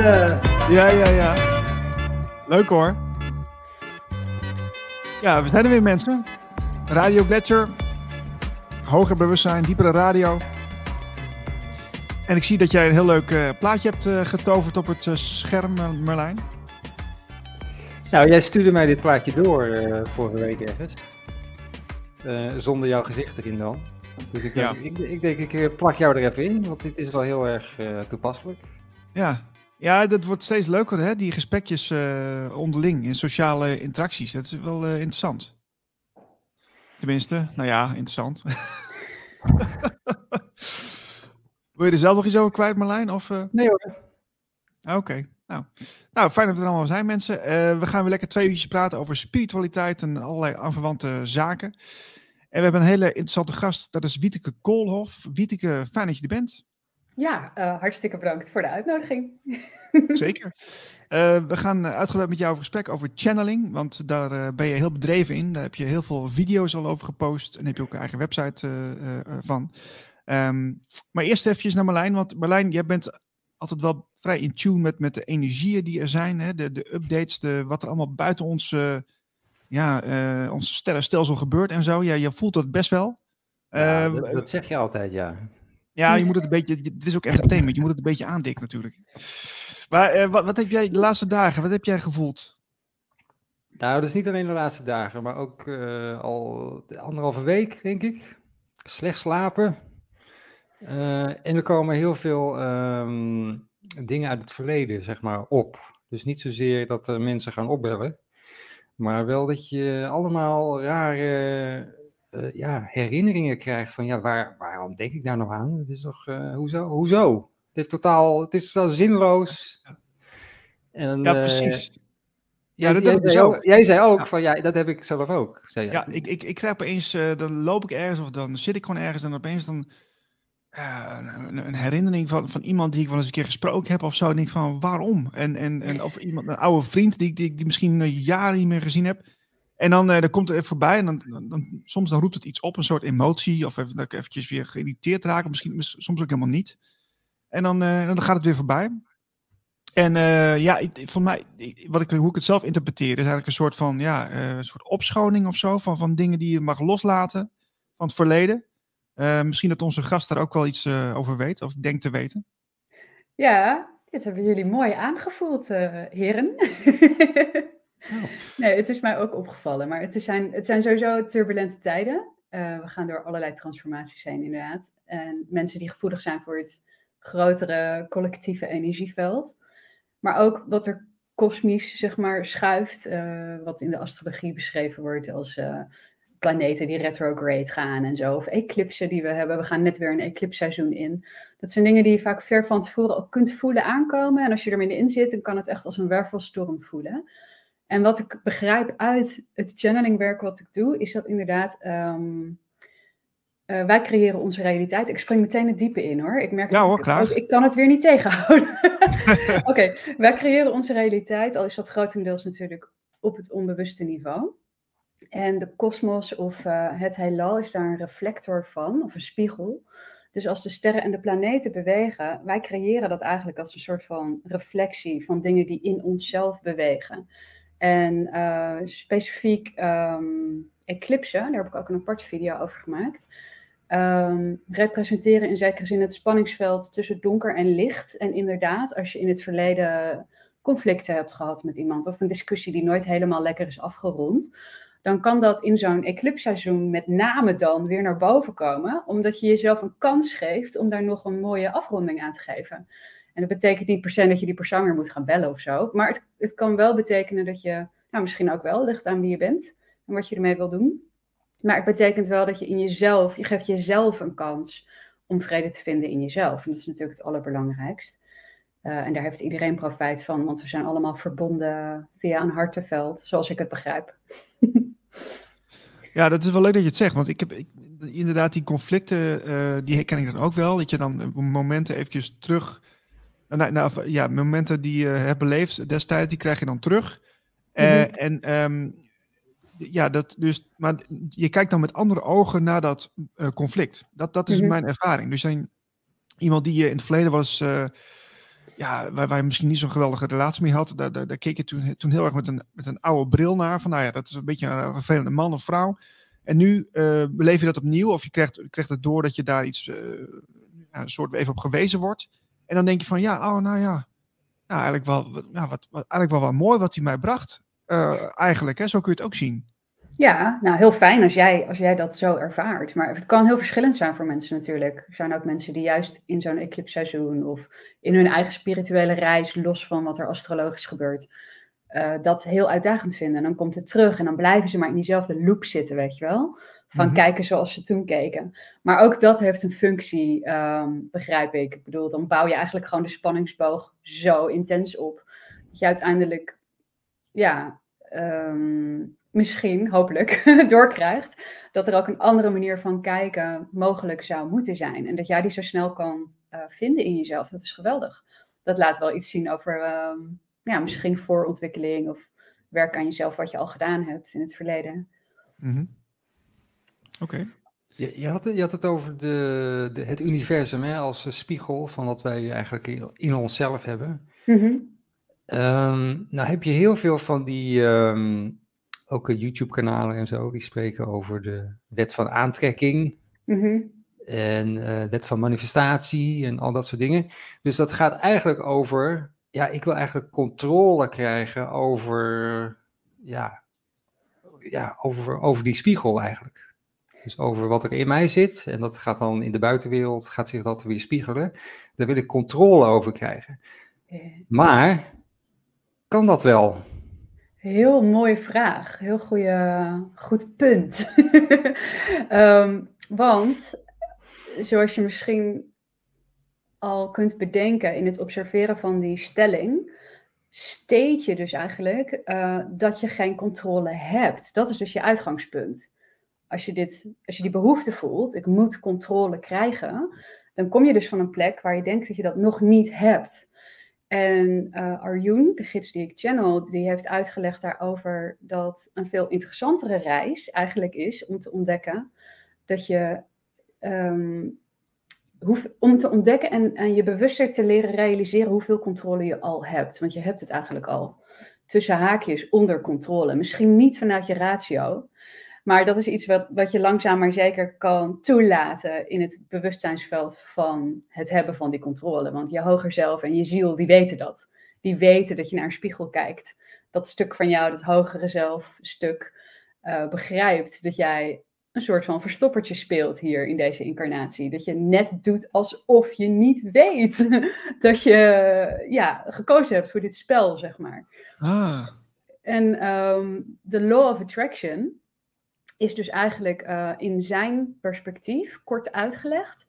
Ja. Leuk hoor. Ja, we zijn er weer mensen. Radio Gletscher. Hoger bewustzijn, diepere radio. En ik zie dat jij een heel leuk plaatje hebt getoverd op het scherm, Merlijn. Nou, jij stuurde mij dit plaatje door vorige week ergens. Zonder jouw gezicht erin dan. Dus ik denk, ik plak jou er even in, want dit is wel heel erg toepasselijk. Ja, dat wordt steeds leuker, hè? Die gesprekjes onderling in sociale interacties. Dat is wel interessant. Tenminste, nou ja, interessant. Wil je er zelf nog iets over kwijt, Marlijn? Of, Nee hoor. Oké. Nou, fijn dat we er allemaal zijn, mensen. We gaan weer lekker 2 uurtjes praten over spiritualiteit en allerlei aanverwante zaken. En we hebben een hele interessante gast. Dat is Wieteke Koolhof. Wieteke, fijn dat je er bent. Ja, hartstikke bedankt voor de uitnodiging. Zeker. We gaan uitgebreid met jou over gesprek over channeling, want daar ben je heel bedreven in. Daar heb je heel veel video's al over gepost en heb je ook een eigen website van. Maar eerst even naar Marlijn, want Marlijn, jij bent altijd wel vrij in tune met de energieën die er zijn, hè? De updates, wat er allemaal buiten ons sterrenstelsel gebeurt en zo. Ja, je voelt dat best wel. Ja, dat zeg je altijd, ja. Ja, je moet het een beetje, dit is ook entertainment, je moet het een beetje aandikken natuurlijk. Maar wat heb jij de laatste dagen, wat heb jij gevoeld? Nou, dat is niet alleen de laatste dagen, maar ook al 1,5 week, denk ik. Slecht slapen. En er komen heel veel dingen uit het verleden, zeg maar, op. Dus niet zozeer dat mensen gaan opbellen, maar wel dat je allemaal rare herinneringen krijgt van, ja, waarom denk ik daar nog aan? Het is toch, hoezo? Het is wel zinloos. En, ja, precies. Ja, dat heb ik dus ook. Jij zei ook van, ja, dat heb ik zelf ook. Zei jij. Ja, ik krijg opeens, dan loop ik ergens of dan zit ik gewoon ergens en opeens dan een herinnering van iemand die ik wel eens een keer gesproken heb of zo. En ik denk van, waarom? En of iemand, een oude vriend die misschien jaren niet meer gezien heb. En dan komt er even voorbij en soms dan roept het iets op, een soort emotie. Of dat ik eventjes weer geïrriteerd raak. Misschien soms ook helemaal niet. En dan gaat het weer voorbij. En voor mij, hoe ik het zelf interpreteer, is eigenlijk een soort van, een soort opschoning of zo. Van dingen die je mag loslaten van het verleden. Misschien dat onze gast daar ook wel iets over weet, of denkt te weten. Ja, dit hebben jullie mooi aangevoeld, heren. Oh. Nee, het is mij ook opgevallen. Maar het zijn sowieso turbulente tijden. We gaan door allerlei transformaties heen, inderdaad. En mensen die gevoelig zijn voor het grotere collectieve energieveld. Maar ook wat er kosmisch, zeg maar, schuift. Wat in de astrologie beschreven wordt als planeten die retrograde gaan en zo. Of eclipsen die we hebben. We gaan net weer een eclipsseizoen in. Dat zijn dingen die je vaak ver van tevoren ook kunt voelen aankomen. En als je er middenin zit, dan kan het echt als een wervelstorm voelen. En wat ik begrijp uit het channelingwerk wat ik doe, is dat inderdaad, wij creëren onze realiteit. Ik spring meteen het diepe in hoor. Ik merk ik kan het weer niet tegenhouden. Oké, wij creëren onze realiteit, al is dat grotendeels natuurlijk op het onbewuste niveau. En de kosmos of het heelal is daar een reflector van, of een spiegel. Dus als de sterren en de planeten bewegen, wij creëren dat eigenlijk als een soort van reflectie van dingen die in onszelf bewegen. En specifiek eclipsen, daar heb ik ook een aparte video over gemaakt, representeren in zekere zin het spanningsveld tussen donker en licht. En inderdaad, als je in het verleden conflicten hebt gehad met iemand of een discussie die nooit helemaal lekker is afgerond, dan kan dat in zo'n eclipsseizoen met name dan weer naar boven komen, omdat je jezelf een kans geeft om daar nog een mooie afronding aan te geven. En dat betekent niet per se dat je die persoon weer moet gaan bellen of zo. Maar het kan wel betekenen dat je, misschien ook wel, ligt aan wie je bent en wat je ermee wil doen. Maar het betekent wel dat je je geeft jezelf een kans om vrede te vinden in jezelf. En dat is natuurlijk het allerbelangrijkst. En daar heeft iedereen profijt van, want we zijn allemaal verbonden via een hartenveld, zoals ik het begrijp. Ja, dat is wel leuk dat je het zegt, want ik heb inderdaad die conflicten, die herken ik dan ook wel. Dat je dan momenten eventjes terug, momenten die je hebt beleefd destijds, die krijg je dan terug. Maar je kijkt dan met andere ogen naar dat conflict. Dat is mijn ervaring. Dus iemand die je in het verleden was waar je misschien niet zo'n geweldige relatie mee had. Daar keek je toen heel erg met een oude bril naar. Van nou ja, dat is een beetje een vervelende man of vrouw. En nu beleef je dat opnieuw. Of je krijgt het door dat je daar iets, een soort even op gewezen wordt. En dan denk je van eigenlijk wel mooi wat hij mij bracht. Eigenlijk, hè, zo kun je het ook zien. Ja, nou heel fijn als jij dat zo ervaart. Maar het kan heel verschillend zijn voor mensen natuurlijk. Er zijn ook mensen die juist in zo'n eclipsseizoen of in hun eigen spirituele reis, los van wat er astrologisch gebeurt, dat heel uitdagend vinden. En dan komt het terug en dan blijven ze maar in diezelfde loop zitten, weet je wel. Van kijken zoals ze toen keken. Maar ook dat heeft een functie, begrijp ik. Ik bedoel, dan bouw je eigenlijk gewoon de spanningsboog zo intens op. Dat je uiteindelijk, misschien, hopelijk, doorkrijgt. Dat er ook een andere manier van kijken mogelijk zou moeten zijn. En dat jij die zo snel kan vinden in jezelf. Dat is geweldig. Dat laat wel iets zien over misschien voorontwikkeling of werk aan jezelf wat je al gedaan hebt in het verleden. Oké. Je had het over het universum, hè, als spiegel van wat wij eigenlijk in onszelf hebben. Nou heb je heel veel van die, ook YouTube-kanalen en zo, die spreken over de wet van aantrekking en wet van manifestatie en al dat soort dingen. Dus dat gaat eigenlijk over, ik wil eigenlijk controle krijgen over die spiegel eigenlijk. Dus over wat er in mij zit, en dat gaat dan in de buitenwereld, gaat zich dat weer spiegelen. Daar wil ik controle over krijgen. Maar, kan dat wel? Heel mooie vraag. Heel goed punt. Want, zoals je misschien al kunt bedenken in het observeren van die stelling, steed je dus eigenlijk dat je geen controle hebt. Dat is dus je uitgangspunt. Als je die behoefte voelt, ik moet controle krijgen, dan kom je dus van een plek waar je denkt dat je dat nog niet hebt. En Arjun, de gids die ik channel, die heeft uitgelegd daarover dat een veel interessantere reis eigenlijk is om te ontdekken dat je, om te ontdekken en je bewuster te leren realiseren hoeveel controle je al hebt. Want je hebt het eigenlijk al tussen haakjes onder controle. Misschien niet vanuit je ratio, maar dat is iets wat je langzaam maar zeker kan toelaten in het bewustzijnsveld van het hebben van die controle. Want je hoger zelf en je ziel, die weten dat. Die weten dat je naar een spiegel kijkt. Dat stuk van jou, dat hogere zelfstuk, begrijpt dat jij een soort van verstoppertje speelt hier in deze incarnatie. Dat je net doet alsof je niet weet dat je gekozen hebt voor dit spel, zeg maar. En de law of attraction is dus eigenlijk in zijn perspectief, kort uitgelegd.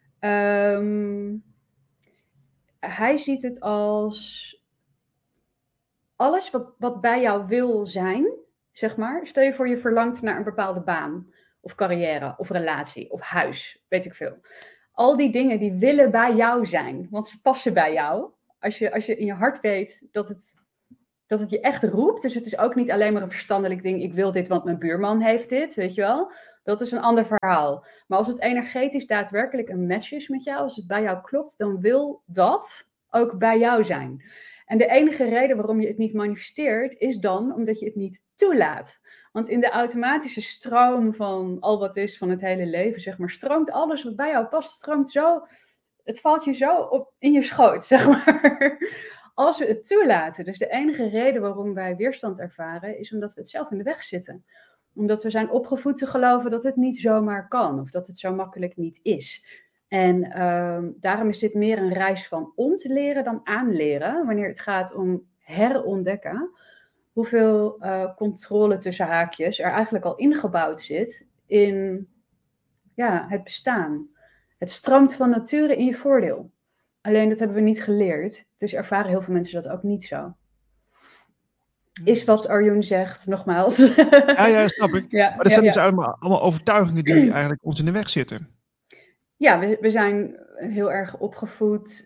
Hij ziet het als alles wat bij jou wil zijn, zeg maar. Stel je voor je verlangt naar een bepaalde baan, of carrière, of relatie, of huis, weet ik veel. Al die dingen die willen bij jou zijn, want ze passen bij jou. Als je in je hart weet dat het je echt roept. Dus het is ook niet alleen maar een verstandelijk ding. Ik wil dit, want mijn buurman heeft dit, weet je wel. Dat is een ander verhaal. Maar als het energetisch daadwerkelijk een match is met jou, als het bij jou klopt, dan wil dat ook bij jou zijn. En de enige reden waarom je het niet manifesteert, is dan omdat je het niet toelaat. Want in de automatische stroom van al wat is van het hele leven, zeg maar, stroomt alles wat bij jou past, stroomt zo, het valt je zo op in je schoot, zeg maar. Als we het toelaten. Dus de enige reden waarom wij weerstand ervaren, is omdat we het zelf in de weg zitten. Omdat we zijn opgevoed te geloven dat het niet zomaar kan, of dat het zo makkelijk niet is. En daarom is dit meer een reis van ontleren dan aanleren, wanneer het gaat om herontdekken hoeveel controle tussen haakjes er eigenlijk al ingebouwd zit in het bestaan. Het stroomt van nature in je voordeel. Alleen dat hebben we niet geleerd, dus ervaren heel veel mensen dat ook niet zo. Is wat Arjun zegt, nogmaals. Ja, snap ik. Maar dat zijn dus allemaal overtuigingen die eigenlijk ons in de weg zitten. Ja, we zijn heel erg opgevoed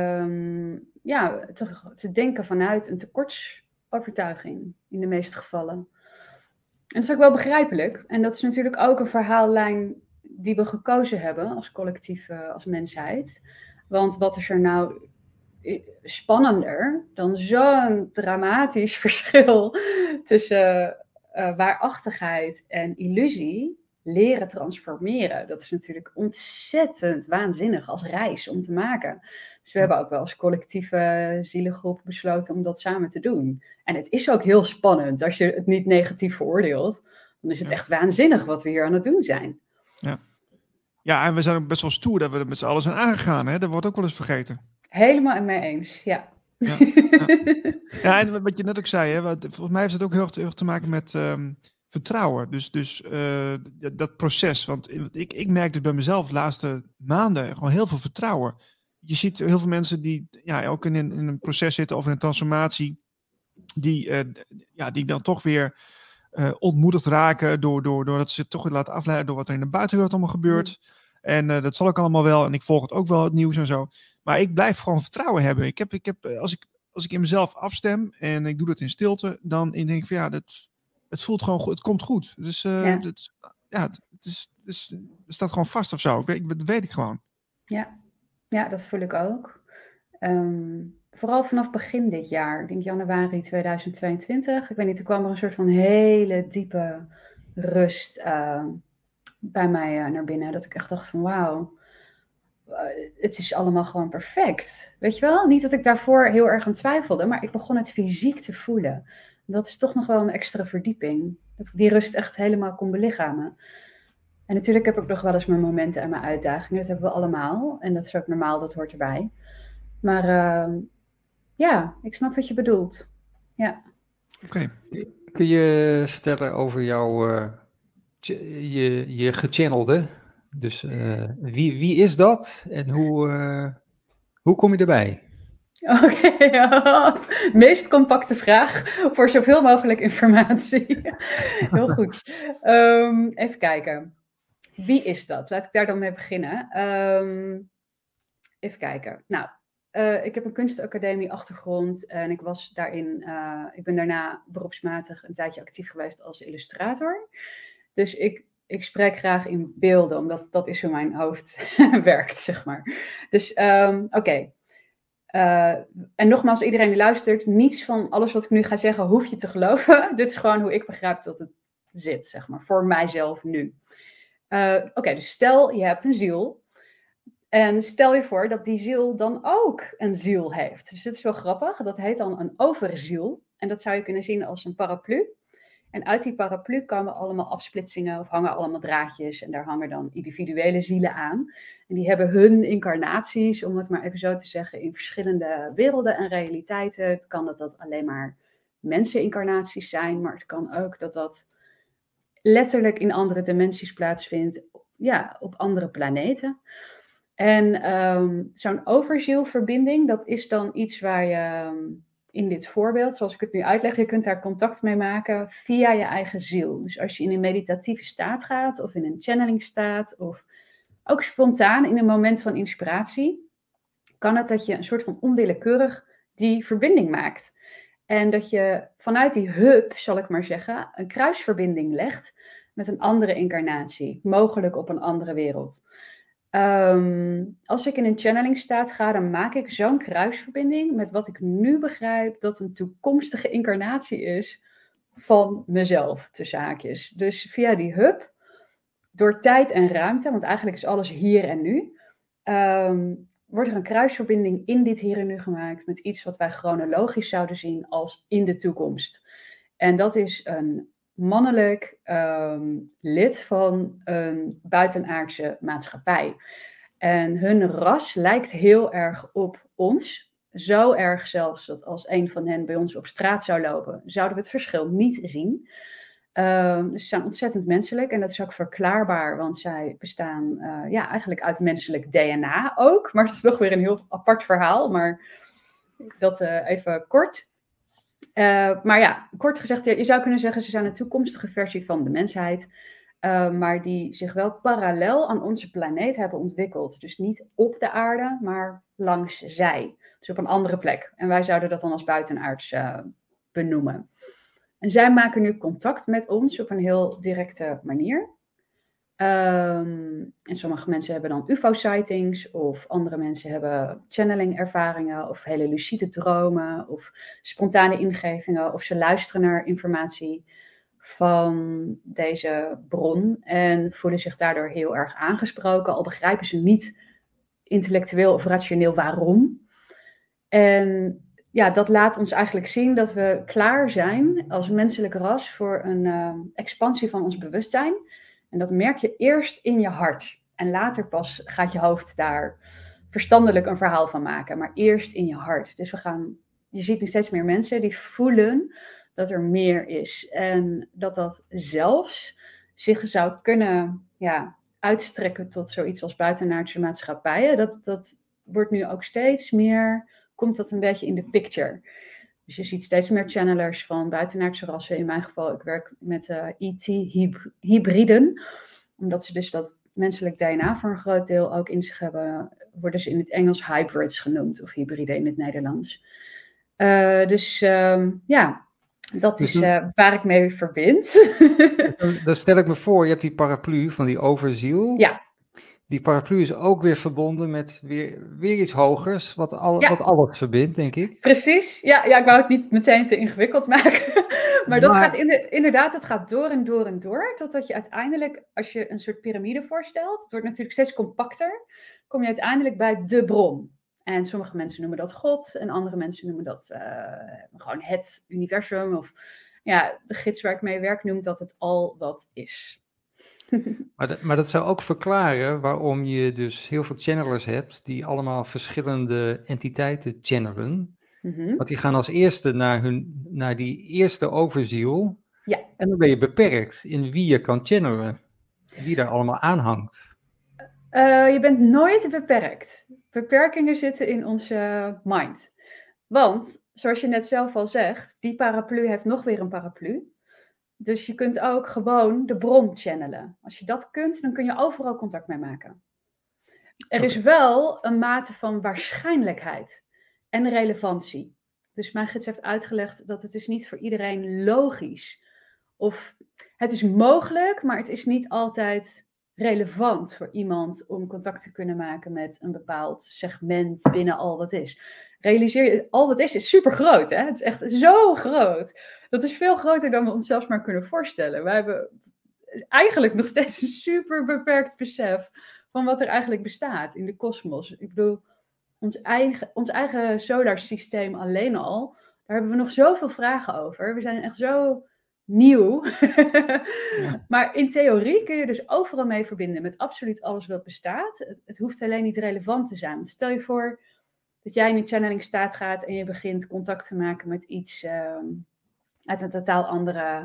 te denken vanuit een tekortsovertuiging in de meeste gevallen. En dat is ook wel begrijpelijk. En dat is natuurlijk ook een verhaallijn die we gekozen hebben als collectief, als mensheid. Want wat is er nou spannender dan zo'n dramatisch verschil tussen waarachtigheid en illusie leren transformeren. Dat is natuurlijk ontzettend waanzinnig als reis om te maken. Dus we hebben ook wel als collectieve zielengroep besloten om dat samen te doen. En het is ook heel spannend als je het niet negatief veroordeelt. Dan is het echt waanzinnig wat we hier aan het doen zijn. Ja, en we zijn ook best wel stoer dat we er met z'n allen zijn aangegaan. Hè? Dat wordt ook wel eens vergeten. Helemaal mee eens, ja. Ja, en wat je net ook zei, hè, volgens mij heeft het ook heel erg te maken met vertrouwen. Dus dat proces. Want ik merk dus bij mezelf de laatste maanden gewoon heel veel vertrouwen. Je ziet heel veel mensen die ook in een proces zitten of in een transformatie, die dan toch weer ontmoedigd raken doordat ze toch weer laten afleiden door wat er in de buitenwereld allemaal gebeurt. En dat zal ook allemaal wel. En ik volg het ook wel, het nieuws en zo. Maar ik blijf gewoon vertrouwen hebben. Ik heb als ik in mezelf afstem en ik doe dat in stilte, dan denk ik van het voelt gewoon goed. Het komt goed. Dus het staat gewoon vast of zo. Dat weet ik gewoon. Ja, dat voel ik ook. Vooral vanaf begin dit jaar, ik denk januari 2022. Ik weet niet, er kwam er een soort van hele diepe rust bij mij naar binnen. Dat ik echt dacht van wauw, het is allemaal gewoon perfect. Weet je wel? Niet dat ik daarvoor heel erg aan twijfelde, maar ik begon het fysiek te voelen. Dat is toch nog wel een extra verdieping. Dat ik die rust echt helemaal kon belichamen. En natuurlijk heb ik nog wel eens mijn momenten en mijn uitdagingen. Dat hebben we allemaal. En dat is ook normaal, dat hoort erbij. Maar ik snap wat je bedoelt. Ja. Oké. Kun je vertellen over je gechannelde? Dus wie is dat en hoe kom je erbij? Oké, meest compacte vraag voor zoveel mogelijk informatie. Heel goed. Even kijken. Wie is dat? Laat ik daar dan mee beginnen. Even kijken. Nou, ik heb een kunstacademie achtergrond en ik ben daarna beroepsmatig een tijdje actief geweest als illustrator. Dus ik spreek graag in beelden, omdat dat is hoe mijn hoofd werkt, zeg maar. Dus oké. En nogmaals, iedereen die luistert, niets van alles wat ik nu ga zeggen hoef je te geloven. Dit is gewoon hoe ik begrijp dat het zit, zeg maar, voor mijzelf nu. Oké, dus stel je hebt een ziel. En stel je voor dat die ziel dan ook een ziel heeft. Dus dit is wel grappig. Dat heet dan een overziel. En dat zou je kunnen zien als een paraplu. En uit die paraplu komen allemaal afsplitsingen of hangen allemaal draadjes. En daar hangen dan individuele zielen aan. En die hebben hun incarnaties, om het maar even zo te zeggen, in verschillende werelden en realiteiten. Het kan dat alleen maar mensenincarnaties zijn, maar het kan ook dat letterlijk in andere dimensies plaatsvindt. Ja, op andere planeten. En zo'n overzielverbinding, dat is dan iets waar je in dit voorbeeld, zoals ik het nu uitleg, je kunt daar contact mee maken via je eigen ziel. Dus als je in een meditatieve staat gaat of in een channeling staat of ook spontaan in een moment van inspiratie, kan het dat je een soort van onwillekeurig die verbinding maakt. En dat je vanuit die hub, zal ik maar zeggen, een kruisverbinding legt met een andere incarnatie, mogelijk op een andere wereld. Als ik in een channeling staat ga, dan maak ik zo'n kruisverbinding met wat ik nu begrijp dat een toekomstige incarnatie is van mezelf, tussen haakjes. Dus via die hub, door tijd en ruimte, want eigenlijk is alles hier en nu, wordt er een kruisverbinding in dit hier en nu gemaakt met iets wat wij chronologisch zouden zien als in de toekomst. En dat is een mannelijk lid van een buitenaardse maatschappij. En hun ras lijkt heel erg op ons. Zo erg zelfs dat als een van hen bij ons op straat zou lopen, zouden we het verschil niet zien. Ze zijn ontzettend menselijk en dat is ook verklaarbaar, want zij bestaan eigenlijk uit menselijk DNA ook. Maar het is nog weer een heel apart verhaal, maar dat even kort. Maar ja, kort gezegd, je zou kunnen zeggen, ze zijn een toekomstige versie van de mensheid, maar die zich wel parallel aan onze planeet hebben ontwikkeld. Dus niet op de aarde, maar langs zij. Dus op een andere plek. En wij zouden dat dan als buitenaards benoemen. En zij maken nu contact met ons op een heel directe manier. En sommige mensen hebben dan UFO-sightings, of andere mensen hebben channeling-ervaringen, of hele lucide dromen, of spontane ingevingen, of ze luisteren naar informatie van deze bron en voelen zich daardoor heel erg aangesproken, al begrijpen ze niet intellectueel of rationeel waarom. En ja, dat laat ons eigenlijk zien dat we klaar zijn als menselijk ras voor een expansie van ons bewustzijn. En dat merk je eerst in je hart. En later pas gaat je hoofd daar verstandelijk een verhaal van maken. Maar eerst in je hart. Dus je ziet nu steeds meer mensen die voelen dat er meer is. En dat zelfs zich zou kunnen uitstrekken tot zoiets als buitenaardse maatschappijen. Dat wordt nu ook steeds meer, komt dat een beetje in de picture. Dus je ziet steeds meer channelers van buitenaardse rassen. In mijn geval, ik werk met ET-hybriden. Omdat ze dus dat menselijk DNA voor een groot deel ook in zich hebben, worden ze in het Engels hybrids genoemd. Of hybriden in het Nederlands. Dat is waar ik mee verbind. Dan stel ik me voor, je hebt die paraplu van die overziel. Ja. Die paraplu is ook weer verbonden met weer iets hogers, wat alles verbindt, denk ik. Precies, ja, ik wou het niet meteen te ingewikkeld maken. maar dat gaat inderdaad, het gaat door en door en door, totdat je uiteindelijk, als je een soort piramide voorstelt, het wordt natuurlijk steeds compacter, kom je uiteindelijk bij de bron. En sommige mensen noemen dat God, en andere mensen noemen dat gewoon het universum. Of ja, de gids waar ik mee werk noemt dat het al wat is. Maar dat zou ook verklaren waarom je dus heel veel channelers hebt die allemaal verschillende entiteiten channelen. Mm-hmm. Want die gaan als eerste naar die eerste overziel. Ja. En dan ben je beperkt in wie je kan channelen. Wie daar allemaal aan hangt. Je bent nooit beperkt. Beperkingen zitten in onze mind. Want, zoals je net zelf al zegt, die paraplu heeft nog weer een paraplu. Dus je kunt ook gewoon de bron channelen. Als je dat kunt, dan kun je overal contact mee maken. Er is wel een mate van waarschijnlijkheid en relevantie. Dus mijn gids heeft uitgelegd dat het is niet voor iedereen logisch. Of het is mogelijk, maar het is niet altijd relevant voor iemand om contact te kunnen maken met een bepaald segment binnen al wat is. Realiseer je, al wat is super groot. Hè? Het is echt zo groot. Dat is veel groter dan we ons zelfs maar kunnen voorstellen. Wij hebben eigenlijk nog steeds een super beperkt besef van wat er eigenlijk bestaat in de kosmos. Ik bedoel, ons eigen solarsysteem alleen al, daar hebben we nog zoveel vragen over. We zijn echt zo nieuw. Ja. Maar in theorie kun je dus overal mee verbinden met absoluut alles wat bestaat. Het hoeft alleen niet relevant te zijn. Want stel je voor dat jij in een channeling staat gaat en je begint contact te maken met iets uit een totaal andere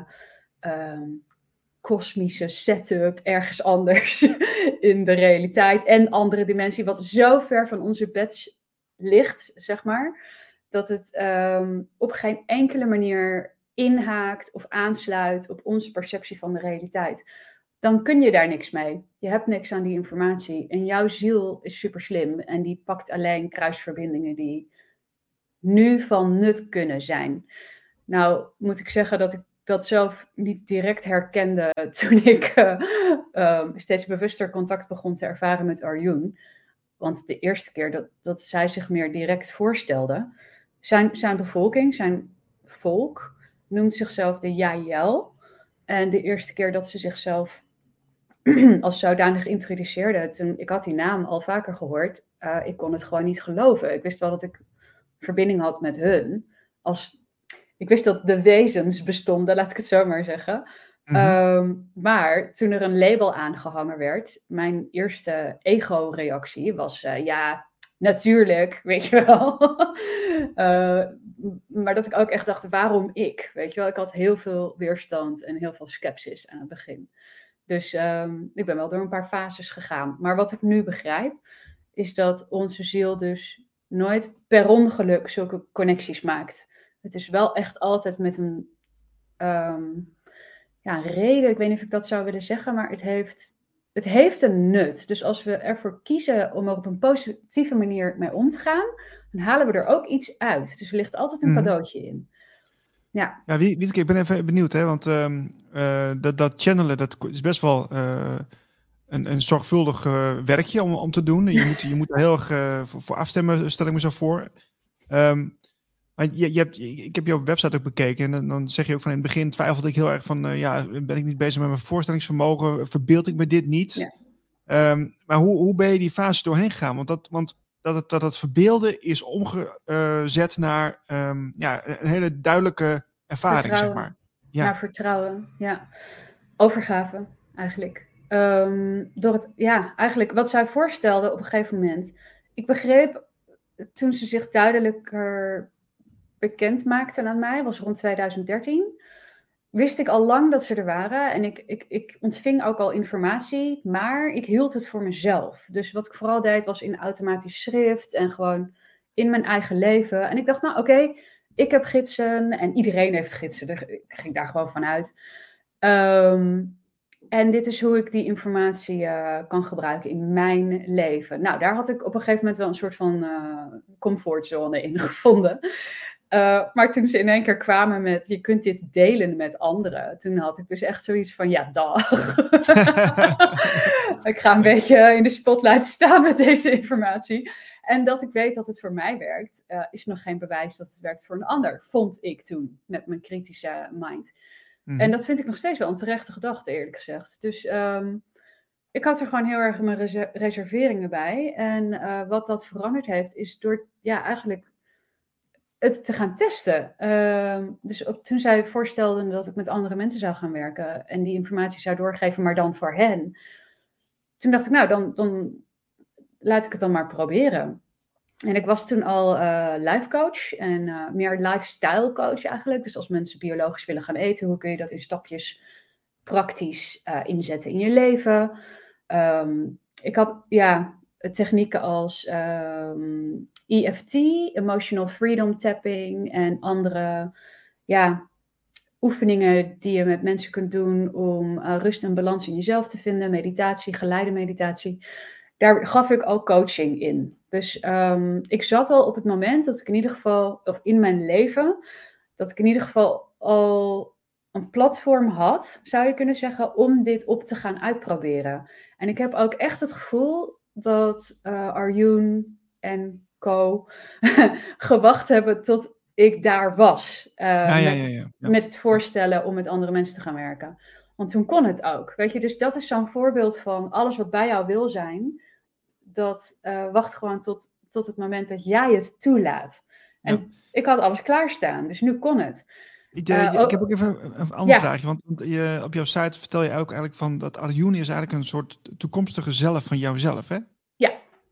kosmische setup, ergens anders in de realiteit en andere dimensie, wat zo ver van onze bed ligt, zeg maar, dat het op geen enkele manier inhaakt of aansluit op onze perceptie van de realiteit. Dan kun je daar niks mee. Je hebt niks aan die informatie. En jouw ziel is super slim. En die pakt alleen kruisverbindingen die nu van nut kunnen zijn. Nou, moet ik zeggen dat ik dat zelf niet direct herkende toen ik steeds bewuster contact begon te ervaren met Arjun. Want de eerste keer dat zij zich meer direct voorstelde, zijn bevolking, zijn volk, noemt zichzelf de Yael. En de eerste keer dat ze zichzelf als zodanig introduceerde, ik had die naam al vaker gehoord, ik kon het gewoon niet geloven. Ik wist wel dat ik verbinding had met hun. Ik wist dat de wezens bestonden, laat ik het zo maar zeggen. Mm-hmm. Maar toen er een label aangehangen werd, mijn eerste ego-reactie was, ja, natuurlijk, weet je wel. Maar dat ik ook echt dacht, waarom ik? Weet je wel, ik had heel veel weerstand en heel veel scepsis aan het begin. Dus ik ben wel door een paar fases gegaan. Maar wat ik nu begrijp, is dat onze ziel dus nooit per ongeluk zulke connecties maakt. Het is wel echt altijd met een reden, ik weet niet of ik dat zou willen zeggen, maar het heeft een nut. Dus als we ervoor kiezen om er op een positieve manier mee om te gaan, dan halen we er ook iets uit. Dus er ligt altijd een cadeautje in. Ja, Wietke, ik ben even benieuwd, hè, want dat channelen, dat is best wel een zorgvuldig werkje om te doen. Je moet er heel erg voor afstemmen, stel ik me zo voor. Maar ik heb jouw website ook bekeken en dan zeg je ook van in het begin twijfelde ik heel erg van, ben ik niet bezig met mijn voorstellingsvermogen? Verbeeld ik me dit niet? Ja. Maar hoe ben je die fase doorheen gegaan? Want dat het verbeelden is omgezet naar een hele duidelijke ervaring, Vertrouwen. zeg maar. Ja, vertrouwen. Ja. Overgave, eigenlijk. Eigenlijk wat zij voorstelde op een gegeven moment. Ik begreep, toen ze zich duidelijker bekend maakten aan mij, was rond 2013, wist ik al lang dat ze er waren. En ik ontving ook al informatie, maar ik hield het voor mezelf. Dus wat ik vooral deed, was in automatisch schrift en gewoon in mijn eigen leven. En ik dacht, nou oké, ik heb gidsen en iedereen heeft gidsen. Ik ging daar gewoon vanuit. En dit is hoe ik die informatie kan gebruiken in mijn leven. Nou, daar had ik op een gegeven moment wel een soort van comfortzone in gevonden. Maar toen ze in één keer kwamen met, je kunt dit delen met anderen. Toen had ik dus echt zoiets van, ja, dag. Ik ga een beetje in de spotlight staan met deze informatie. En dat ik weet dat het voor mij werkt, is nog geen bewijs dat het werkt voor een ander. Vond ik toen, met mijn kritische mind. En dat vind ik nog steeds wel een terechte gedachte, eerlijk gezegd. Dus ik had er gewoon heel erg mijn reserveringen bij. En wat dat veranderd heeft, is door eigenlijk het te gaan testen. Dus toen zij voorstelden dat ik met andere mensen zou gaan werken en die informatie zou doorgeven, maar dan voor hen. Toen dacht ik, nou, dan laat ik het dan maar proberen. En ik was toen al life coach en meer lifestyle coach eigenlijk. Dus als mensen biologisch willen gaan eten, hoe kun je dat in stapjes praktisch inzetten in je leven? Ik had technieken als EFT, Emotional Freedom Tapping en andere oefeningen die je met mensen kunt doen om rust en balans in jezelf te vinden. Meditatie, geleide meditatie. Daar gaf ik al coaching in. Dus ik zat al op het moment dat ik in ieder geval, of in mijn leven, dat ik in ieder geval al een platform had, zou je kunnen zeggen, om dit op te gaan uitproberen. En ik heb ook echt het gevoel dat Arjoen en co gewacht hebben tot ik daar was. Met het voorstellen om met andere mensen te gaan werken. Want toen kon het ook. Weet je, dus dat is zo'n voorbeeld van alles wat bij jou wil zijn. Dat wacht gewoon tot het moment dat jij het toelaat. En ik had alles klaarstaan, dus nu kon het. Ik heb ook even een ander vraagje. Want op jouw site vertel je ook eigenlijk van dat Arjoen is eigenlijk een soort toekomstige zelf van jouzelf, hè? Ja.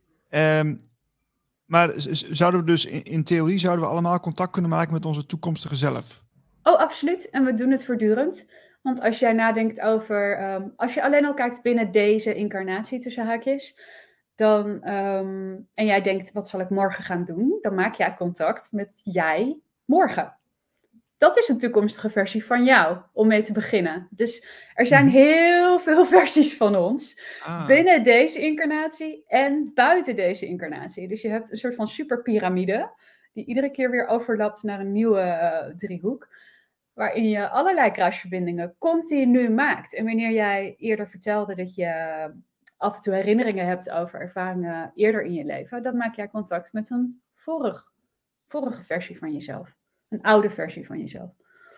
Maar zouden we dus in theorie allemaal contact kunnen maken met onze toekomstige zelf? Oh, absoluut. En we doen het voortdurend. Want als jij nadenkt over, als je alleen al kijkt binnen deze incarnatie tussen haakjes, dan, en jij denkt, wat zal ik morgen gaan doen? Dan maak jij contact met jij morgen. Dat is een toekomstige versie van jou, om mee te beginnen. Dus er zijn heel veel versies van ons binnen deze incarnatie en buiten deze incarnatie. Dus je hebt een soort van superpiramide die iedere keer weer overlapt naar een nieuwe driehoek, waarin je allerlei kruisverbindingen continu maakt. En wanneer jij eerder vertelde dat je af en toe herinneringen hebt over ervaringen eerder in je leven, dan maak jij contact met een vorige versie van jezelf. Een oude versie van jezelf.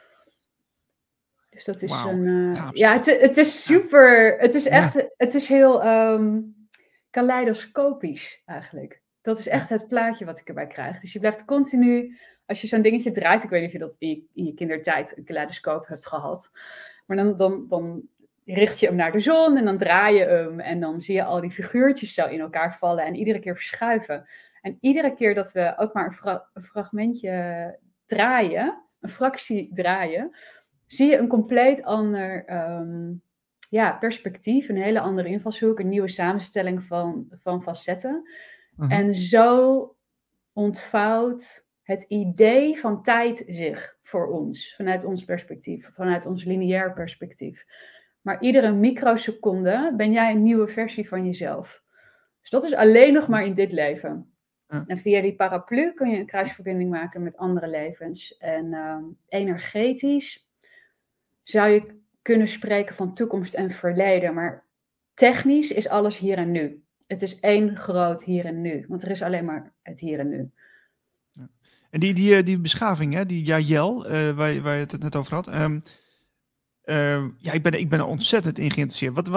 Dus dat is het is super, het is echt, het is heel kaleidoscopisch eigenlijk. Dat is echt het plaatje wat ik erbij krijg. Dus je blijft continu, als je zo'n dingetje draait, ik weet niet of je dat in je kindertijd een kaleidoscoop hebt gehad, maar dan richt je hem naar de zon en dan draai je hem en dan zie je al die figuurtjes zo in elkaar vallen en iedere keer verschuiven. En iedere keer dat we ook maar een fragmentje draaien, een fractie draaien, zie je een compleet ander perspectief, een hele andere invalshoek, een nieuwe samenstelling van facetten. En zo ontvouwt het idee van tijd zich voor ons, vanuit ons perspectief, vanuit ons lineair perspectief. Maar iedere microseconde ben jij een nieuwe versie van jezelf. Dus dat is alleen nog maar in dit leven. En via die paraplu kun je een kruisverbinding maken met andere levens. En energetisch zou je kunnen spreken van toekomst en verleden. Maar technisch is alles hier en nu. Het is één groot hier en nu. Want er is alleen maar het hier en nu. En die beschaving, hè, die Yael, waar je het net over had. Ja, ik ben er ontzettend in geïnteresseerd.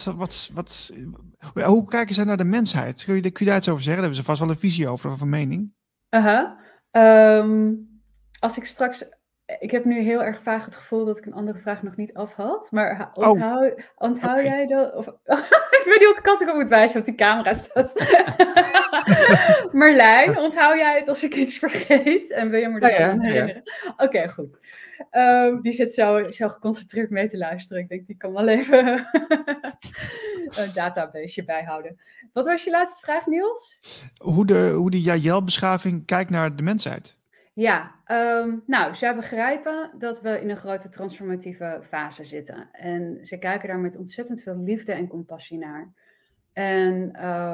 Hoe kijken zij naar de mensheid? Kun je daar iets over zeggen? Daar hebben ze vast wel een visie over of een mening. Als ik straks... Ik heb nu heel erg vaag het gevoel dat ik een andere vraag nog niet af had. Maar onthoud jij dat? Of, ik weet niet welke kant ik op moet wijzen, want die camera staat. Marlijn, onthoud jij het als ik iets vergeet? En wil je me dat aan herinneren? Ja. Oké, goed. Die zit zo geconcentreerd mee te luisteren. Ik denk, die kan wel even een database bijhouden. Wat was je laatste vraag, Niels? Hoe de Yael-beschaving kijkt naar de mensheid. Ja, zij begrijpen dat we in een grote transformatieve fase zitten. En ze kijken daar met ontzettend veel liefde en compassie naar. En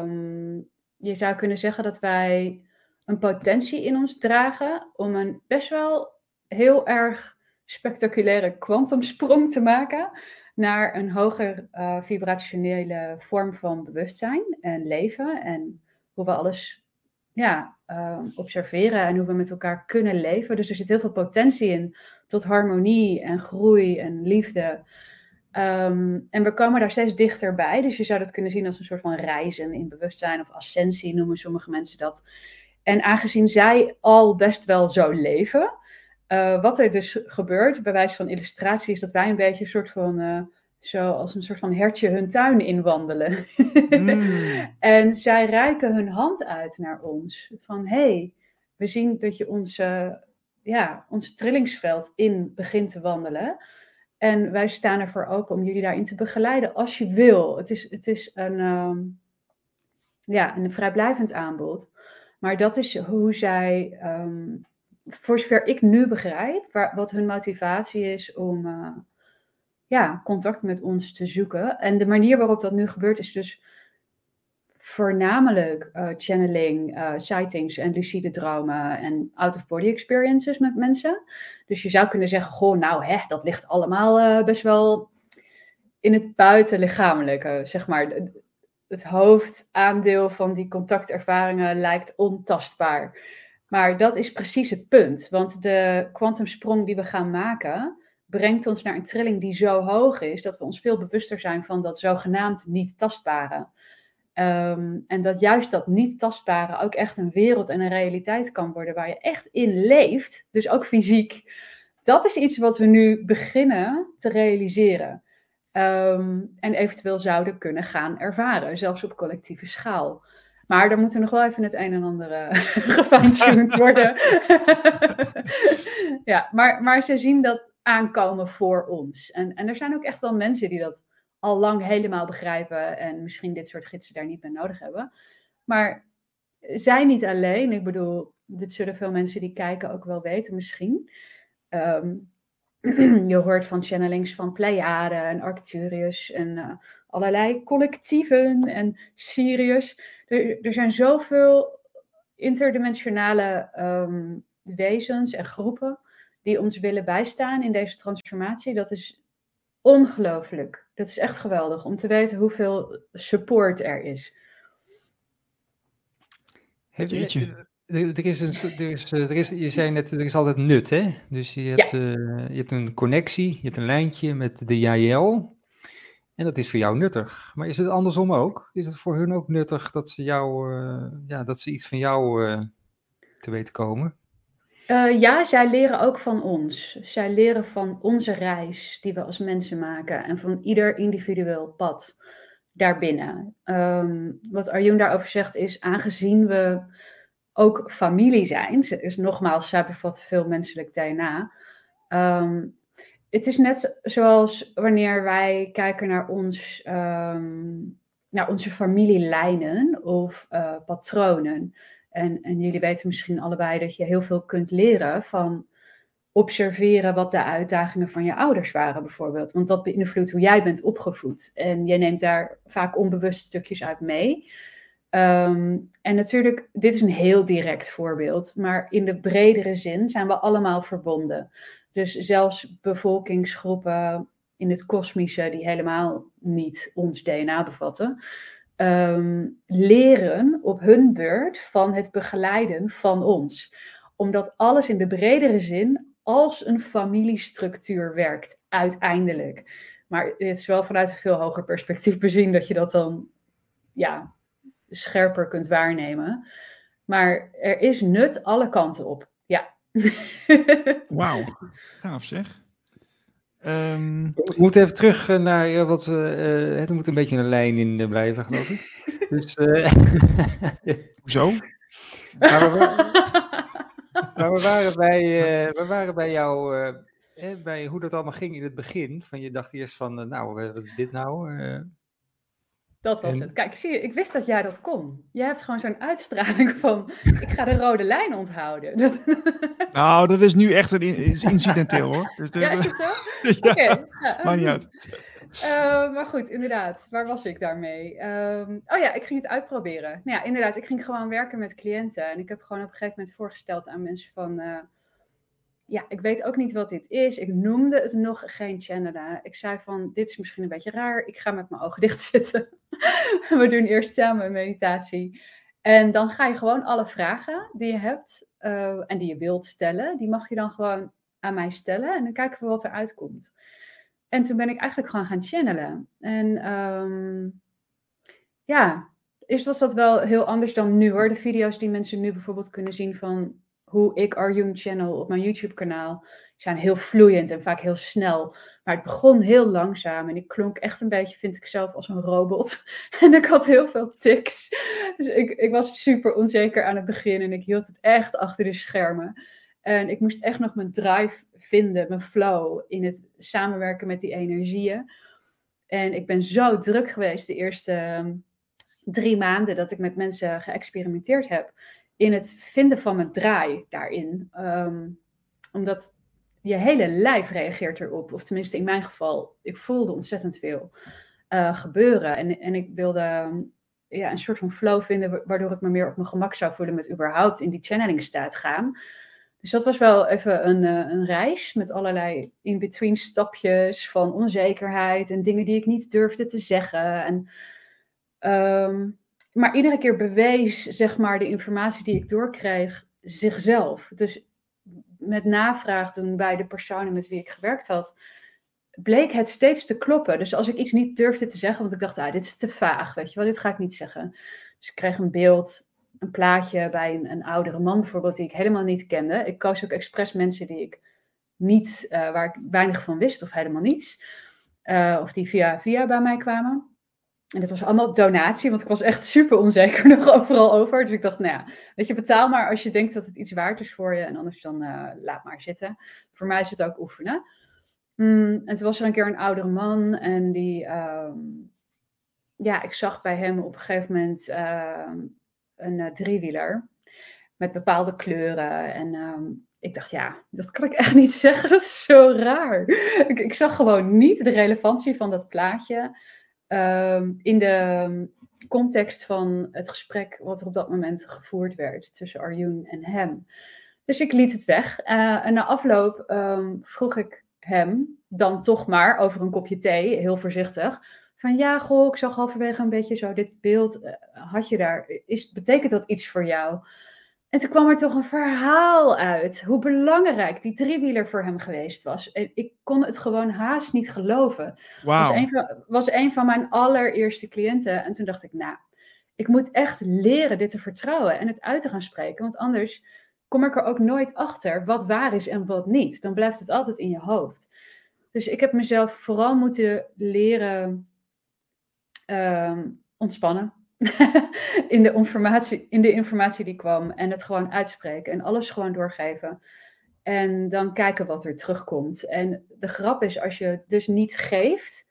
je zou kunnen zeggen dat wij een potentie in ons dragen om een best wel heel erg spectaculaire kwantumsprong te maken naar een hoger vibrationele vorm van bewustzijn en leven. En hoe we alles observeren en hoe we met elkaar kunnen leven. Dus er zit heel veel potentie in tot harmonie en groei en liefde. En we komen daar steeds dichterbij. Dus je zou dat kunnen zien als een soort van reizen in bewustzijn of ascensie noemen sommige mensen dat. En aangezien zij al best wel zo leven, wat er dus gebeurt, bij wijze van illustratie, is dat wij een beetje een soort van... als een soort van hertje hun tuin inwandelen. En zij reiken hun hand uit naar ons. Van, hey, we zien dat je ons trillingsveld in begint te wandelen. En wij staan ervoor open om jullie daarin te begeleiden als je wil. Het is een vrijblijvend aanbod. Maar dat is hoe zij, voor zover ik nu begrijp, wat hun motivatie is om... contact met ons te zoeken. En de manier waarop dat nu gebeurt is dus voornamelijk channeling, sightings en lucide dromen en out-of-body experiences met mensen. Dus je zou kunnen zeggen, dat ligt allemaal best wel in het buitenlichamelijke, zeg maar. Het hoofdaandeel van die contactervaringen lijkt ontastbaar. Maar dat is precies het punt. Want de kwantumsprong die we gaan maken brengt ons naar een trilling die zo hoog is dat we ons veel bewuster zijn van dat zogenaamd niet tastbare. En dat juist dat niet tastbare ook echt een wereld en een realiteit kan worden waar je echt in leeft, dus ook fysiek. Dat is iets wat we nu beginnen te realiseren. En eventueel zouden kunnen gaan ervaren, zelfs op collectieve schaal. Maar dan moet er nog wel even het een en ander gefine-tuned worden. Ja, maar ze zien dat aankomen voor ons. En er zijn ook echt wel mensen die dat al lang helemaal begrijpen en misschien dit soort gidsen daar niet meer nodig hebben. Maar zij niet alleen. Ik bedoel, dit zullen veel mensen die kijken ook wel weten misschien. Je hoort van channelings van Pleiade en Arcturus en allerlei collectieven en Sirius. Er zijn zoveel interdimensionale wezens en groepen die ons willen bijstaan in deze transformatie. Dat is ongelooflijk. Dat is echt geweldig om te weten hoeveel support er is. Je zei net, er is altijd nut, hè? Dus je hebt een connectie, je hebt een lijntje met de Yael. En dat is voor jou nuttig. Maar is het andersom ook? Is het voor hun ook nuttig dat ze iets van jou te weten komen? Zij leren ook van ons. Zij leren van onze reis die we als mensen maken. En van ieder individueel pad daarbinnen. Wat Arjun daarover zegt is, aangezien we ook familie zijn. Dus nogmaals, zij bevat veel menselijk DNA. Het is net zoals wanneer wij kijken naar onze familielijnen of patronen. En jullie weten misschien allebei dat je heel veel kunt leren van observeren wat de uitdagingen van je ouders waren bijvoorbeeld. Want dat beïnvloedt hoe jij bent opgevoed. En jij neemt daar vaak onbewust stukjes uit mee. En natuurlijk, dit is een heel direct voorbeeld. Maar in de bredere zin zijn we allemaal verbonden. Dus zelfs bevolkingsgroepen in het kosmische, die helemaal niet ons DNA bevatten, leren op hun beurt van het begeleiden van ons. Omdat alles in de bredere zin als een familiestructuur werkt, uiteindelijk. Maar het is wel vanuit een veel hoger perspectief bezien dat je dat dan scherper kunt waarnemen. Maar er is nut alle kanten op. Ja. Wauw, gaaf zeg. We moeten even terug naar wat we... er moet een beetje een lijn in blijven, geloof ik. Dus, Hoezo? Maar we waren bij jou... bij hoe dat allemaal ging in het begin. Van je dacht eerst van, wat is dit nou? Dat was het. Kijk, zie je, ik wist dat jij dat kon. Jij hebt gewoon zo'n uitstraling van, ik ga de rode lijn onthouden. Nou, dat is nu echt is incidenteel hoor. Dus ja, is het zo? Ja, Oké. maakt niet uit. Maar goed, inderdaad. Waar was ik daarmee? Ik ging het uitproberen. Nou ja, inderdaad, ik ging gewoon werken met cliënten. En ik heb gewoon op een gegeven moment voorgesteld aan mensen van... ik weet ook niet wat dit is. Ik noemde het nog geen channelen. Ik zei van, dit is misschien een beetje raar. Ik ga met mijn ogen dicht zitten. We doen eerst samen een meditatie. En dan ga je gewoon alle vragen die je hebt en die je wilt stellen, die mag je dan gewoon aan mij stellen. En dan kijken we wat er uitkomt. En toen ben ik eigenlijk gewoon gaan channelen. En eerst was dat wel heel anders dan nu hoor. De video's die mensen nu bijvoorbeeld kunnen zien van hoe ik Arjun channel op mijn YouTube kanaal, zijn heel vloeiend en vaak heel snel. Maar het begon heel langzaam en ik klonk echt een beetje, vind ik zelf, als een robot. En ik had heel veel tics. Dus ik was super onzeker aan het begin en ik hield het echt achter de schermen. En ik moest echt nog mijn drive vinden, mijn flow in het samenwerken met die energieën. En ik ben zo druk geweest de eerste 3 maanden dat ik met mensen geëxperimenteerd heb in het vinden van mijn draai daarin. Omdat je hele lijf reageert erop. Of tenminste in mijn geval. Ik voelde ontzettend veel gebeuren. En ik wilde een soort van flow vinden waardoor ik me meer op mijn gemak zou voelen met überhaupt in die channelingstaat gaan. Dus dat was wel even een reis met allerlei in-between stapjes van onzekerheid en dingen die ik niet durfde te zeggen. Maar iedere keer bewees, zeg maar, de informatie die ik doorkreeg zichzelf. Dus met navraag doen bij de personen met wie ik gewerkt had, bleek het steeds te kloppen. Dus als ik iets niet durfde te zeggen, want ik dacht, dit is te vaag, weet je wel, dit ga ik niet zeggen. Dus ik kreeg een beeld, een plaatje bij een oudere man bijvoorbeeld, die ik helemaal niet kende. Ik koos ook expres mensen die ik niet, waar ik weinig van wist of helemaal niets. Of die via bij mij kwamen. En dat was allemaal donatie, want ik was echt super onzeker nog overal over. Dus ik dacht, weet je, betaal maar als je denkt dat het iets waard is voor je. En anders dan laat maar zitten. Voor mij is het ook oefenen. En toen was er een keer een oudere man. En die, ik zag bij hem op een gegeven moment een driewieler. Met bepaalde kleuren. En ik dacht, dat kan ik echt niet zeggen. Dat is zo raar. Ik zag gewoon niet de relevantie van dat plaatje in de context van het gesprek wat er op dat moment gevoerd werd tussen Arjun en hem. Dus ik liet het weg. En na afloop vroeg ik hem dan toch maar over een kopje thee, heel voorzichtig, van ik zag halverwege een beetje zo dit beeld, had je daar, betekent dat iets voor jou? En toen kwam er toch een verhaal uit, hoe belangrijk die driewieler voor hem geweest was. En ik kon het gewoon haast niet geloven. Wauw. Was een van mijn allereerste cliënten. En toen dacht ik, ik moet echt leren dit te vertrouwen en het uit te gaan spreken. Want anders kom ik er ook nooit achter wat waar is en wat niet. Dan blijft het altijd in je hoofd. Dus ik heb mezelf vooral moeten leren ontspannen. in de informatie die kwam. En het gewoon uitspreken. En alles gewoon doorgeven. En dan kijken wat er terugkomt. En de grap is, als je het dus niet geeft,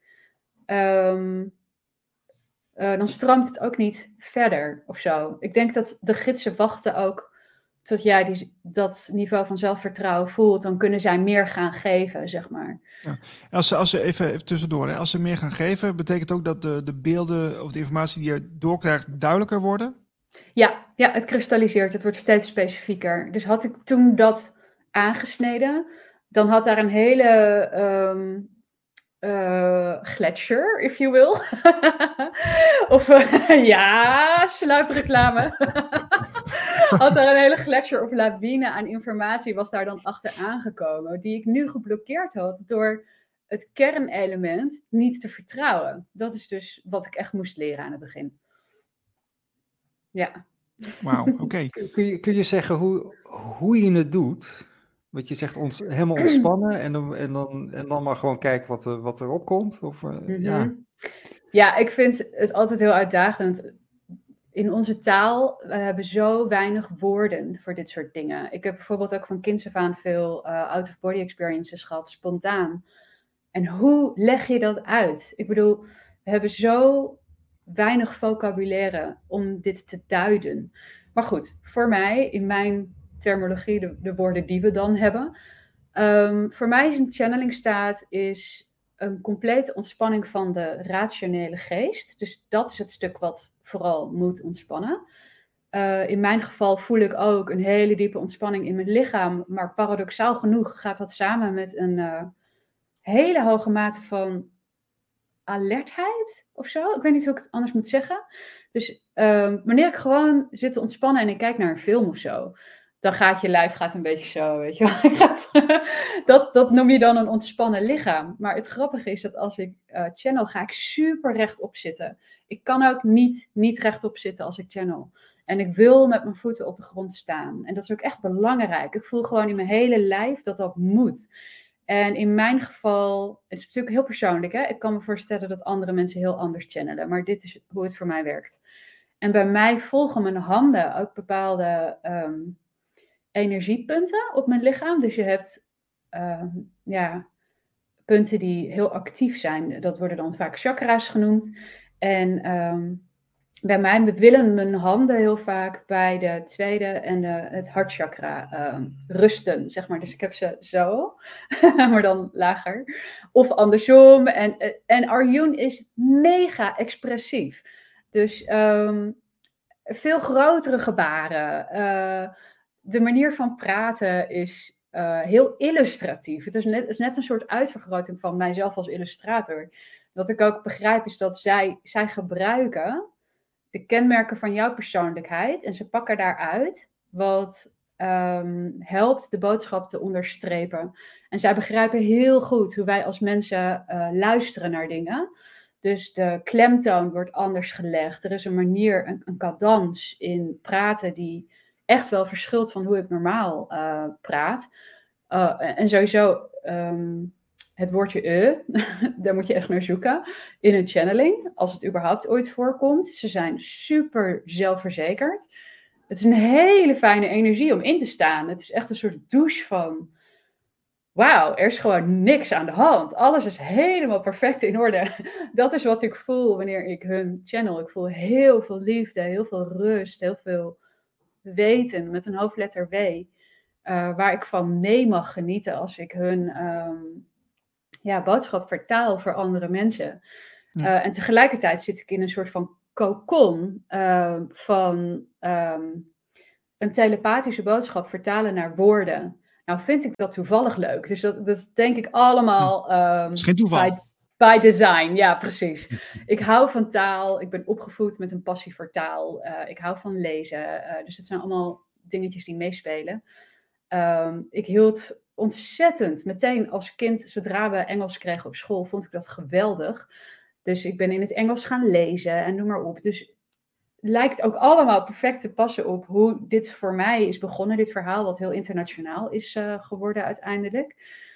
dan stroomt het ook niet verder of zo. Ik denk dat de gidsen wachten ook tot jij dat niveau van zelfvertrouwen voelt. Dan kunnen zij meer gaan geven, zeg maar. Ja. Als ze even tussendoor, hè, als ze meer gaan geven, betekent ook dat de beelden of de informatie die je doorkrijgt duidelijker worden? Ja, het kristalliseert. Het wordt steeds specifieker. Dus had ik toen dat aangesneden, dan had daar een hele Gletscher, if you will. Of ja, sluipreclame. Had er een hele gletsjer of lawine aan informatie was daar dan achteraan gekomen, die ik nu geblokkeerd had door het kernelement niet te vertrouwen. Dat is dus wat ik echt moest leren aan het begin. Ja. Wauw, oké. Kun je zeggen hoe je het doet? Want je zegt helemaal ontspannen en dan maar gewoon kijken wat erop komt? Of, ja. Ja, ik vind het altijd heel uitdagend. In onze taal, we hebben zo weinig woorden voor dit soort dingen. Ik heb bijvoorbeeld ook van kinds af aan veel out-of-body experiences gehad, spontaan. En hoe leg je dat uit? Ik bedoel, we hebben zo weinig vocabulaire om dit te duiden. Maar goed, voor mij, in mijn terminologie, de woorden die we dan hebben. Voor mij is een channelingstaat een complete ontspanning van de rationele geest. Dus dat is het stuk wat vooral moet ontspannen. In mijn geval voel ik ook een hele diepe ontspanning in mijn lichaam. Maar paradoxaal genoeg gaat dat samen met een hele hoge mate van alertheid of zo. Ik weet niet hoe ik het anders moet zeggen. Dus wanneer ik gewoon zit te ontspannen en ik kijk naar een film of zo, dan gaat je lijf een beetje zo, weet je wel. Dat noem je dan een ontspannen lichaam. Maar het grappige is dat als ik channel, ga ik super rechtop zitten. Ik kan ook niet rechtop zitten als ik channel. En ik wil met mijn voeten op de grond staan. En dat is ook echt belangrijk. Ik voel gewoon in mijn hele lijf dat moet. En in mijn geval, het is natuurlijk heel persoonlijk, hè? Ik kan me voorstellen dat andere mensen heel anders channelen. Maar dit is hoe het voor mij werkt. En bij mij volgen mijn handen ook bepaalde energiepunten op mijn lichaam. Dus je hebt punten die heel actief zijn. Dat worden dan vaak chakra's genoemd. En bij mij willen mijn handen heel vaak bij de tweede en het hartchakra rusten, zeg maar. Dus ik heb ze zo, maar dan lager. Of andersom. En Arjun is mega expressief. Dus veel grotere gebaren. De manier van praten is heel illustratief. Het is net een soort uitvergroting van mijzelf als illustrator. Wat ik ook begrijp is dat zij gebruiken de kenmerken van jouw persoonlijkheid en ze pakken daaruit wat helpt de boodschap te onderstrepen. En zij begrijpen heel goed hoe wij als mensen luisteren naar dingen. Dus de klemtoon wordt anders gelegd. Er is een manier, een cadans in praten die echt wel verschilt van hoe ik normaal praat. En sowieso het woordje daar moet je echt naar zoeken in een channeling, als het überhaupt ooit voorkomt. Ze zijn super zelfverzekerd. Het is een hele fijne energie om in te staan. Het is echt een soort douche van, wauw, er is gewoon niks aan de hand. Alles is helemaal perfect in orde. Dat is wat ik voel wanneer ik hun channel. Ik voel heel veel liefde, heel veel rust, heel veel weten met een hoofdletter W. Waar ik van mee mag genieten als ik hun boodschap vertaal voor andere mensen. Ja. En tegelijkertijd zit ik in een soort van cocon van een telepathische boodschap vertalen naar woorden. Nou vind ik dat toevallig leuk. Dus dat denk ik allemaal is geen toeval. By design, ja precies. Ik hou van taal. Ik ben opgevoed met een passie voor taal. Ik hou van lezen. Dus het zijn allemaal dingetjes die meespelen. Ik hield ontzettend, meteen als kind, zodra we Engels kregen op school, vond ik dat geweldig. Dus ik ben in het Engels gaan lezen en noem maar op. Dus lijkt ook allemaal perfect te passen op hoe dit voor mij is begonnen. Dit verhaal wat heel internationaal is geworden uiteindelijk.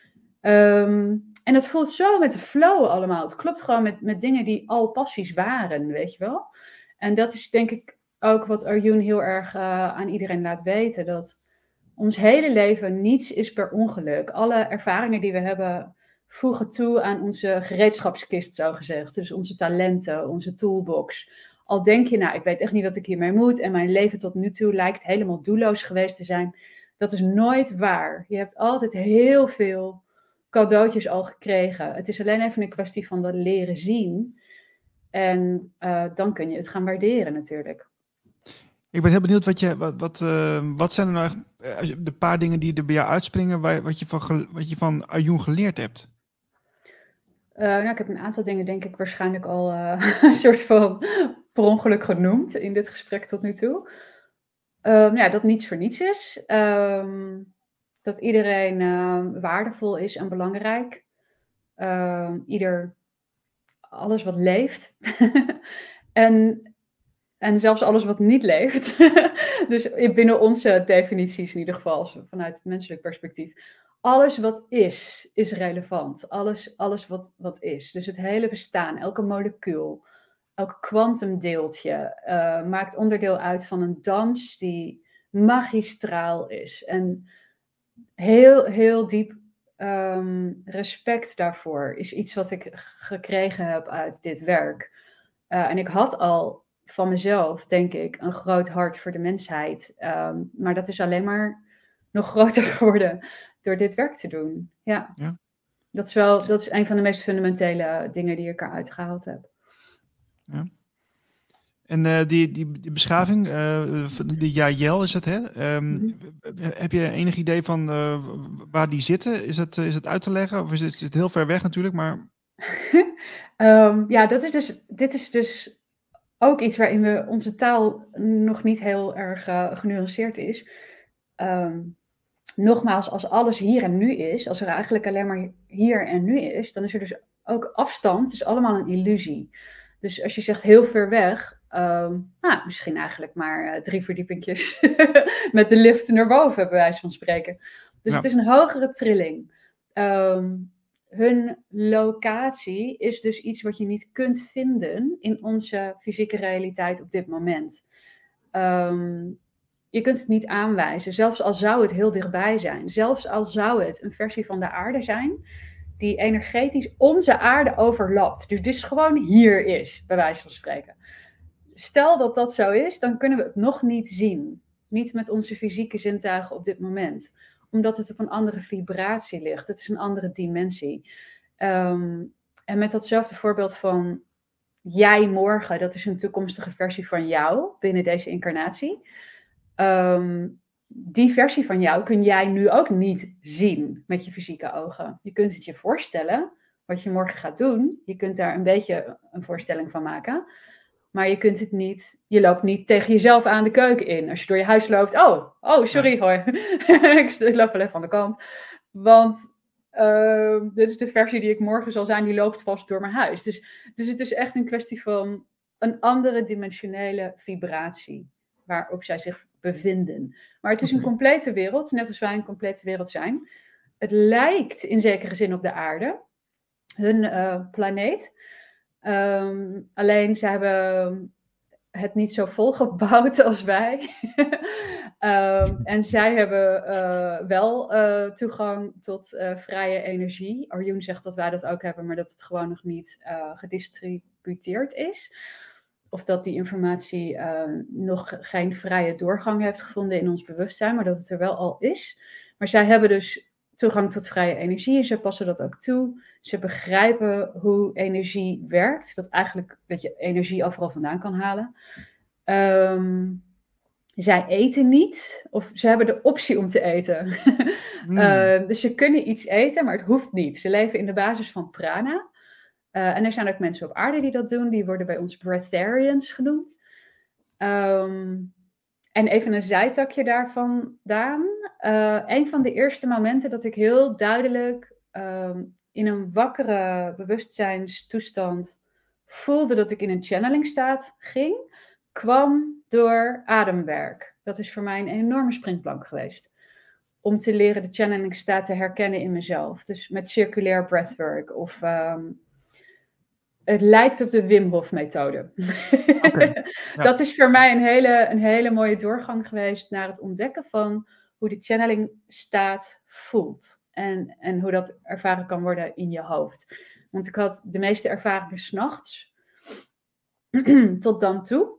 En het voelt zo met de flow allemaal. Het klopt gewoon met dingen die al passies waren, weet je wel. En dat is denk ik ook wat Arjun heel erg aan iedereen laat weten. Dat ons hele leven niets is per ongeluk. Alle ervaringen die we hebben voegen toe aan onze gereedschapskist, zo gezegd. Dus onze talenten, onze toolbox. Al denk je, nou, ik weet echt niet wat ik hiermee moet. En mijn leven tot nu toe lijkt helemaal doelloos geweest te zijn. Dat is nooit waar. Je hebt altijd heel veel cadeautjes al gekregen. Het is alleen even een kwestie van dat leren zien. En dan kun je het gaan waarderen natuurlijk. Ik ben heel benieuwd wat zijn er nou de paar dingen die er bij jou uitspringen, wat je van Arjun geleerd hebt? Nou, ik heb een aantal dingen denk ik waarschijnlijk al een soort van per ongeluk genoemd in dit gesprek tot nu toe. Ja, dat niets voor niets is. Dat iedereen waardevol is en belangrijk. Alles wat leeft. en zelfs alles wat niet leeft. Dus binnen onze definities in ieder geval, vanuit het menselijk perspectief. Alles wat is relevant. Alles wat is. Dus het hele bestaan, elke molecuul, elk kwantumdeeltje maakt onderdeel uit van een dans die magistraal is. En heel, heel diep respect daarvoor is iets wat ik gekregen heb uit dit werk. En ik had al van mezelf, denk ik, een groot hart voor de mensheid. Maar dat is alleen maar nog groter geworden door dit werk te doen. Ja. Dat is een van de meest fundamentele dingen die ik eruit gehaald heb. Ja. En die beschaving, de Yael is het, hè? Heb je enig idee van waar die zitten? Is het uit te leggen? Of is het heel ver weg natuurlijk, maar... Ja, dit is dus ook iets waarin onze taal nog niet heel erg genuanceerd is. Nogmaals, als alles hier en nu is, als er eigenlijk alleen maar hier en nu is, dan is er dus ook afstand, is allemaal een illusie. Dus als je zegt heel ver weg, misschien eigenlijk maar 3 verdiepingjes met de lift naar boven, bij wijze van spreken. Dus Het is een hogere trilling. Hun locatie is dus iets wat je niet kunt vinden in onze fysieke realiteit op dit moment. Je kunt het niet aanwijzen, zelfs al zou het heel dichtbij zijn. Zelfs al zou het een versie van de aarde zijn, die energetisch onze aarde overlapt. Dus gewoon hier is, bij wijze van spreken. Stel dat dat zo is, dan kunnen we het nog niet zien. Niet met onze fysieke zintuigen op dit moment. Omdat het op een andere vibratie ligt. Het is een andere dimensie. En met datzelfde voorbeeld van jij morgen, dat is een toekomstige versie van jou binnen deze incarnatie. Die versie van jou kun jij nu ook niet zien met je fysieke ogen. Je kunt het je voorstellen, wat je morgen gaat doen. Je kunt daar een beetje een voorstelling van maken. Maar je kunt het niet, je loopt niet tegen jezelf aan de keuken in. Als je door je huis loopt, oh, sorry, hoi. Ik loop wel even aan de kant. Want dit is de versie die ik morgen zal zijn, die loopt vast door mijn huis. Dus het is echt een kwestie van een andere dimensionele vibratie, waarop zij zich bevinden. Maar het is een complete wereld, net als wij een complete wereld zijn. Het lijkt in zekere zin op de aarde, hun planeet. Alleen ze hebben het niet zo volgebouwd als wij. En zij hebben wel toegang tot vrije energie. Arjun zegt dat wij dat ook hebben, maar dat het gewoon nog niet gedistributeerd is. Of dat die informatie nog geen vrije doorgang heeft gevonden in ons bewustzijn, maar dat het er wel al is. Maar zij hebben dus toegang tot vrije energie. Ze passen dat ook toe. Ze begrijpen hoe energie werkt. Dat je energie overal vandaan kan halen. Zij eten niet. Of ze hebben de optie om te eten. Dus ze kunnen iets eten, maar het hoeft niet. Ze leven in de basis van prana. En er zijn ook mensen op aarde die dat doen. Die worden bij ons breatharians genoemd. En even een zijtakje daarvan, Daan. Een van de eerste momenten dat ik heel duidelijk in een wakkere bewustzijnstoestand voelde dat ik in een channelingstaat ging, kwam door ademwerk. Dat is voor mij een enorme springplank geweest. Om te leren de channelingstaat te herkennen in mezelf. Dus met circulair breathwork of... Het lijkt op de Wim Hof methode. Ja. Dat is voor mij een hele mooie doorgang geweest naar het ontdekken van hoe de channeling staat voelt. En hoe dat ervaren kan worden in je hoofd. Want ik had de meeste ervaringen 's nachts tot dan toe.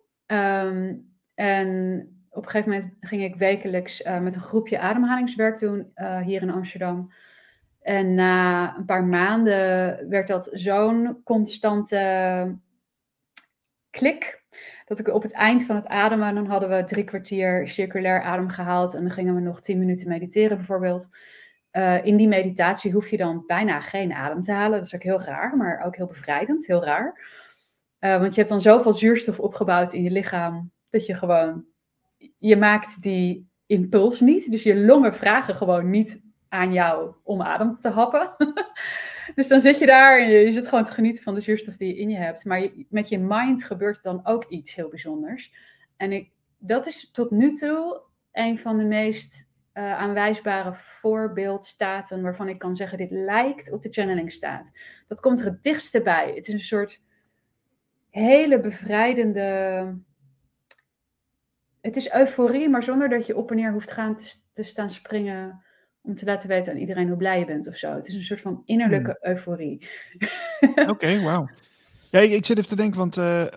En op een gegeven moment ging ik wekelijks met een groepje ademhalingswerk doen hier in Amsterdam. En na een paar maanden werd dat zo'n constante klik, dat ik op het eind van het ademen, dan hadden we 3 kwartier circulair adem gehaald en dan gingen we nog 10 minuten mediteren bijvoorbeeld. In die meditatie hoef je dan bijna geen adem te halen. Dat is ook heel raar, maar ook heel bevrijdend, heel raar. Want je hebt dan zoveel zuurstof opgebouwd in je lichaam, dat je gewoon, je maakt die impuls niet. Dus je longen vragen gewoon niet aan jou om adem te happen. Dus dan zit je daar en je zit gewoon te genieten van de zuurstof die je in je hebt. Maar met je mind gebeurt dan ook iets heel bijzonders. En dat is tot nu toe een van de meest aanwijsbare voorbeeldstaten waarvan ik kan zeggen, dit lijkt op de channelingstaat. Dat komt er het dichtste bij. Het is een soort hele bevrijdende... Het is euforie, maar zonder dat je op en neer hoeft te staan springen om te laten weten aan iedereen hoe blij je bent of zo. Het is een soort van innerlijke euforie. Oké, wauw. Ja, ik zit even te denken, want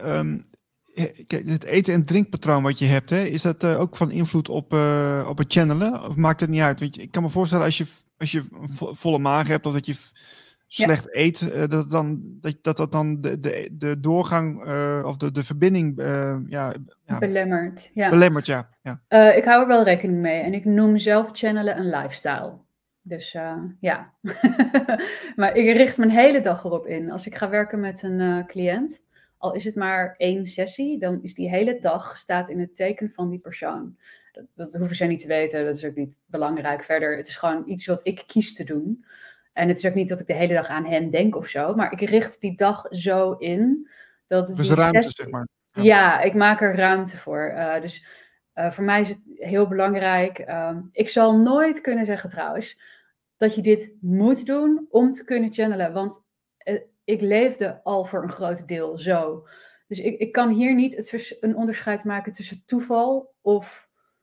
het eten- en drinkpatroon wat je hebt, hè, is dat ook van invloed op het channelen? Of maakt het niet uit? Want ik kan me voorstellen, als je een volle maag hebt, of dat je slecht eet, dat dan de doorgang of de verbinding belemmert. Ja. Belemmert, ja. Ik hou er wel rekening mee. En ik noem zelf channelen een lifestyle. Dus ja. Maar ik richt mijn hele dag erop in. Als ik ga werken met een cliënt, al is het maar 1 sessie, dan is die hele dag staat in het teken van die persoon. Dat hoeven zij niet te weten, dat is ook niet belangrijk verder. Het is gewoon iets wat ik kies te doen. En het is ook niet dat ik de hele dag aan hen denk of zo, maar ik richt die dag zo in dat Dus die ruimte, sessie... zeg maar. Ja, ik maak er ruimte voor. Dus voor mij is het heel belangrijk. Ik zal nooit kunnen zeggen trouwens dat je dit moet doen om te kunnen channelen. Want ik leefde al voor een groot deel zo. Dus ik kan hier niet een onderscheid maken tussen toeval of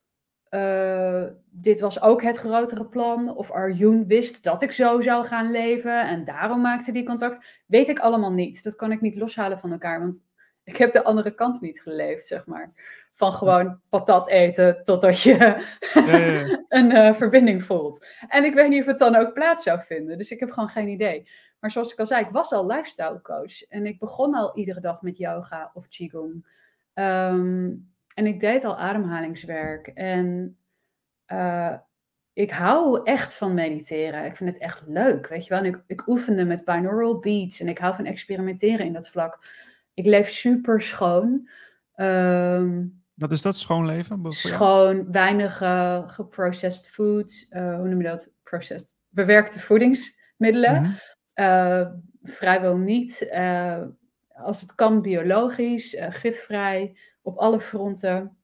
dit was ook het grotere plan. Of Arjun wist dat ik zo zou gaan leven en daarom maakte die contact. Weet ik allemaal niet. Dat kan ik niet loshalen van elkaar, want ik heb de andere kant niet geleefd, zeg maar. Van gewoon patat eten totdat je een verbinding voelt. En ik weet niet of het dan ook plaats zou vinden. Dus ik heb gewoon geen idee. Maar zoals ik al zei, ik was al lifestyle coach. En ik begon al iedere dag met yoga of qigong. En ik deed al ademhalingswerk. En ik hou echt van mediteren. Ik vind het echt leuk, weet je wel. En ik oefende met binaural beats. En ik hou van experimenteren in dat vlak. Ik leef super schoon. Wat is dat, schoon leven? Schoon, weinig geprocessed food. Hoe noem je dat? Processed. Bewerkte voedingsmiddelen. Vrijwel niet. Als het kan biologisch, gifvrij, op alle fronten.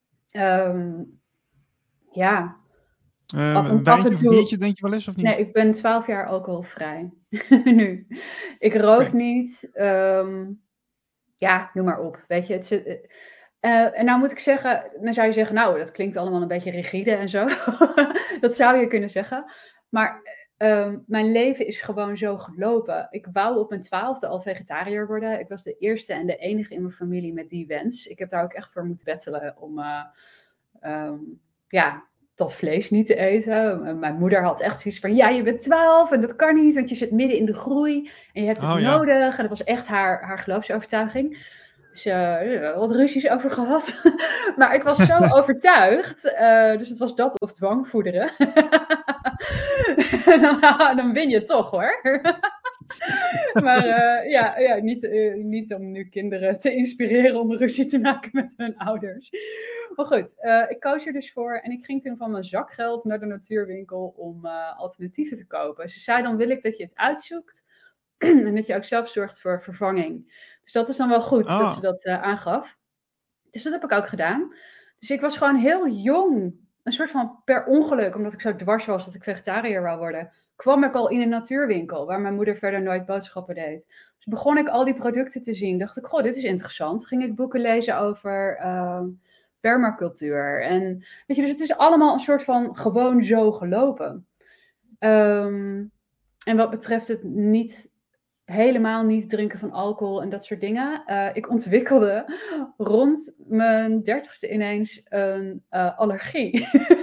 Ja. Een wijntje of een biertje, denk je wel eens, of niet? Nee, ik ben 12 jaar alcoholvrij. Nu. Ik rook niet. Ja, noem maar op. Weet je, en nou moet ik zeggen, dan zou je zeggen, nou, dat klinkt allemaal een beetje rigide en zo. Dat zou je kunnen zeggen. Maar mijn leven is gewoon zo gelopen. Ik wou op mijn 12e al vegetariër worden. Ik was de eerste en de enige in mijn familie met die wens. Ik heb daar ook echt voor moeten bettelen om dat vlees niet te eten. Mijn moeder had echt zoiets van, ja, je bent 12 en dat kan niet, want je zit midden in de groei en je hebt het nodig. En dat was echt haar geloofsovertuiging. Dus wat ruzies over gehad. Maar ik was zo overtuigd. Dus het was dat of dwangvoederen. Dan win je toch, hoor. Maar niet om nu kinderen te inspireren om ruzie te maken met hun ouders. Maar goed, ik koos er dus voor. En ik ging toen van mijn zakgeld naar de natuurwinkel om alternatieven te kopen. Ze zei, dan wil ik dat je het uitzoekt. En dat je ook zelf zorgt voor vervanging. Dus dat is dan wel goed dat ze dat aangaf. Dus dat heb ik ook gedaan. Dus ik was gewoon heel jong. Een soort van per ongeluk, omdat ik zo dwars was dat ik vegetariër wou worden, kwam ik al in een natuurwinkel, waar mijn moeder verder nooit boodschappen deed. Dus begon ik al die producten te zien. Dacht ik, goh, dit is interessant. Ging ik boeken lezen over permacultuur. En weet je, dus het is allemaal een soort van gewoon zo gelopen. En wat betreft het helemaal niet drinken van alcohol en dat soort dingen. Ik ontwikkelde rond mijn 30ste ineens een allergie.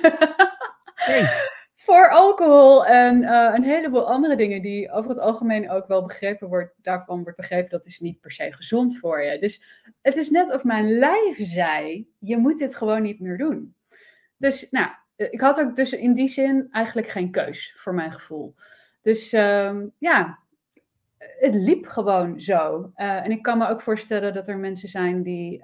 Voor alcohol en een heleboel andere dingen die over het algemeen ook wel daarvan wordt begrepen dat is niet per se gezond voor je. Dus het is net of mijn lijf zei, je moet dit gewoon niet meer doen. Dus nou, ik had ook dus in die zin eigenlijk geen keus, voor mijn gevoel. Dus ja, het liep gewoon zo. En ik kan me ook voorstellen dat er mensen zijn die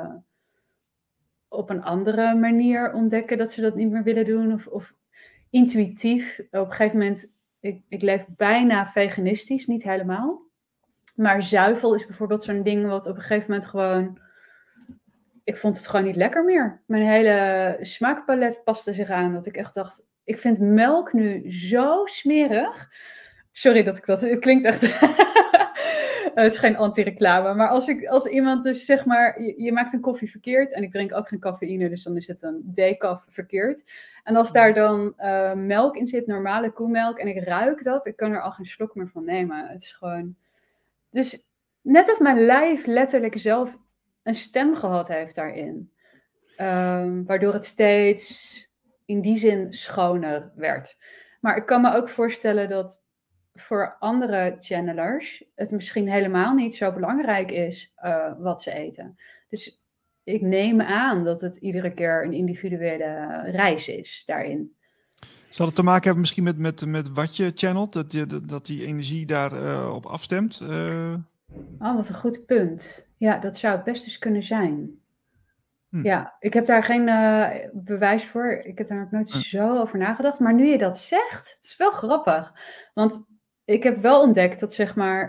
op een andere manier ontdekken dat ze dat niet meer willen doen. Of intuïtief. Op een gegeven moment, ik leef bijna veganistisch, niet helemaal. Maar zuivel is bijvoorbeeld zo'n ding wat op een gegeven moment gewoon... Ik vond het gewoon niet lekker meer. Mijn hele smaakpalet paste zich aan. Dat ik echt dacht, ik vind melk nu zo smerig. Sorry dat ik dat... Het klinkt echt... Het is geen anti-reclame. Maar als iemand dus zeg maar... Je maakt een koffie verkeerd. En ik drink ook geen cafeïne. Dus dan is het een decaf verkeerd. En als daar dan melk in zit. Normale koemelk. En ik ruik dat. Ik kan er al geen slok meer van nemen. Het is gewoon... Dus net of mijn lijf letterlijk zelf een stem gehad heeft daarin. Waardoor het steeds in die zin schoner werd. Maar ik kan me ook voorstellen dat voor andere channelers het misschien helemaal niet zo belangrijk is wat ze eten. Dus ik neem aan dat het iedere keer een individuele reis is daarin. Zal het te maken hebben misschien met wat je channelt? Dat die energie daar op afstemt? Oh, wat een goed punt. Ja, dat zou het best dus kunnen zijn. Ja, ik heb daar geen bewijs voor. Ik heb daar nog nooit zo over nagedacht. Maar nu je dat zegt, het is wel grappig. Want ik heb wel ontdekt dat zeg maar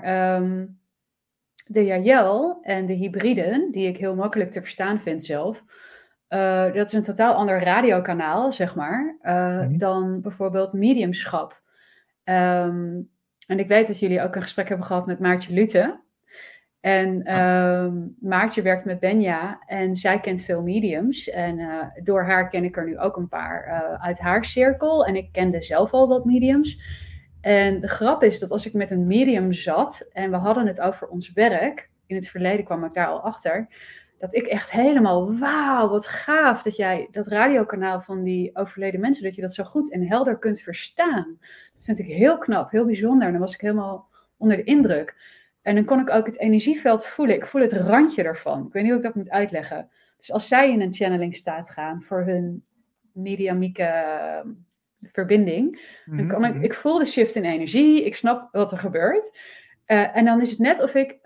de Yael en de hybriden, die ik heel makkelijk te verstaan vind zelf, dat is een totaal ander radiokanaal, zeg maar, dan bijvoorbeeld mediumschap. En ik weet dat jullie ook een gesprek hebben gehad met Maartje Lute. En Maartje werkt met Benja en zij kent veel mediums. En door haar ken ik er nu ook een paar uit haar cirkel. En ik kende zelf al wat mediums. En de grap is dat als ik met een medium zat en we hadden het over ons werk, in het verleden kwam ik daar al achter, dat ik echt helemaal, wauw, wat gaaf dat jij dat radiokanaal van die overleden mensen, dat je dat zo goed en helder kunt verstaan. Dat vind ik heel knap, heel bijzonder. En dan was ik helemaal onder de indruk. En dan kon ik ook het energieveld voelen. Ik voel het randje ervan. Ik weet niet hoe ik dat moet uitleggen. Dus als zij in een channeling staat gaan voor hun mediamieke verbinding, dan kan ik voel de shift in energie. Ik snap wat er gebeurt. En dan is het net of ik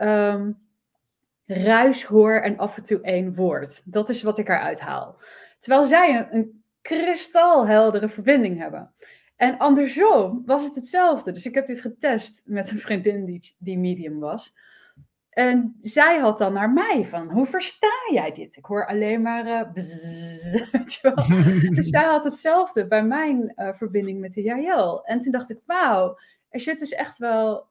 ruis hoor en af en toe één woord. Dat is wat ik eruit haal. Terwijl zij een kristalheldere verbinding hebben. En andersom was het hetzelfde. Dus ik heb dit getest met een vriendin die medium was. En zij had dan naar mij van, hoe versta jij dit? Ik hoor alleen maar bzzz, weet je wel. Dus zij had hetzelfde bij mijn verbinding met de Yael. En toen dacht ik, wauw, er zit dus echt wel...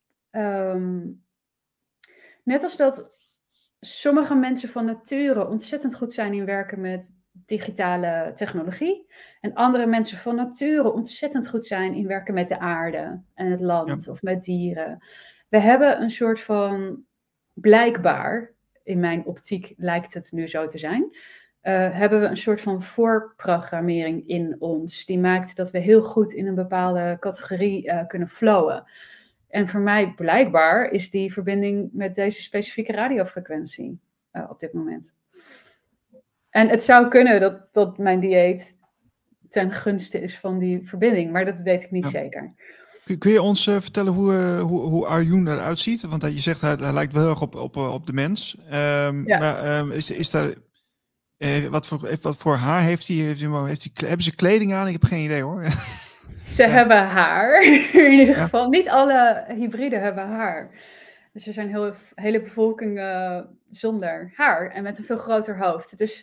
net als dat sommige mensen van nature ontzettend goed zijn in werken met digitale technologie. En andere mensen van nature ontzettend goed zijn in werken met de aarde en het land of met dieren. We hebben een soort van, blijkbaar, in mijn optiek lijkt het nu zo te zijn, hebben we een soort van voorprogrammering in ons. Die maakt dat we heel goed in een bepaalde categorie kunnen flowen. En voor mij blijkbaar is die verbinding met deze specifieke radiofrequentie op dit moment. En het zou kunnen dat mijn dieet ten gunste is van die verbinding, maar dat weet ik niet zeker. Kun je ons vertellen hoe Arjoen eruit ziet? Want je zegt hij lijkt wel heel erg op de mens. Maar is daar... wat voor haar hebben ze kleding aan? Ik heb geen idee hoor. Ze hebben haar, in ieder geval. Niet alle hybriden hebben haar. Dus er zijn hele bevolking zonder haar en met een veel groter hoofd. Dus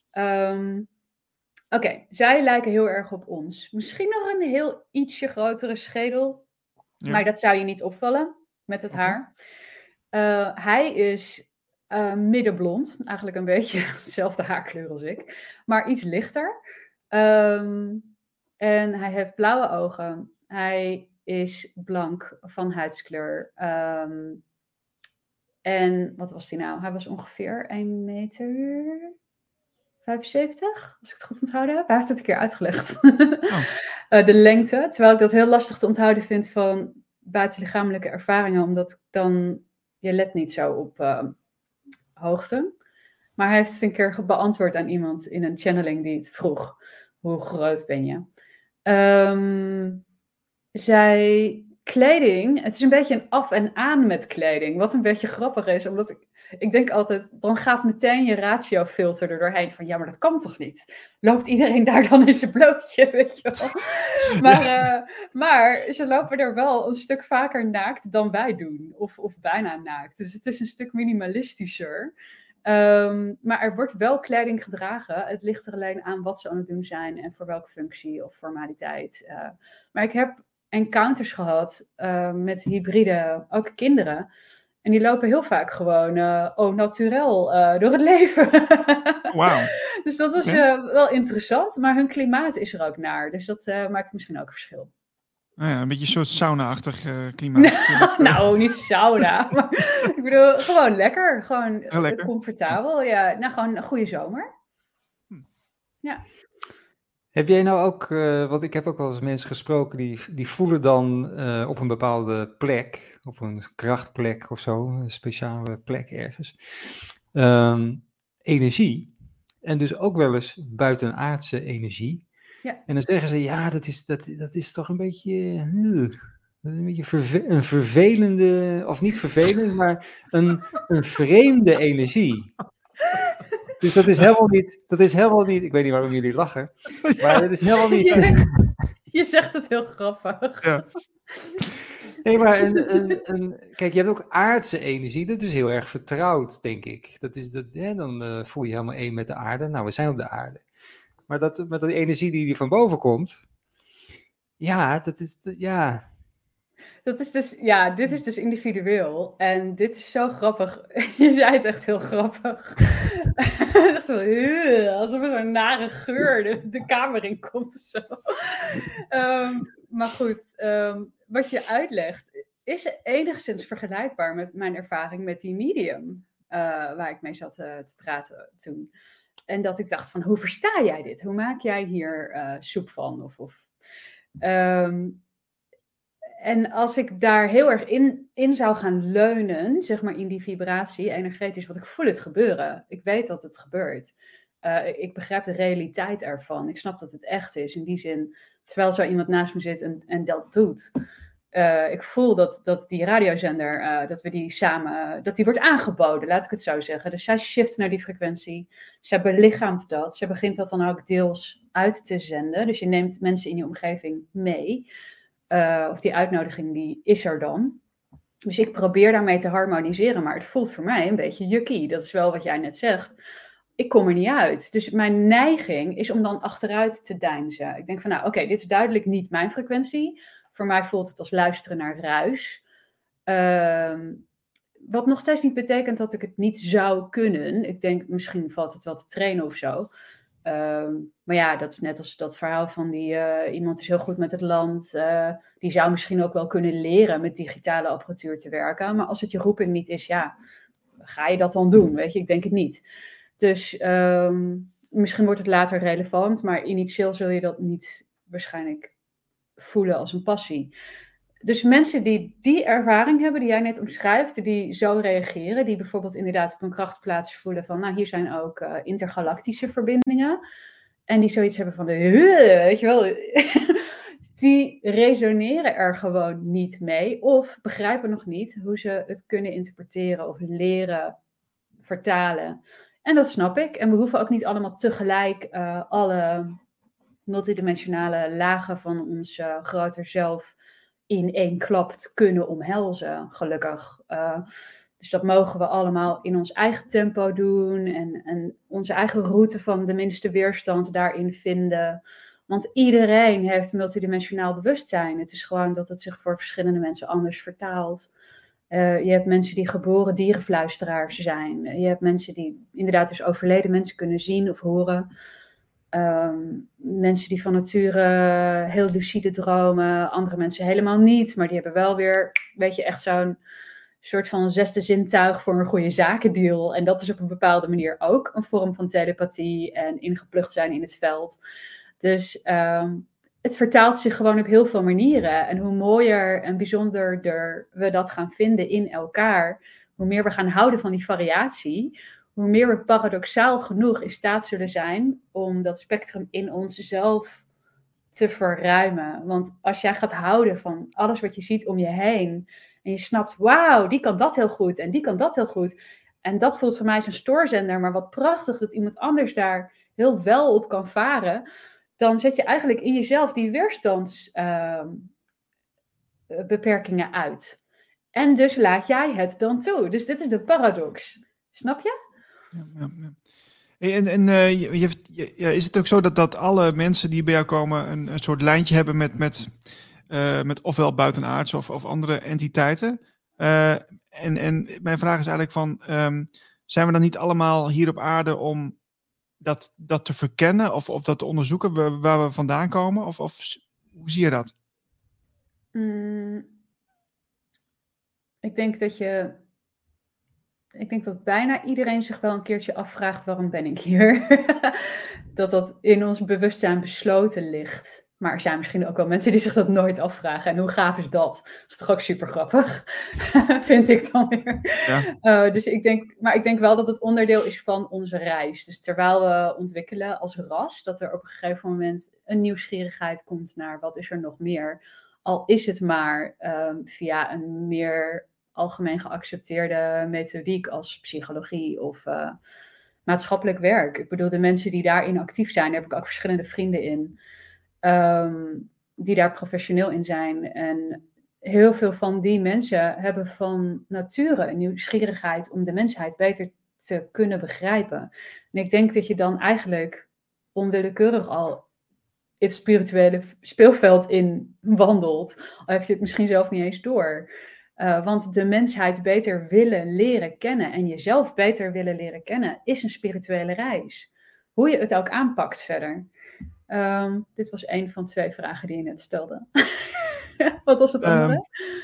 oké, zij lijken heel erg op ons. Misschien nog een heel ietsje grotere schedel, maar dat zou je niet opvallen met het haar. Hij is middenblond, eigenlijk een beetje dezelfde haarkleur als ik, maar iets lichter. En hij heeft blauwe ogen. Hij is blank van huidskleur. En wat was hij nou? Hij was ongeveer 1,75 meter, als ik het goed onthouden heb. Hij heeft het een keer uitgelegd. De lengte. Terwijl ik dat heel lastig te onthouden vind van buitenlichamelijke ervaringen. Omdat dan, je let niet zo op hoogte. Maar hij heeft het een keer beantwoord aan iemand in een channeling die het vroeg. hoe groot ben je? Zij kleding, het is een beetje een af en aan met kleding. Wat een beetje grappig is, omdat ik denk altijd, dan gaat meteen je ratiofilter er doorheen van, ja, maar dat kan toch niet? Loopt iedereen daar dan in zijn blootje, weet je wel? Maar ze lopen er wel een stuk vaker naakt dan wij doen. Of bijna naakt. Dus het is een stuk minimalistischer. Maar er wordt wel kleding gedragen. Het ligt er alleen aan wat ze aan het doen zijn en voor welke functie of formaliteit. Maar ik heb encounters gehad met hybride, ook kinderen. En die lopen heel vaak gewoon au naturel door het leven. Wauw. Dus dat is wel interessant, maar hun klimaat is er ook naar. Dus dat maakt misschien ook een verschil. Nou ja, een beetje een soort sauna-achtig klimaat. Nou, niet sauna. Maar ik bedoel, gewoon lekker. Gewoon lekker. comfortabel. Ja, nou, gewoon een goede zomer. Ja. Heb jij nou ook, want ik heb ook wel eens mensen gesproken die voelen dan op een bepaalde plek, op een krachtplek of zo, een speciale plek ergens, energie. En dus ook wel eens buitenaardse energie. Ja. En dan zeggen ze, ja, dat is toch een beetje, een vervelende, of niet vervelend, maar een vreemde energie. Dus dat is helemaal niet, ik weet niet waarom jullie lachen, maar het is helemaal niet... Je zegt het heel grappig. Ja. Nee, maar kijk, je hebt ook aardse energie, dat is heel erg vertrouwd, denk ik. Dan voel je helemaal één met de aarde. Nou, we zijn op de aarde. Maar met die energie die van boven komt, dit is dus individueel. En dit is zo grappig. Je zei het echt heel grappig. Alsof er zo'n nare geur de kamer in komt of zo. Maar goed, wat je uitlegt is enigszins vergelijkbaar met mijn ervaring met die medium. Waar ik mee zat te praten toen. En dat ik dacht van, hoe versta jij dit? Hoe maak jij hier soep van? En als ik daar heel erg in zou gaan leunen, zeg maar in die vibratie, energetisch, want ik voel het gebeuren. Ik weet dat het gebeurt. Ik begrijp de realiteit ervan. Ik snap dat het echt is. In die zin, terwijl zo iemand naast me zit en dat doet. Ik voel dat die radiozender, dat we die samen, dat die wordt aangeboden, laat ik het zo zeggen. Dus zij shift naar die frequentie. Zij belichaamt dat. Zij begint dat dan ook deels uit te zenden. Dus je neemt mensen in je omgeving mee. Of die uitnodiging, die is er dan. Dus ik probeer daarmee te harmoniseren, maar het voelt voor mij een beetje yucky. Dat is wel wat jij net zegt. Ik kom er niet uit. Dus mijn neiging is om dan achteruit te deinzen. Ik denk van, nou oké, dit is duidelijk niet mijn frequentie. Voor mij voelt het als luisteren naar ruis. Wat nog steeds niet betekent dat ik het niet zou kunnen. Ik denk, misschien valt het wel te trainen of zo. Maar ja, dat is net als dat verhaal van iemand is heel goed met het land. Die zou misschien ook wel kunnen leren met digitale apparatuur te werken. Maar als het je roeping niet is, ja, ga je dat dan doen? Weet je, ik denk het niet. Dus misschien wordt het later relevant, maar initieel zul je dat niet waarschijnlijk voelen als een passie. Dus mensen die ervaring hebben, die jij net omschrijft, die zo reageren, die bijvoorbeeld inderdaad op een krachtplaats voelen van, nou, hier zijn ook intergalactische verbindingen. En die zoiets hebben van, weet je wel, die resoneren er gewoon niet mee of begrijpen nog niet hoe ze het kunnen interpreteren of leren vertalen. En dat snap ik. En we hoeven ook niet allemaal tegelijk alle multidimensionale lagen van ons groter zelf in één klap te kunnen omhelzen, gelukkig. Dus dat mogen we allemaal in ons eigen tempo doen en onze eigen route van de minste weerstand daarin vinden. Want iedereen heeft multidimensionaal bewustzijn. Het is gewoon dat het zich voor verschillende mensen anders vertaalt. Je hebt mensen die geboren dierenfluisteraars zijn. Je hebt mensen die inderdaad dus overleden mensen kunnen zien of horen. Mensen die van nature heel lucide dromen. Andere mensen helemaal niet. Maar die hebben wel weer, weet je, echt zo'n soort van zesde zintuig voor een goede zakendeal. En dat is op een bepaalde manier ook een vorm van telepathie en ingeplucht zijn in het veld. Dus het vertaalt zich gewoon op heel veel manieren. En hoe mooier en bijzonderder we dat gaan vinden in elkaar, hoe meer we gaan houden van die variatie, hoe meer we paradoxaal genoeg in staat zullen zijn om dat spectrum in onszelf te verruimen. Want als jij gaat houden van alles wat je ziet om je heen en je snapt, wauw, die kan dat heel goed en die kan dat heel goed. En dat voelt voor mij als een stoorzender, maar wat prachtig dat iemand anders daar heel wel op kan varen. Dan zet je eigenlijk in jezelf die weerstandsbeperkingen uit. En dus laat jij het dan toe. Dus dit is de paradox. Snap je? Ja. Hey, is het ook zo dat alle mensen die bij jou komen een soort lijntje hebben met ofwel buitenaards of andere entiteiten? En mijn vraag is eigenlijk van, zijn we dan niet allemaal hier op aarde om dat te verkennen of dat te onderzoeken waar we vandaan komen? Of hoe zie je dat? Ik denk dat bijna iedereen zich wel een keertje afvraagt, waarom ben ik hier? dat in ons bewustzijn besloten ligt. Maar er zijn misschien ook wel mensen die zich dat nooit afvragen. En hoe gaaf is dat? Dat is toch ook super grappig, vind ik dan weer. Ja. Dus ik denk wel dat het onderdeel is van onze reis. Dus terwijl we ontwikkelen als ras, dat er op een gegeven moment een nieuwsgierigheid komt naar wat is er nog meer. Al is het maar via een meer algemeen geaccepteerde methodiek als psychologie of maatschappelijk werk. Ik bedoel, de mensen die daarin actief zijn, daar heb ik ook verschillende vrienden in, die daar professioneel in zijn. En heel veel van die mensen hebben van nature een nieuwsgierigheid om de mensheid beter te kunnen begrijpen. En ik denk dat je dan eigenlijk onwillekeurig al het spirituele speelveld in wandelt. Al heb je het misschien zelf niet eens door. Want de mensheid beter willen leren kennen en jezelf beter willen leren kennen is een spirituele reis. Hoe je het ook aanpakt verder. Dit was een van 2 vragen die je net stelde. Wat was het andere?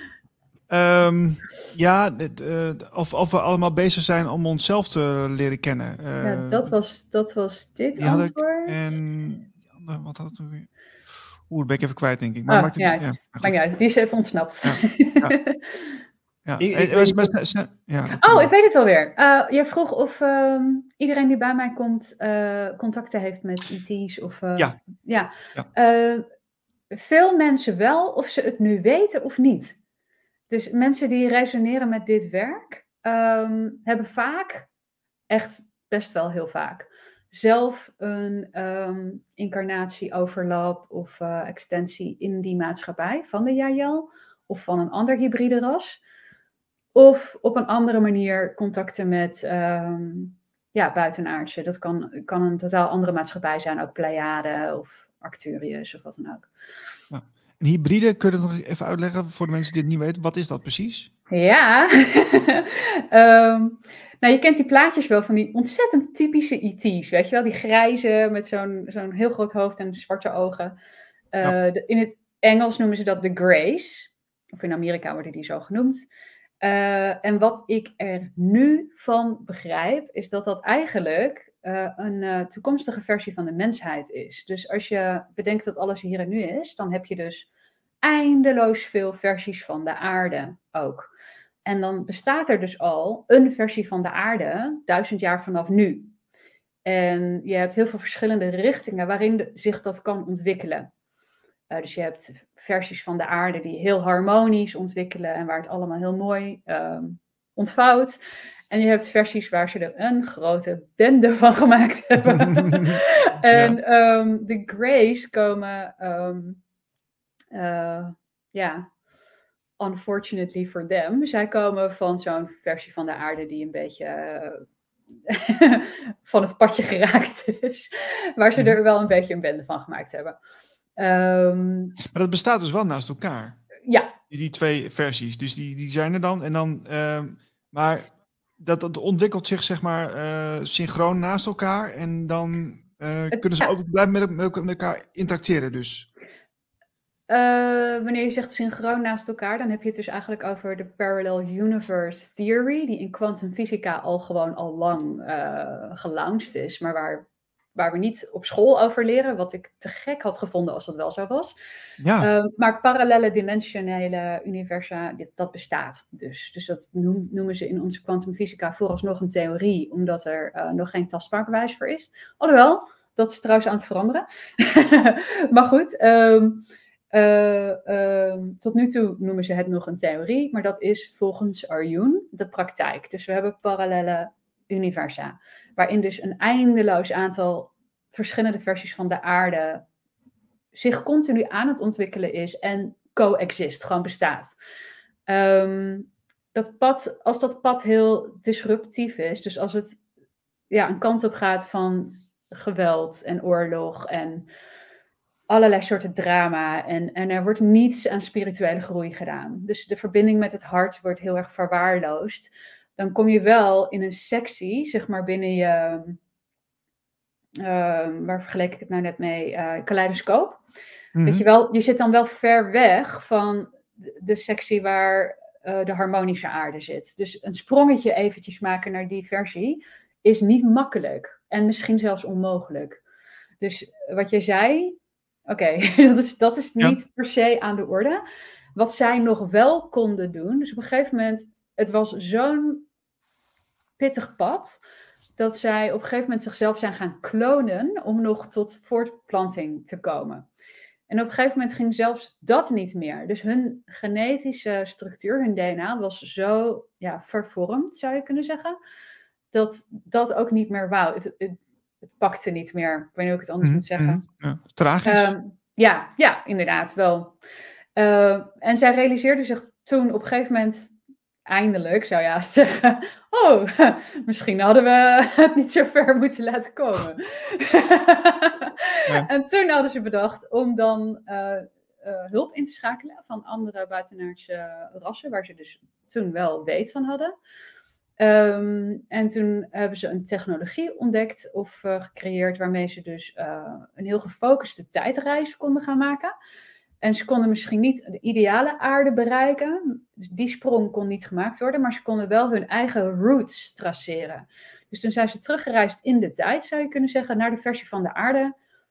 Of we allemaal bezig zijn om onszelf te leren kennen. Dat was dit antwoord. Wat had het ook weer? Dat ben ik even kwijt, denk ik. Maar die is even ontsnapt. Ik weet het alweer. Jij vroeg of iedereen die bij mij komt contacten heeft met ET's. Veel mensen wel, of ze het nu weten of niet. Dus mensen die resoneren met dit werk hebben vaak, echt best wel heel vaak, zelf een incarnatie-overlap of extensie in die maatschappij van de Yael of van een ander hybride ras. Of op een andere manier contacten met buitenaardse. Dat kan een totaal andere maatschappij zijn, ook Pleiade of Arcturus of wat dan ook. Ja. En hybride, kun je dat nog even uitleggen voor de mensen die het niet weten? Wat is dat precies? Ja, nou, je kent die plaatjes wel van die ontzettend typische ET's, weet je wel? Die grijze met zo'n heel groot hoofd en zwarte ogen. In het Engels noemen ze dat de Greys. Of in Amerika worden die zo genoemd. En wat ik er nu van begrijp, is dat eigenlijk een toekomstige versie van de mensheid is. Dus als je bedenkt dat alles hier en nu is, dan heb je dus eindeloos veel versies van de aarde ook. En dan bestaat er dus al een versie van de aarde 1000 jaar vanaf nu. En je hebt heel veel verschillende richtingen waarin zich dat kan ontwikkelen. Dus je hebt versies van de aarde die heel harmonisch ontwikkelen en waar het allemaal heel mooi ontvouwt. En je hebt versies waar ze er een grote bende van gemaakt hebben. En de Greys komen, unfortunately for them, zij komen van zo'n versie van de aarde die een beetje van het padje geraakt is. Waar ze er wel een beetje een bende van gemaakt hebben. Maar dat bestaat dus wel naast elkaar. Ja. Die 2 versies. Dus die zijn er dan. En dan maar dat ontwikkelt zich zeg maar synchroon naast elkaar. En dan kunnen ze ook blijven met elkaar interacteren dus. Wanneer je zegt synchroon naast elkaar, dan heb je het dus eigenlijk over de Parallel Universe Theory, die in kwantumfysica al lang gelaunched is, maar waar waar we niet op school over leren, wat ik te gek had gevonden als dat wel zo was. Ja. Maar parallele dimensionele universa, dat bestaat dus. Dus dat noemen ze in onze kwantumfysica vooralsnog een theorie, omdat er nog geen tastbaar bewijs voor is. Alhoewel, dat is trouwens aan het veranderen. Maar goed, tot nu toe noemen ze het nog een theorie, maar dat is volgens Arjun de praktijk. Dus we hebben parallele universa, waarin dus een eindeloos aantal verschillende versies van de aarde zich continu aan het ontwikkelen is en coexist, gewoon bestaat. Als dat pad heel disruptief is, dus als het een kant op gaat van geweld en oorlog en allerlei soorten drama en er wordt niets aan spirituele groei gedaan. Dus de verbinding met het hart wordt heel erg verwaarloosd. Dan kom je wel in een sectie, zeg maar binnen je, waar vergeleek ik het nou net mee, kaleidoscoop. Mm-hmm. Je zit dan wel ver weg van de sectie waar de harmonische aarde zit. Dus een sprongetje eventjes maken naar die versie is niet makkelijk. En misschien zelfs onmogelijk. Dus wat je zei, oké, dat is niet per se aan de orde. Wat zij nog wel konden doen, dus op een gegeven moment, het was zo'n pittig pad, dat zij op een gegeven moment zichzelf zijn gaan klonen om nog tot voortplanting te komen. En op een gegeven moment ging zelfs dat niet meer. Dus hun genetische structuur, hun DNA, was zo vervormd, zou je kunnen zeggen, dat dat ook niet meer wou. Het pakte niet meer. Ik weet niet hoe ik het anders moet zeggen. Ja, tragisch. Ja, inderdaad wel. En zij realiseerde zich toen op een gegeven moment, eindelijk zou je haast zeggen, misschien hadden we het niet zo ver moeten laten komen. Ja. En toen hadden ze bedacht om dan hulp in te schakelen van andere buitenaardse rassen, waar ze dus toen wel weet van hadden. En toen hebben ze een technologie ontdekt of gecreëerd waarmee ze dus een heel gefocuste tijdreis konden gaan maken. En ze konden misschien niet de ideale aarde bereiken. Dus die sprong kon niet gemaakt worden, maar ze konden wel hun eigen roots traceren. Dus toen zijn ze teruggereisd in de tijd, zou je kunnen zeggen, naar de versie van de aarde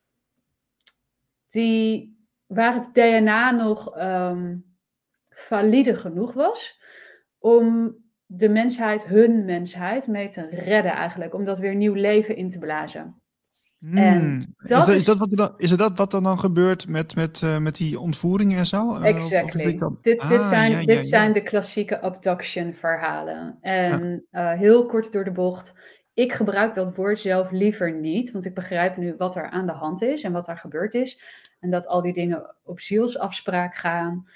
waar het DNA nog valide genoeg was om de mensheid, hun mensheid, mee te redden eigenlijk. Om dat weer nieuw leven in te blazen. Is dat wat er dan gebeurt met die ontvoeringen en zo? Exactly. Dit zijn de klassieke abduction verhalen. En heel kort door de bocht. Ik gebruik dat woord zelf liever niet. Want ik begrijp nu wat er aan de hand is en wat er gebeurd is. En dat al die dingen op zielsafspraak gaan.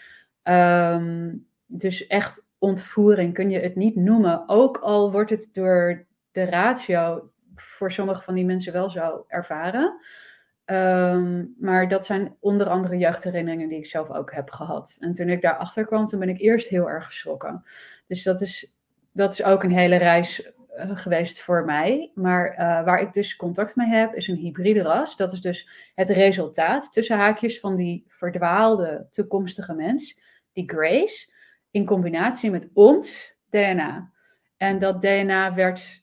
Dus echt ontvoering kun je het niet noemen. Ook al wordt het door de ratio voor sommige van die mensen wel zo ervaren. Maar dat zijn onder andere jeugdherinneringen die ik zelf ook heb gehad. En toen ik daarachter kwam, toen ben ik eerst heel erg geschrokken. Dus dat is ook een hele reis geweest voor mij. Maar waar ik dus contact mee heb, is een hybride ras. Dat is dus het resultaat tussen haakjes van die verdwaalde toekomstige mens, die Grace, in combinatie met ons DNA. En dat DNA werd,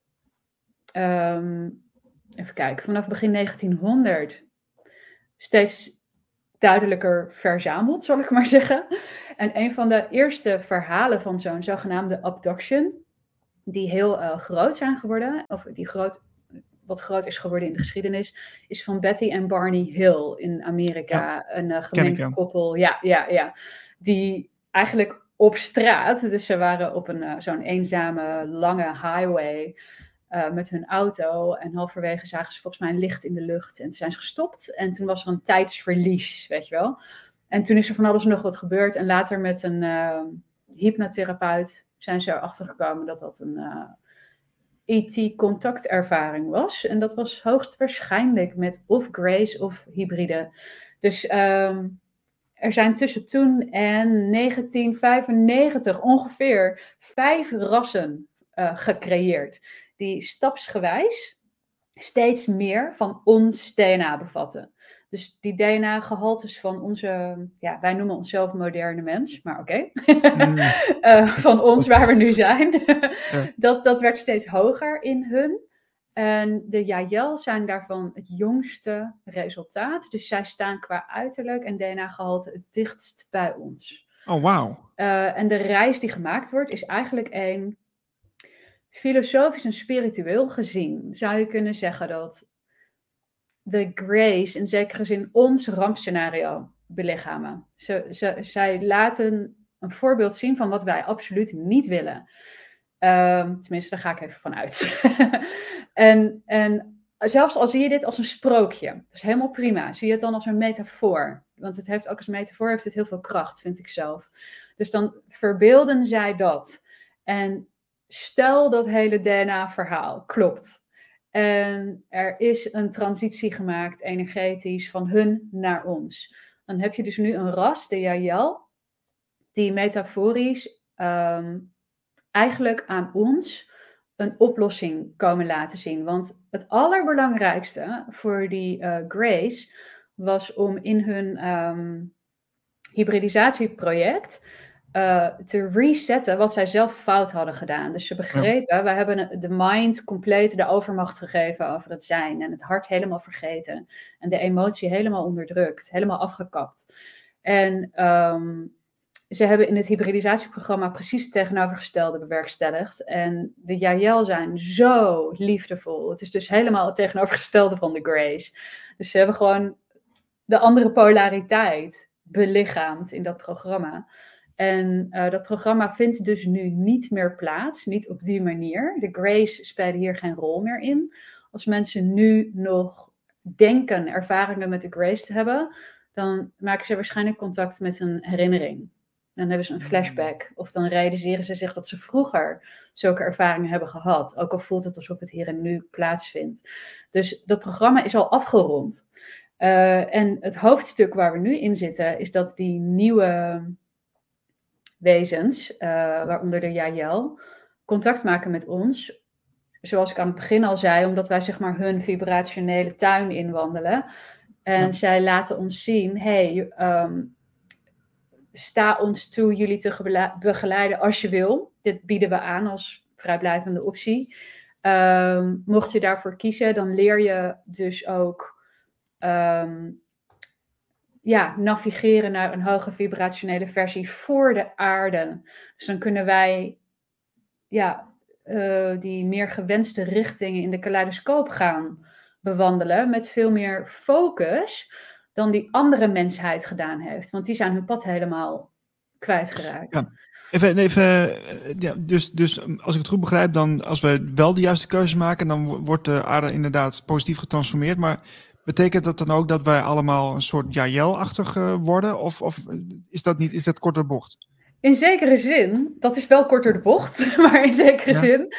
even kijken, vanaf begin 1900 steeds duidelijker verzameld, zal ik maar zeggen. En een van de eerste verhalen van zo'n zogenaamde abduction, die heel groot zijn geworden, of wat groot is geworden in de geschiedenis, is van Betty en Barney Hill in Amerika. Ja, een gemengd koppel. Ja. Die eigenlijk op straat, dus ze waren op zo'n eenzame, lange highway met hun auto. En halverwege zagen ze volgens mij een licht in de lucht. En toen zijn ze gestopt. En toen was er een tijdsverlies, weet je wel. En toen is er van alles nog wat gebeurd. En later met een hypnotherapeut zijn ze erachter gekomen dat dat een ET-contactervaring was. En dat was hoogstwaarschijnlijk met of Grace of hybride. Dus er zijn tussen toen en 1995 ongeveer 5 rassen gecreëerd. Die stapsgewijs steeds meer van ons DNA bevatten. Dus die DNA-gehaltes van onze, wij noemen onszelf moderne mens, maar oké. Van ons waar we nu zijn. Dat werd steeds hoger in hun. En de Yael zijn daarvan het jongste resultaat. Dus zij staan qua uiterlijk en DNA-gehalte het dichtst bij ons. Oh, wauw. En de reis die gemaakt wordt, is eigenlijk een filosofisch en spiritueel gezien. Zou je kunnen zeggen dat de Greys in zekere zin ons rampscenario belichamen. Zij laten een voorbeeld zien van wat wij absoluut niet willen. Tenminste, daar ga ik even van uit. en zelfs al zie je dit als een sprookje, dat is helemaal prima. Zie je het dan als een metafoor. Want het heeft ook als metafoor heeft het heel veel kracht, vind ik zelf. Dus dan verbeelden zij dat. En stel dat hele DNA-verhaal klopt. En er is een transitie gemaakt, energetisch, van hun naar ons. Dan heb je dus nu een ras, de Yael, die metaforisch eigenlijk aan ons een oplossing komen laten zien. Want het allerbelangrijkste voor die Greys was om in hun hybridisatieproject te resetten wat zij zelf fout hadden gedaan. Dus ze begrepen, wij hebben de mind compleet de overmacht gegeven over het zijn en het hart helemaal vergeten en de emotie helemaal onderdrukt, helemaal afgekapt. En ze hebben in het hybridisatieprogramma precies het tegenovergestelde bewerkstelligd. En de Yael zijn zo liefdevol. Het is dus helemaal het tegenovergestelde van de Greys. Dus ze hebben gewoon de andere polariteit belichaamd in dat programma. En dat programma vindt dus nu niet meer plaats, niet op die manier. De Greys spelen hier geen rol meer in. Als mensen nu nog denken ervaringen met de Greys te hebben, dan maken ze waarschijnlijk contact met een herinnering. Dan hebben ze een flashback. Of dan realiseren ze zich dat ze vroeger zulke ervaringen hebben gehad. Ook al voelt het alsof het hier en nu plaatsvindt. Dus dat programma is al afgerond. En het hoofdstuk waar we nu in zitten, is dat die nieuwe wezens, waaronder de Yael, contact maken met ons. Zoals ik aan het begin al zei, omdat wij zeg maar hun vibrationele tuin inwandelen. En zij laten ons zien, sta ons toe jullie te begeleiden als je wil. Dit bieden we aan als vrijblijvende optie. Mocht je daarvoor kiezen, dan leer je dus ook navigeren naar een hoge vibrationele versie voor de aarde. Dus dan kunnen wij die meer gewenste richtingen in de kaleidoscoop gaan bewandelen met veel meer focus dan die andere mensheid gedaan heeft. Want die zijn hun pad helemaal kwijtgeraakt. Ja. Dus als ik het goed begrijp, dan als we wel de juiste keuze maken, dan wordt de aarde inderdaad positief getransformeerd. Maar betekent dat dan ook dat wij allemaal een soort Yael-achtig worden? Of is dat niet? Is dat kort door de bocht? In zekere zin, dat is wel kort door de bocht, maar in zekere zin,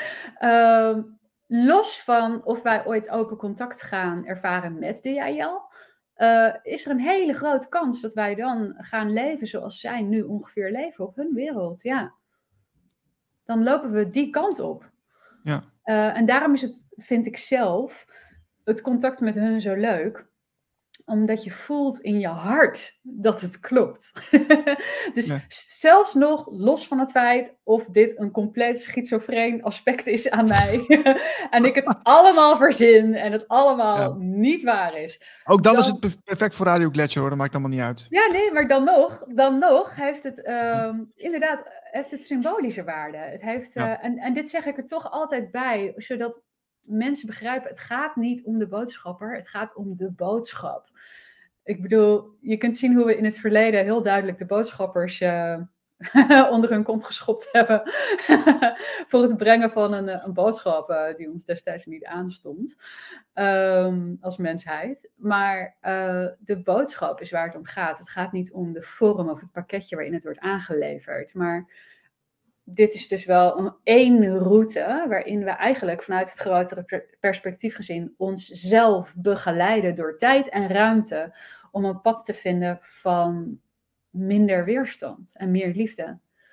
los van of wij ooit open contact gaan ervaren met de Yael, is er een hele grote kans dat wij dan gaan leven zoals zij nu ongeveer leven op hun wereld. Ja. Dan lopen we die kant op. Ja. En daarom is het, vind ik zelf, het contact met hun zo leuk. Omdat je voelt in je hart dat het klopt. Dus zelfs nog los van het feit of dit een compleet schizofreen aspect is aan mij. En ik het allemaal verzin en het allemaal niet waar is. Ook dan is het perfect voor Radio Gletscher, hoor. Dat maakt allemaal niet uit. Ja, nee, maar dan nog heeft het inderdaad heeft het symbolische waarde. Het heeft, en dit zeg ik er toch altijd bij, zodat mensen begrijpen, het gaat niet om de boodschapper, het gaat om de boodschap. Ik bedoel, je kunt zien hoe we in het verleden heel duidelijk de boodschappers onder hun kont geschopt hebben voor het brengen van een boodschap die ons destijds niet aanstond als mensheid. Maar de boodschap is waar het om gaat. Het gaat niet om de vorm of het pakketje waarin het wordt aangeleverd, maar dit is dus wel één route waarin we eigenlijk vanuit het grotere perspectief gezien onszelf begeleiden door tijd en ruimte om een pad te vinden van minder weerstand en meer liefde.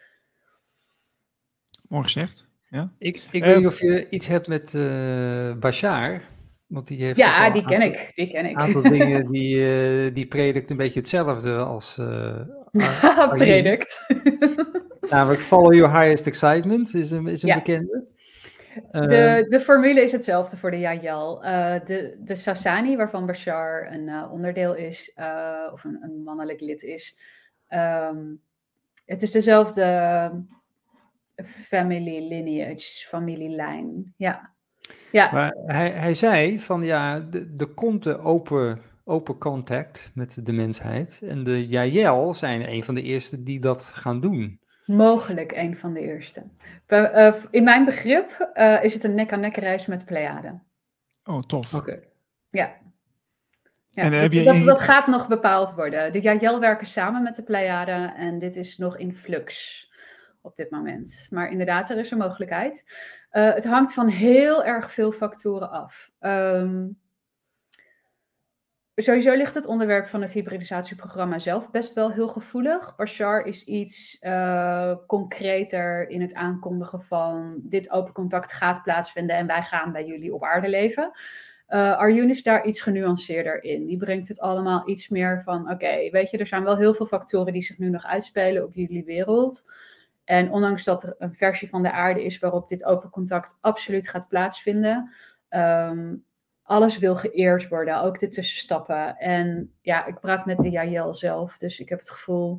Mooi gezegd. Ja. Ik weet niet of je iets hebt met Bashar. Want die heeft die ken ik. Een aantal dingen die predikt een beetje hetzelfde als predikt. Namelijk Follow Your Highest Excitement is een bekende. De formule is hetzelfde voor de Yael. De Sasani, waarvan Bashar een onderdeel is, of een mannelijk lid is. Het is dezelfde family lineage, familielijn. Ja. Maar hij zei van ja, er komt een open contact met de mensheid. En de Yael zijn een van de eerste die dat gaan doen. Mogelijk een van de eerste. In mijn begrip is het een nek-aan-nek reis met Pleiaden. Oh, tof. Oké. Ja. En dat gaat nog bepaald worden. De Yael werken samen met de Pleiaden en dit is nog in flux op dit moment. Maar inderdaad, er is een mogelijkheid. Het hangt van heel erg veel factoren af. Sowieso ligt het onderwerp van het hybridisatieprogramma zelf best wel heel gevoelig. Bashar is iets concreter in het aankondigen van dit open contact gaat plaatsvinden en wij gaan bij jullie op aarde leven. Arjun is daar iets genuanceerder in. Die brengt het allemaal iets meer van, oké, weet je, er zijn wel heel veel factoren die zich nu nog uitspelen op jullie wereld. En ondanks dat er een versie van de aarde is waarop dit open contact absoluut gaat plaatsvinden, alles wil geëerd worden, ook de tussenstappen. En ja, ik praat met de Yael zelf, dus ik heb het gevoel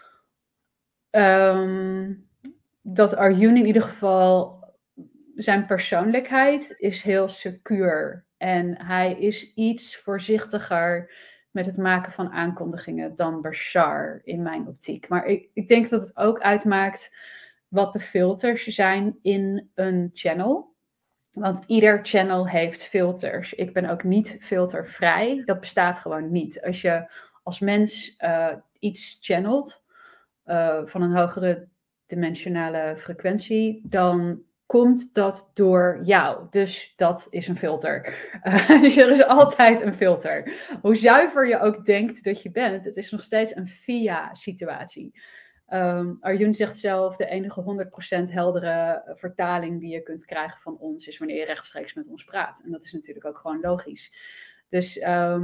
dat Arjun in ieder geval, zijn persoonlijkheid is heel secuur. En hij is iets voorzichtiger met het maken van aankondigingen dan Bashar in mijn optiek. Maar ik denk dat het ook uitmaakt wat de filters zijn in een channel. Want ieder channel heeft filters. Ik ben ook niet filtervrij. Dat bestaat gewoon niet. Als je als mens iets channelt van een hogere dimensionale frequentie, dan komt dat door jou. Dus dat is een filter. Dus er is altijd een filter. Hoe zuiver je ook denkt dat je bent, het is nog steeds een via-situatie. Arjun zegt zelf, de enige 100% heldere vertaling die je kunt krijgen van ons is wanneer je rechtstreeks met ons praat. En dat is natuurlijk ook gewoon logisch. Dus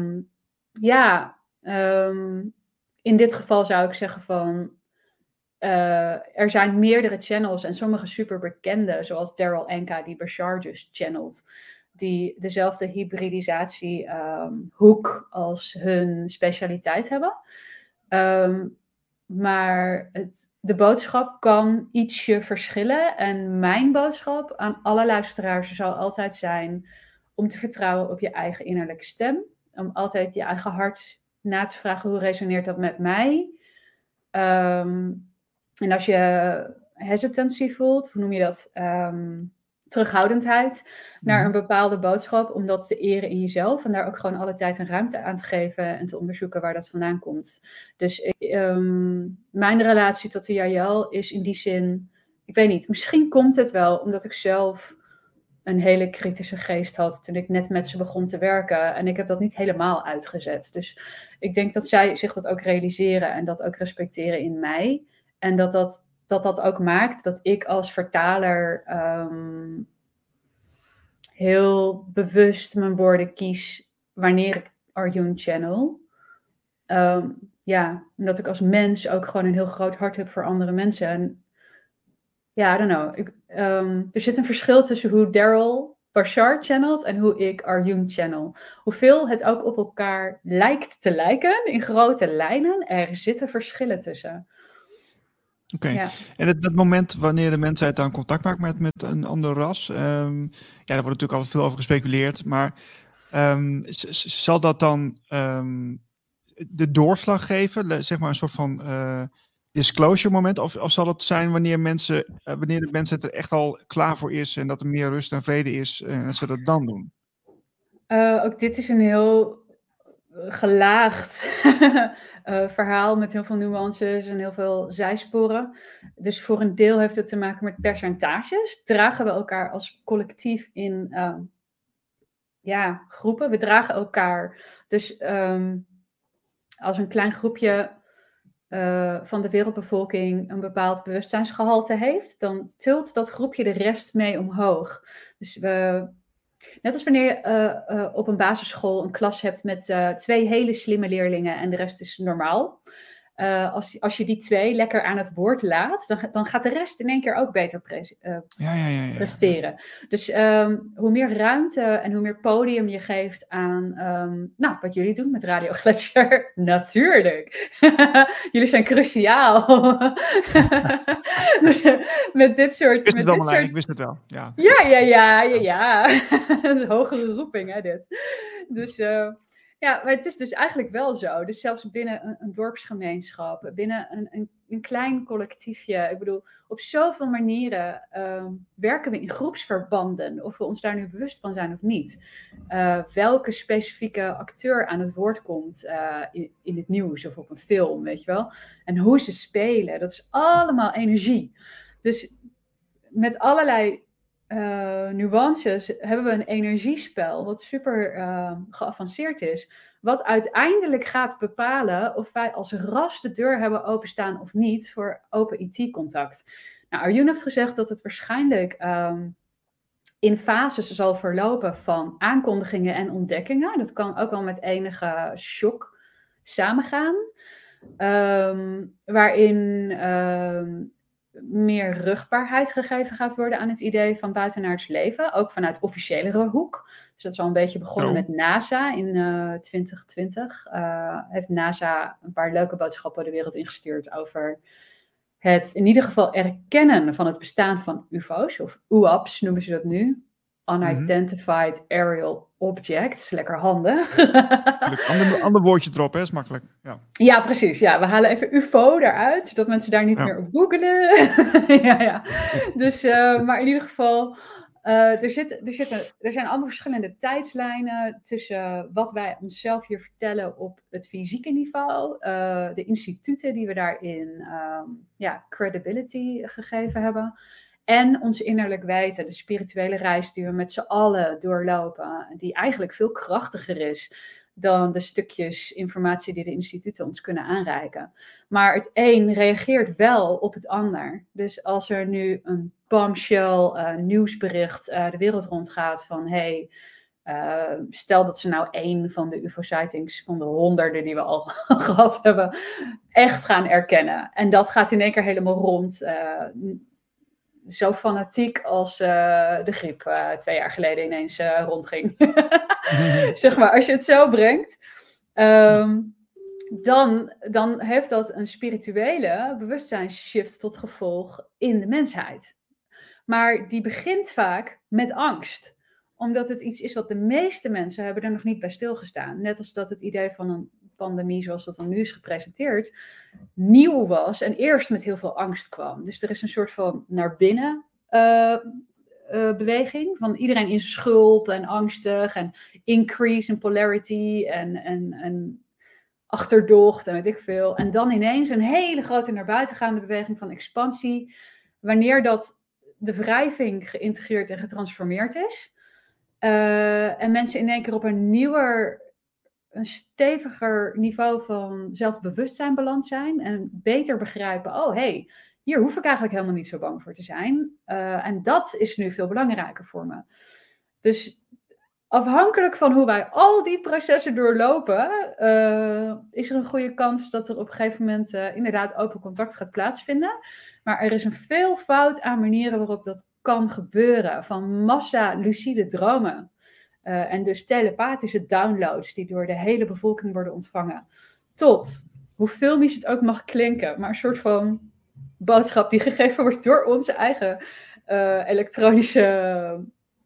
in dit geval zou ik zeggen van, er zijn meerdere channels en sommige super bekende, zoals Daryl Anka, die Bashar dus channelt, die dezelfde hybridisatie hoek als hun specialiteit hebben. Maar de boodschap kan ietsje verschillen. En mijn boodschap aan alle luisteraars zal altijd zijn om te vertrouwen op je eigen innerlijke stem. Om altijd je eigen hart na te vragen, hoe resoneert dat met mij? En als je hesitancy voelt, hoe noem je dat? Terughoudendheid naar een bepaalde boodschap, om dat te eren in jezelf en daar ook gewoon alle tijd en ruimte aan te geven en te onderzoeken waar dat vandaan komt. Dus mijn relatie tot de Yael is in die zin, ik weet niet, misschien komt het wel omdat ik zelf een hele kritische geest had toen ik net met ze begon te werken en ik heb dat niet helemaal uitgezet. Dus ik denk dat zij zich dat ook realiseren en dat ook respecteren in mij en dat ook maakt dat ik als vertaler heel bewust mijn woorden kies wanneer ik Arjun channel. Omdat ik als mens ook gewoon een heel groot hart heb voor andere mensen. En ja, I don't know. Er zit een verschil tussen hoe Daryl Bashar channelt en hoe ik Arjun channel. Hoeveel het ook op elkaar lijkt te lijken in grote lijnen, er zitten verschillen tussen. Oké. Ja. En dat moment wanneer de mensheid dan contact maakt met een ander ras, daar wordt natuurlijk altijd veel over gespeculeerd, maar zal dat dan de doorslag geven, zeg maar een soort van disclosure moment, of zal het zijn wanneer de mensheid er echt al klaar voor is en dat er meer rust en vrede is en dat ze dat dan doen? Ook dit is een heel gelaagd verhaal met heel veel nuances en heel veel zijsporen. Dus voor een deel heeft het te maken met percentages. Dragen we elkaar als collectief in groepen? We dragen elkaar. Dus als een klein groepje van de wereldbevolking een bepaald bewustzijnsgehalte heeft, dan tilt dat groepje de rest mee omhoog. Dus net als wanneer je op een basisschool een klas hebt met 2 hele slimme leerlingen en de rest is normaal. Als je die 2 lekker aan het woord laat, dan gaat de rest in één keer ook beter presteren. Dus hoe meer ruimte en hoe meer podium je geeft aan wat jullie doen met Radio Gletscher, natuurlijk. Jullie zijn cruciaal. Dus, met dit soort... Ik wist het wel. Ja. Ja. Dat is een hogere roeping, hè, dit. Dus... ja, maar het is dus eigenlijk wel zo. Dus zelfs binnen een dorpsgemeenschap, binnen een klein collectiefje. Ik bedoel, op zoveel manieren werken we in groepsverbanden. Of we ons daar nu bewust van zijn of niet. Welke specifieke acteur aan het woord komt in het nieuws of op een film, weet je wel. En hoe ze spelen, dat is allemaal energie. Dus met allerlei... nuances hebben we een energiespel wat super geavanceerd is, wat uiteindelijk gaat bepalen of wij als ras de deur hebben openstaan of niet voor open IT-contact. Nou, Arjun heeft gezegd dat het waarschijnlijk in fases zal verlopen van aankondigingen en ontdekkingen. Dat kan ook wel met enige shock samengaan, waarin meer rugbaarheid gegeven gaat worden aan het idee van buitenaards leven. Ook vanuit officiëlere hoek. Dus dat is al een beetje begonnen met NASA in 2020. Heeft NASA een paar leuke boodschappen de wereld ingestuurd over het in ieder geval erkennen van het bestaan van UFO's. Of UAP's noemen ze dat nu. Unidentified Aerial Objects. Lekker handig. Ander woordje erop, hè? Is makkelijk. Ja, precies. Ja, we halen even UFO eruit, zodat mensen daar niet meer op googelen. ja. Dus, maar in ieder geval, er zijn allemaal verschillende tijdslijnen tussen wat wij onszelf hier vertellen op het fysieke niveau, de instituten die we daarin credibility gegeven hebben. En ons innerlijk weten, de spirituele reis die we met z'n allen doorlopen, die eigenlijk veel krachtiger is dan de stukjes informatie die de instituten ons kunnen aanreiken. Maar het een reageert wel op het ander. Dus als er nu een bombshell nieuwsbericht de wereld rondgaat van stel dat ze nou 1 van de UFO-sightings van de honderden die we al gehad hebben, echt gaan erkennen. En dat gaat in één keer helemaal rond. Zo fanatiek als de griep 2 jaar geleden ineens rondging. Zeg maar, als je het zo brengt, dan heeft dat een spirituele bewustzijnsshift tot gevolg in de mensheid. Maar die begint vaak met angst. Omdat het iets is wat de meeste mensen hebben er nog niet bij stilgestaan. Net als dat het idee van een pandemie, zoals dat dan nu is gepresenteerd, nieuw was en eerst met heel veel angst kwam. Dus er is een soort van naar binnen beweging van iedereen in schulp en angstig en increase in polarity en achterdocht en weet ik veel. En dan ineens een hele grote naar buiten gaande beweging van expansie, wanneer dat de wrijving geïntegreerd en getransformeerd is. En mensen in één keer op een steviger niveau van zelfbewustzijn beland zijn en beter begrijpen, hier hoef ik eigenlijk helemaal niet zo bang voor te zijn. En dat is nu veel belangrijker voor me. Dus afhankelijk van hoe wij al die processen doorlopen, is er een goede kans dat er op een gegeven moment inderdaad open contact gaat plaatsvinden. Maar er is een veelvoud aan manieren waarop dat kan gebeuren. Van massa lucide dromen. En dus telepathische downloads die door de hele bevolking worden ontvangen. Tot, hoe filmisch het ook mag klinken, maar een soort van boodschap die gegeven wordt door onze eigen elektronische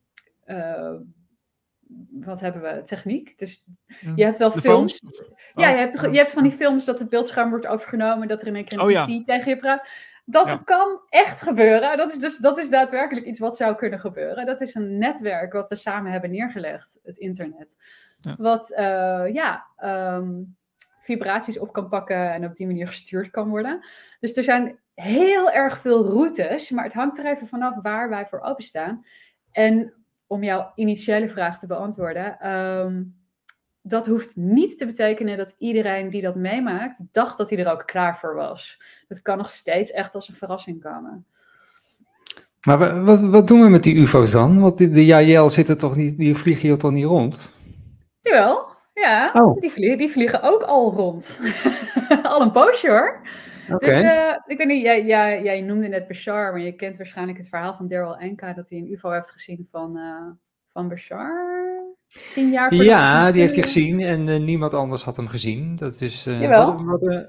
wat hebben we? Techniek. Dus je hebt wel films. Ja, je hebt van die films dat het beeldscherm wordt overgenomen, dat er in één keer een IT tegen je praat. Dat kan echt gebeuren. Dat is daadwerkelijk iets wat zou kunnen gebeuren. Dat is een netwerk wat we samen hebben neergelegd, het internet. Ja. Wat vibraties op kan pakken en op die manier gestuurd kan worden. Dus er zijn heel erg veel routes, maar het hangt er even vanaf waar wij voor openstaan. En om jouw initiële vraag te beantwoorden, dat hoeft niet te betekenen dat iedereen die dat meemaakt, dacht dat hij er ook klaar voor was. Dat kan nog steeds echt als een verrassing komen. Maar wat doen we met die UFO's dan? Want de JL zitten toch niet, die vliegen hier toch niet rond? Jawel. Ja, Oh, die vliegen ook al rond. Al een poosje hoor. oké. Dus ik weet niet, jij noemde net Bashar, maar je kent waarschijnlijk het verhaal van Daryl Anka dat hij een UFO heeft gezien van Bashar. 10 jaar voordat hij Ja, die heeft hij ging. gezien en niemand anders had hem gezien. Dat is... Jawel.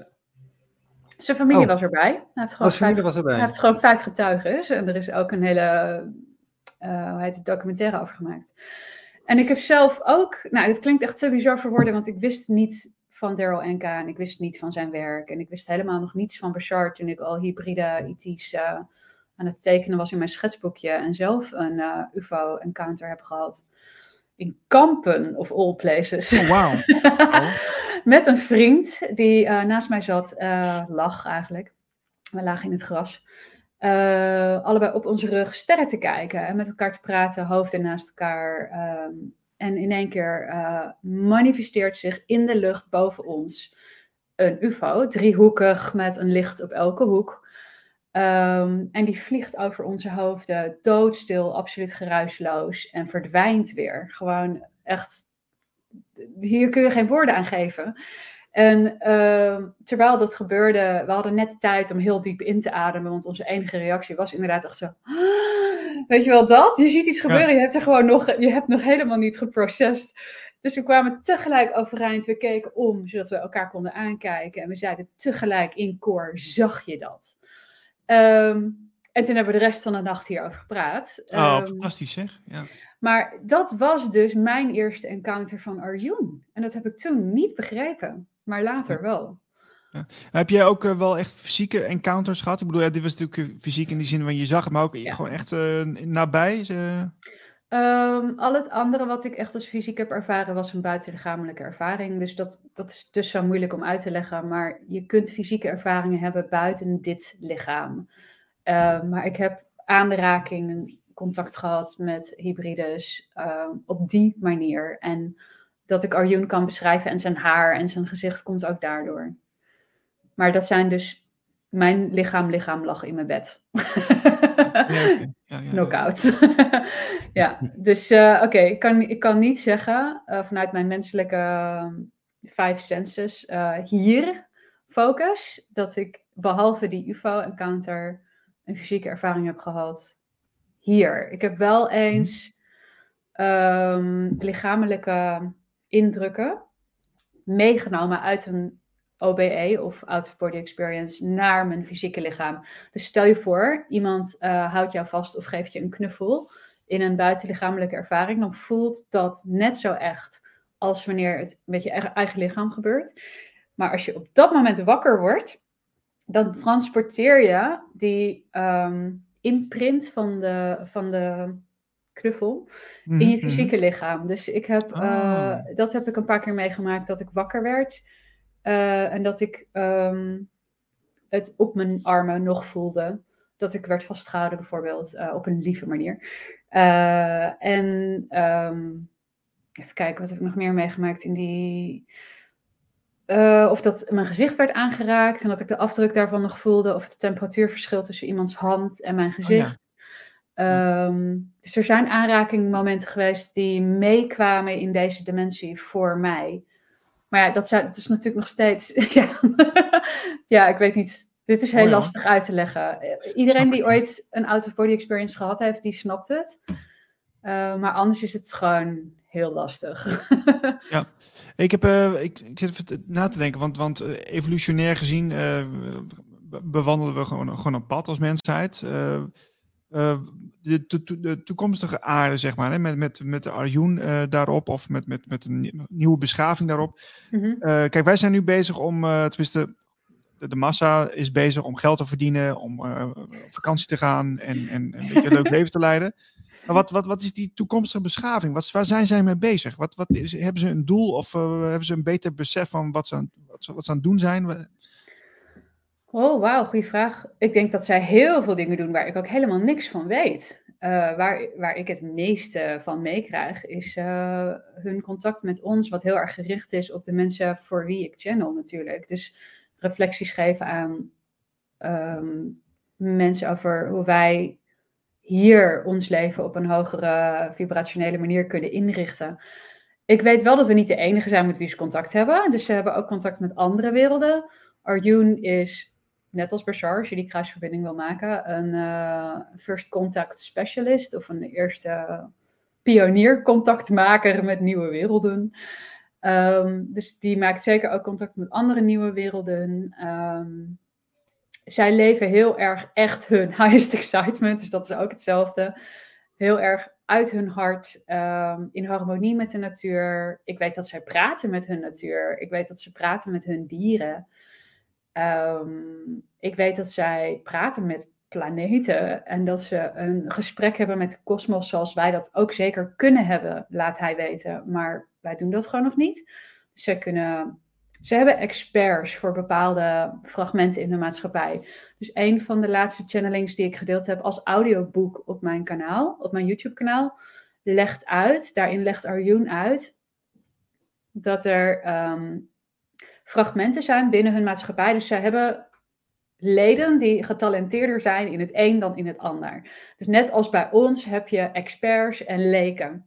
Zijn familie Oh, was erbij. Hij heeft gewoon als familie was hij erbij. heeft gewoon 5 getuigen. En er is ook een hele hoe heet het, documentaire over gemaakt. En ik heb zelf ook, nou, dit klinkt echt te bizar voor woorden, want ik wist niet van Daryl Anka en ik wist niet van zijn werk. En ik wist helemaal nog niets van Bashar toen ik al hybride IT's aan het tekenen was in mijn schetsboekje en zelf een UFO-encounter heb gehad. In Kampen, of all places. Oh, wauw. Met een vriend die naast mij zat, lag eigenlijk. We lagen in het gras. Allebei op onze rug sterren te kijken en met elkaar te praten, hoofden naast elkaar. En in één keer manifesteert zich in de lucht boven ons een UFO, driehoekig met een licht op elke hoek. En die vliegt over onze hoofden, doodstil, absoluut geruisloos en verdwijnt weer. Gewoon echt, hier kun je geen woorden aan geven. En terwijl dat gebeurde, we hadden net de tijd om heel diep in te ademen, want onze enige reactie was inderdaad echt zo, weet je wel dat? Je ziet iets gebeuren, je hebt nog helemaal niet geprocessed. Dus we kwamen tegelijk overeind, we keken om, zodat we elkaar konden aankijken. En we zeiden tegelijk in koor, zag je dat? En toen hebben we de rest van de nacht hierover gepraat. Fantastisch zeg. Ja. Maar dat was dus mijn eerste encounter van Arjun. En dat heb ik toen niet begrepen, maar later wel. Ja. Heb jij ook wel echt fysieke encounters gehad? Ik bedoel, ja, dit was natuurlijk fysiek in die zin van je zag het, maar ook gewoon echt nabij? Al het andere wat ik echt als fysiek heb ervaren was een buitenlichamelijke ervaring. Dus dat is dus zo moeilijk om uit te leggen. Maar je kunt fysieke ervaringen hebben buiten dit lichaam. Maar ik heb aanraking, contact gehad met hybrides op die manier. En dat ik Arjun kan beschrijven en zijn haar en zijn gezicht komt ook daardoor. Maar dat zijn dus mijn lichaam lag in mijn bed. Knockout. Ja, dus oké, ik kan niet zeggen vanuit mijn menselijke 5 senses hier focus dat ik behalve die UFO-encounter een fysieke ervaring heb gehad hier. Ik heb wel eens lichamelijke indrukken meegenomen uit een OBE of out of body experience naar mijn fysieke lichaam. Dus stel je voor, iemand houdt jou vast of geeft je een knuffel in een buitenlichamelijke ervaring, dan voelt dat net zo echt als wanneer het met je eigen lichaam gebeurt. Maar als je op dat moment wakker wordt, dan transporteer je die imprint van de knuffel in je fysieke lichaam. Dus ik heb, dat heb ik een paar keer meegemaakt, dat ik wakker werd en dat ik het op mijn armen nog voelde. Dat ik werd vastgehouden bijvoorbeeld op een lieve manier. Even kijken, wat heb ik nog meer meegemaakt in die... of dat mijn gezicht werd aangeraakt en dat ik de afdruk daarvan nog voelde. Of het temperatuurverschil tussen iemands hand en mijn gezicht. Dus er zijn aanrakingmomenten geweest die meekwamen in deze dimensie voor mij. Maar ja, dat is natuurlijk nog steeds... ja, ik weet niet. Dit is heel lastig uit te leggen. Iedereen die ooit een out-of-body experience gehad heeft, die snapt het. Maar anders is het gewoon heel lastig. Ja, ik zit even na te denken, want evolutionair gezien bewandelen we gewoon een pad als mensheid. De toekomstige aarde, zeg maar, hè, met de Arjun daarop of met een nieuwe beschaving daarop. Kijk, wij zijn nu bezig om, tenminste, de massa is bezig om geld te verdienen, om op vakantie te gaan en een beetje een leuk leven te leiden. Maar wat is die toekomstige beschaving? Waar zijn zij mee bezig? Hebben ze een doel of hebben ze een beter besef van wat ze aan het doen zijn? Oh, wauw, goede vraag. Ik denk dat zij heel veel dingen doen waar ik ook helemaal niks van weet. Waar ik het meeste van meekrijg is hun contact met ons, wat heel erg gericht is op de mensen voor wie ik channel natuurlijk. Dus reflecties geven aan mensen over hoe wij hier ons leven op een hogere vibrationele manier kunnen inrichten. Ik weet wel dat we niet de enige zijn met wie ze contact hebben. Dus ze hebben ook contact met andere werelden. Arjun is, net als Bashar, als je die kruisverbinding wil maken, een first contact specialist of een eerste pioniercontactmaker met nieuwe werelden. Dus die maakt zeker ook contact met andere nieuwe werelden. Zij leven heel erg echt hun highest excitement, dus dat is ook hetzelfde. Heel erg uit hun hart, in harmonie met de natuur. Ik weet dat zij praten met hun natuur. Ik weet dat ze praten met hun dieren. Ik weet dat zij praten met planeten en dat ze een gesprek hebben met de kosmos zoals wij dat ook zeker kunnen hebben, laat hij weten. Maar wij doen dat gewoon nog niet. Ze hebben experts voor bepaalde fragmenten in de maatschappij. Dus een van de laatste channelings die ik gedeeld heb als audioboek op mijn kanaal, op mijn YouTube kanaal, daarin legt Arjun uit dat er fragmenten zijn binnen hun maatschappij. Dus zij hebben leden die getalenteerder zijn in het een dan in het ander. Dus net als bij ons heb je experts en leken.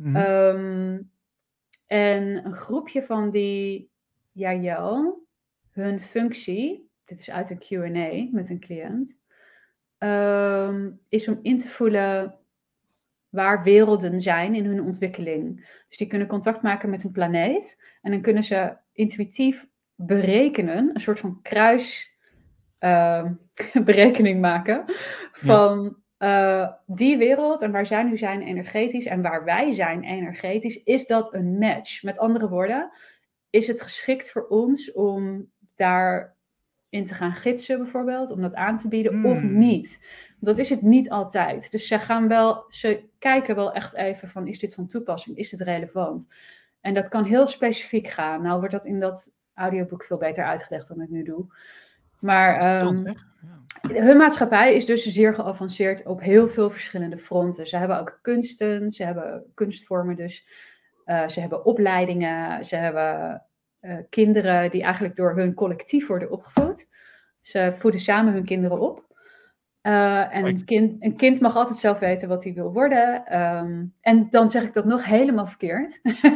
En een groepje van die Yael, hun functie, dit is uit een Q&A met een cliënt, is om in te voelen waar werelden zijn in hun ontwikkeling. Dus die kunnen contact maken met een planeet en dan kunnen ze intuïtief berekenen, een soort van kruisberekening maken van die wereld en waar zij nu zijn energetisch en waar wij zijn energetisch, is dat een match? Met andere woorden, is het geschikt voor ons om daarin te gaan gidsen bijvoorbeeld, om dat aan te bieden of niet? Dat is het niet altijd. Dus ze kijken wel echt even van, is dit van toepassing? Is het relevant? En dat kan heel specifiek gaan. Nou wordt dat in dat audioboek veel beter uitgelegd dan ik nu doe. Maar hun maatschappij is dus zeer geavanceerd op heel veel verschillende fronten. Ze hebben ook kunsten, ze hebben kunstvormen dus. Ze hebben opleidingen, ze hebben kinderen die eigenlijk door hun collectief worden opgevoed. Ze voeden samen hun kinderen op. En een kind mag altijd zelf weten wat hij wil worden. En dan zeg ik dat nog helemaal verkeerd.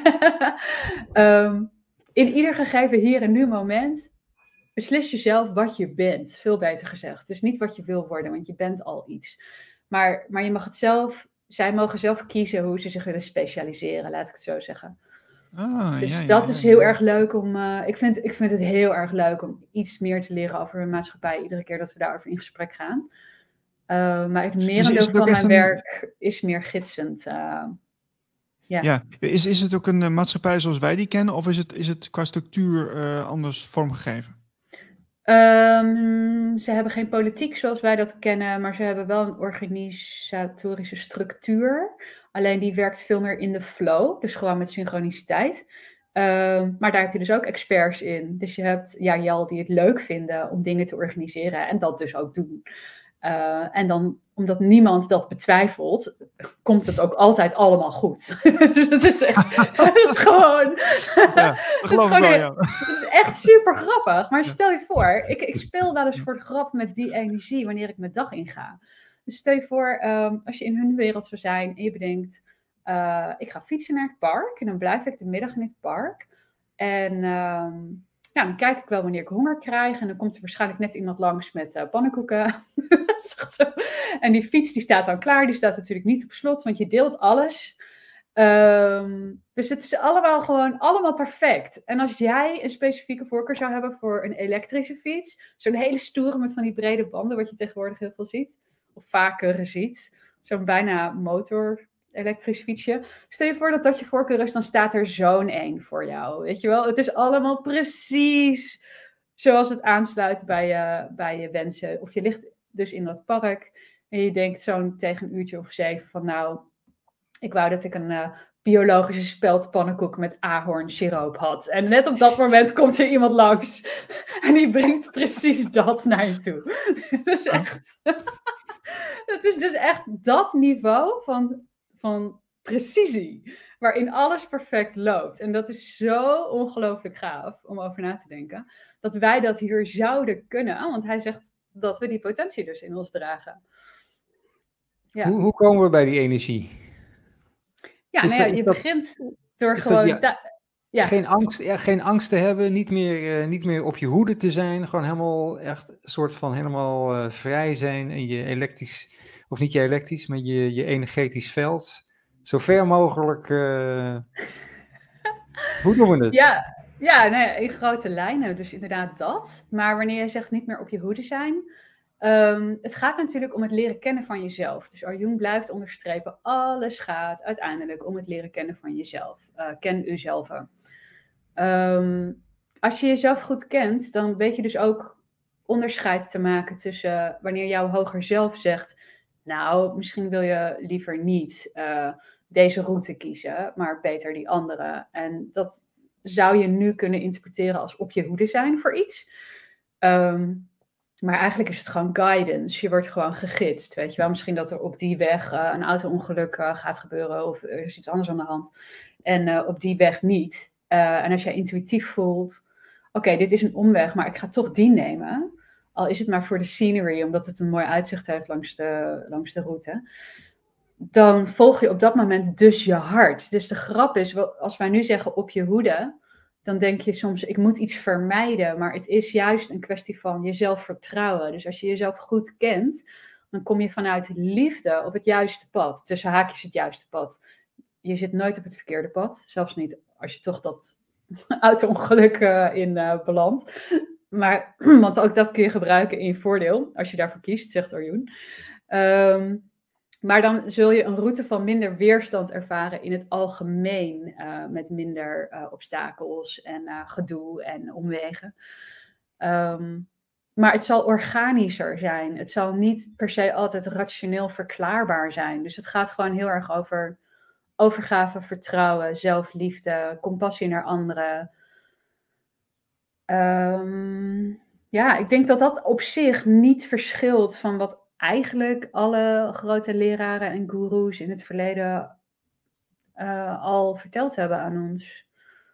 In ieder gegeven hier en nu moment beslis je zelf wat je bent. Veel beter gezegd. Dus niet wat je wil worden, want je bent al iets. Maar je mag het zelf. Zij mogen zelf kiezen hoe ze zich willen specialiseren, laat ik het zo zeggen. Dus dat is heel erg leuk om... Ik vind het heel erg leuk om iets meer te leren over hun maatschappij, iedere keer dat we daarover in gesprek gaan. Maar het merendeel van mijn werk is meer gidsend. Is het ook een maatschappij zoals wij die kennen, of is het qua structuur anders vormgegeven? Ze hebben geen politiek zoals wij dat kennen, maar ze hebben wel een organisatorische structuur. Alleen die werkt veel meer in de flow, dus gewoon met synchroniciteit. Maar daar heb je dus ook experts in. Dus je hebt Yael die het leuk vinden om dingen te organiseren en dat dus ook doen. En dan, omdat niemand dat betwijfelt, komt het ook altijd allemaal goed. Dus het is gewoon... Het is echt super grappig. Maar stel je voor, ik speel wel eens voor de grap met die energie wanneer ik mijn dag inga. Dus stel je voor, als je in hun wereld zou zijn en je bedenkt, ik ga fietsen naar het park en dan blijf ik de middag in het park. En dan kijk ik wel wanneer ik honger krijg. En dan komt er waarschijnlijk net iemand langs met pannenkoeken. En die fiets die staat dan klaar. Die staat natuurlijk niet op slot, want je deelt alles. Dus het is allemaal perfect. En als jij een specifieke voorkeur zou hebben voor een elektrische fiets. Zo'n hele stoere met van die brede banden, wat je tegenwoordig heel veel ziet. Of vaker ziet. Zo'n bijna motor elektrisch fietsje. Stel je voor dat dat je voorkeur is, dan staat er zo'n één voor jou. Weet je wel? Het is allemaal precies zoals het aansluit bij je wensen. Of je ligt dus in dat park en je denkt zo'n tegen een uurtje of 7 van nou, ik wou dat ik een biologische speldpannenkoek met ahornsiroop had. En net op dat moment komt er iemand langs en die brengt precies dat naar je toe. Het is dus echt dat niveau van precisie, waarin alles perfect loopt. En dat is zo ongelooflijk gaaf om over na te denken, dat wij dat hier zouden kunnen, want hij zegt dat we die potentie dus in ons dragen. Ja. Hoe komen we bij die energie? Ja, je begint... Door Is dat, gewoon... Ja. Geen angst te hebben, niet meer op je hoede te zijn. Gewoon helemaal echt een soort van helemaal vrij zijn en je elektrisch, of niet je elektrisch, maar je energetisch veld. Zo ver mogelijk, hoe doen we het? Ja, nee, in grote lijnen. Dus inderdaad dat. Maar wanneer je zegt niet meer op je hoede zijn... het gaat natuurlijk om het leren kennen van jezelf. Dus Arjoen blijft onderstrepen, alles gaat uiteindelijk om het leren kennen van jezelf. Ken uzelf. Als je jezelf goed kent, dan weet je dus ook onderscheid te maken tussen wanneer jouw hoger zelf zegt, nou, misschien wil je liever niet deze route kiezen, maar beter die andere. En dat zou je nu kunnen interpreteren als op je hoede zijn voor iets. Maar eigenlijk is het gewoon guidance. Je wordt gewoon gegidst, weet je wel. Misschien dat er op die weg een auto-ongeluk gaat gebeuren of er is iets anders aan de hand. En op die weg niet. En als jij intuïtief voelt, oké, dit is een omweg, maar ik ga toch die nemen. Al is het maar voor de scenery, omdat het een mooi uitzicht heeft langs de route. Dan volg je op dat moment dus je hart. Dus de grap is, als wij nu zeggen op je hoede, dan denk je soms, ik moet iets vermijden. Maar het is juist een kwestie van jezelf vertrouwen. Dus als je jezelf goed kent, dan kom je vanuit liefde op het juiste pad. Tussen haakjes het juiste pad. Je zit nooit op het verkeerde pad. Zelfs niet als je toch dat auto-ongeluk in belandt. Maar, want ook dat kun je gebruiken in je voordeel. Als je daarvoor kiest, zegt Arjoen. Maar dan zul je een route van minder weerstand ervaren in het algemeen. Met minder obstakels en gedoe en omwegen. Maar het zal organischer zijn. Het zal niet per se altijd rationeel verklaarbaar zijn. Dus het gaat gewoon heel erg over overgave, vertrouwen, zelfliefde, compassie naar anderen. Ja, ik denk dat dat op zich niet verschilt van wat eigenlijk alle grote leraren en goeroes in het verleden al verteld hebben aan ons.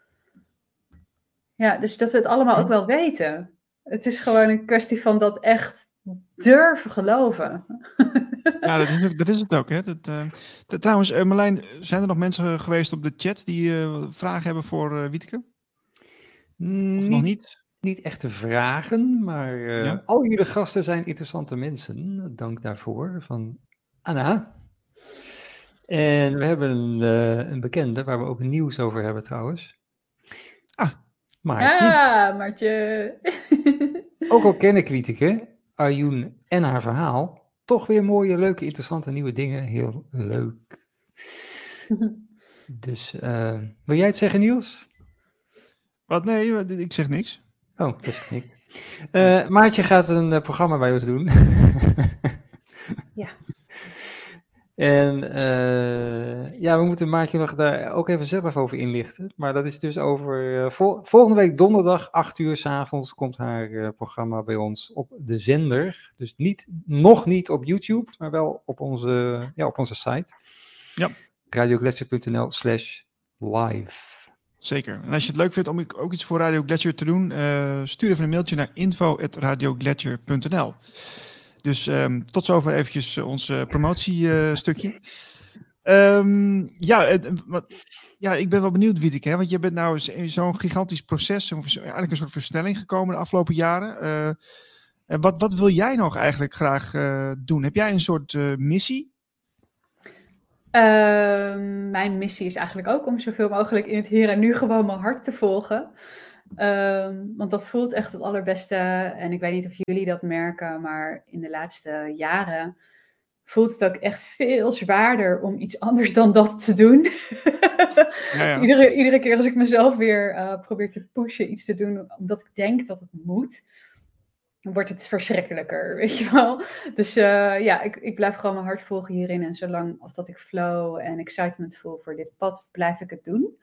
Ja, dus dat we het allemaal ook wel weten. Het is gewoon een kwestie van dat echt durven geloven. Ja, dat is het ook. Hè? Trouwens, Marlijn, zijn er nog mensen geweest op de chat die vragen hebben voor Wieteke? Of nog niet? Niet echte vragen, maar al jullie gasten zijn interessante mensen. Dank daarvoor, van Anna. En we hebben een bekende, waar we ook nieuws over hebben trouwens. Maartje. Ja, Maartje. Ook al ken ik Wieteke, Arjoen en haar verhaal, toch weer mooie, leuke, interessante nieuwe dingen. Heel leuk. Dus, wil jij het zeggen, Niels? Wat? Nee, ik zeg niks. Oh, dat is niet. Maartje gaat een programma bij ons doen. Ja. En we moeten Maartje nog daar ook even zelf over inlichten. Maar dat is dus over volgende week donderdag, 8 uur 's avonds, komt haar programma bij ons op de zender. Dus nog niet op YouTube, maar wel op onze site. Ja. radiogletscher.nl/live. Zeker. En als je het leuk vindt om ook iets voor Radio Gletscher te doen, stuur even een mailtje naar info@radiogletscher.nl. Dus tot zover eventjes ons promotiestukje. Ik ben wel benieuwd, Wieteke, want je bent nou in zo'n gigantisch proces, eigenlijk een soort versnelling gekomen de afgelopen jaren. Wat wil jij nog eigenlijk graag doen? Heb jij een soort missie? Mijn missie is eigenlijk ook om zoveel mogelijk in het hier en nu gewoon mijn hart te volgen. Want dat voelt echt het allerbeste. En ik weet niet of jullie dat merken, maar in de laatste jaren voelt het ook echt veel zwaarder om iets anders dan dat te doen. Ja. Iedere keer als ik mezelf weer probeer te pushen iets te doen, omdat ik denk dat het moet, dan wordt het verschrikkelijker, weet je wel. Dus ik blijf gewoon mijn hart volgen hierin. En zolang als dat ik flow en excitement voel voor dit pad, blijf ik het doen.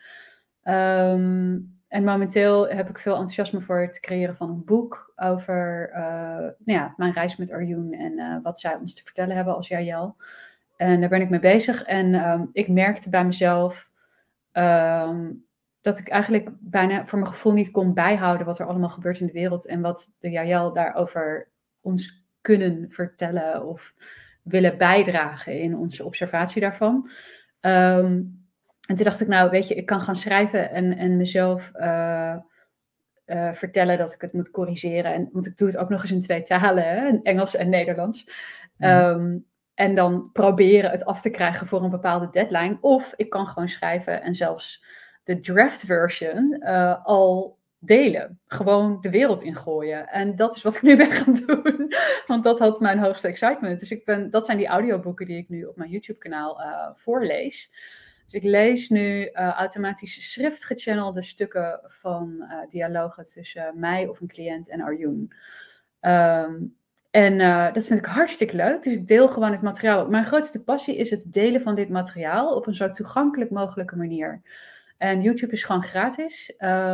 En momenteel heb ik veel enthousiasme voor het creëren van een boek over mijn reis met Arjoen en wat zij ons te vertellen hebben als Jaël. En daar ben ik mee bezig. En ik merkte bij mezelf dat ik eigenlijk bijna voor mijn gevoel niet kon bijhouden wat er allemaal gebeurt in de wereld en wat de Jaël daarover ons kunnen vertellen of willen bijdragen in onze observatie daarvan. En toen dacht ik, nou weet je, ik kan gaan schrijven en mezelf vertellen dat ik het moet corrigeren. Want ik doe het ook nog eens in 2 talen, hè? Engels en Nederlands. En dan proberen het af te krijgen voor een bepaalde deadline. Of ik kan gewoon schrijven en zelfs de draft version al delen. Gewoon de wereld ingooien. En dat is wat ik nu ben gaan doen. Want dat had mijn hoogste excitement. Dus dat zijn die audioboeken die ik nu op mijn YouTube kanaal voorlees. Dus ik lees nu automatisch schriftgechannelde stukken van dialogen tussen mij of een cliënt en Arjoen. En dat vind ik hartstikke leuk. Dus ik deel gewoon het materiaal. Mijn grootste passie is het delen van dit materiaal op een zo toegankelijk mogelijke manier. En YouTube is gewoon gratis.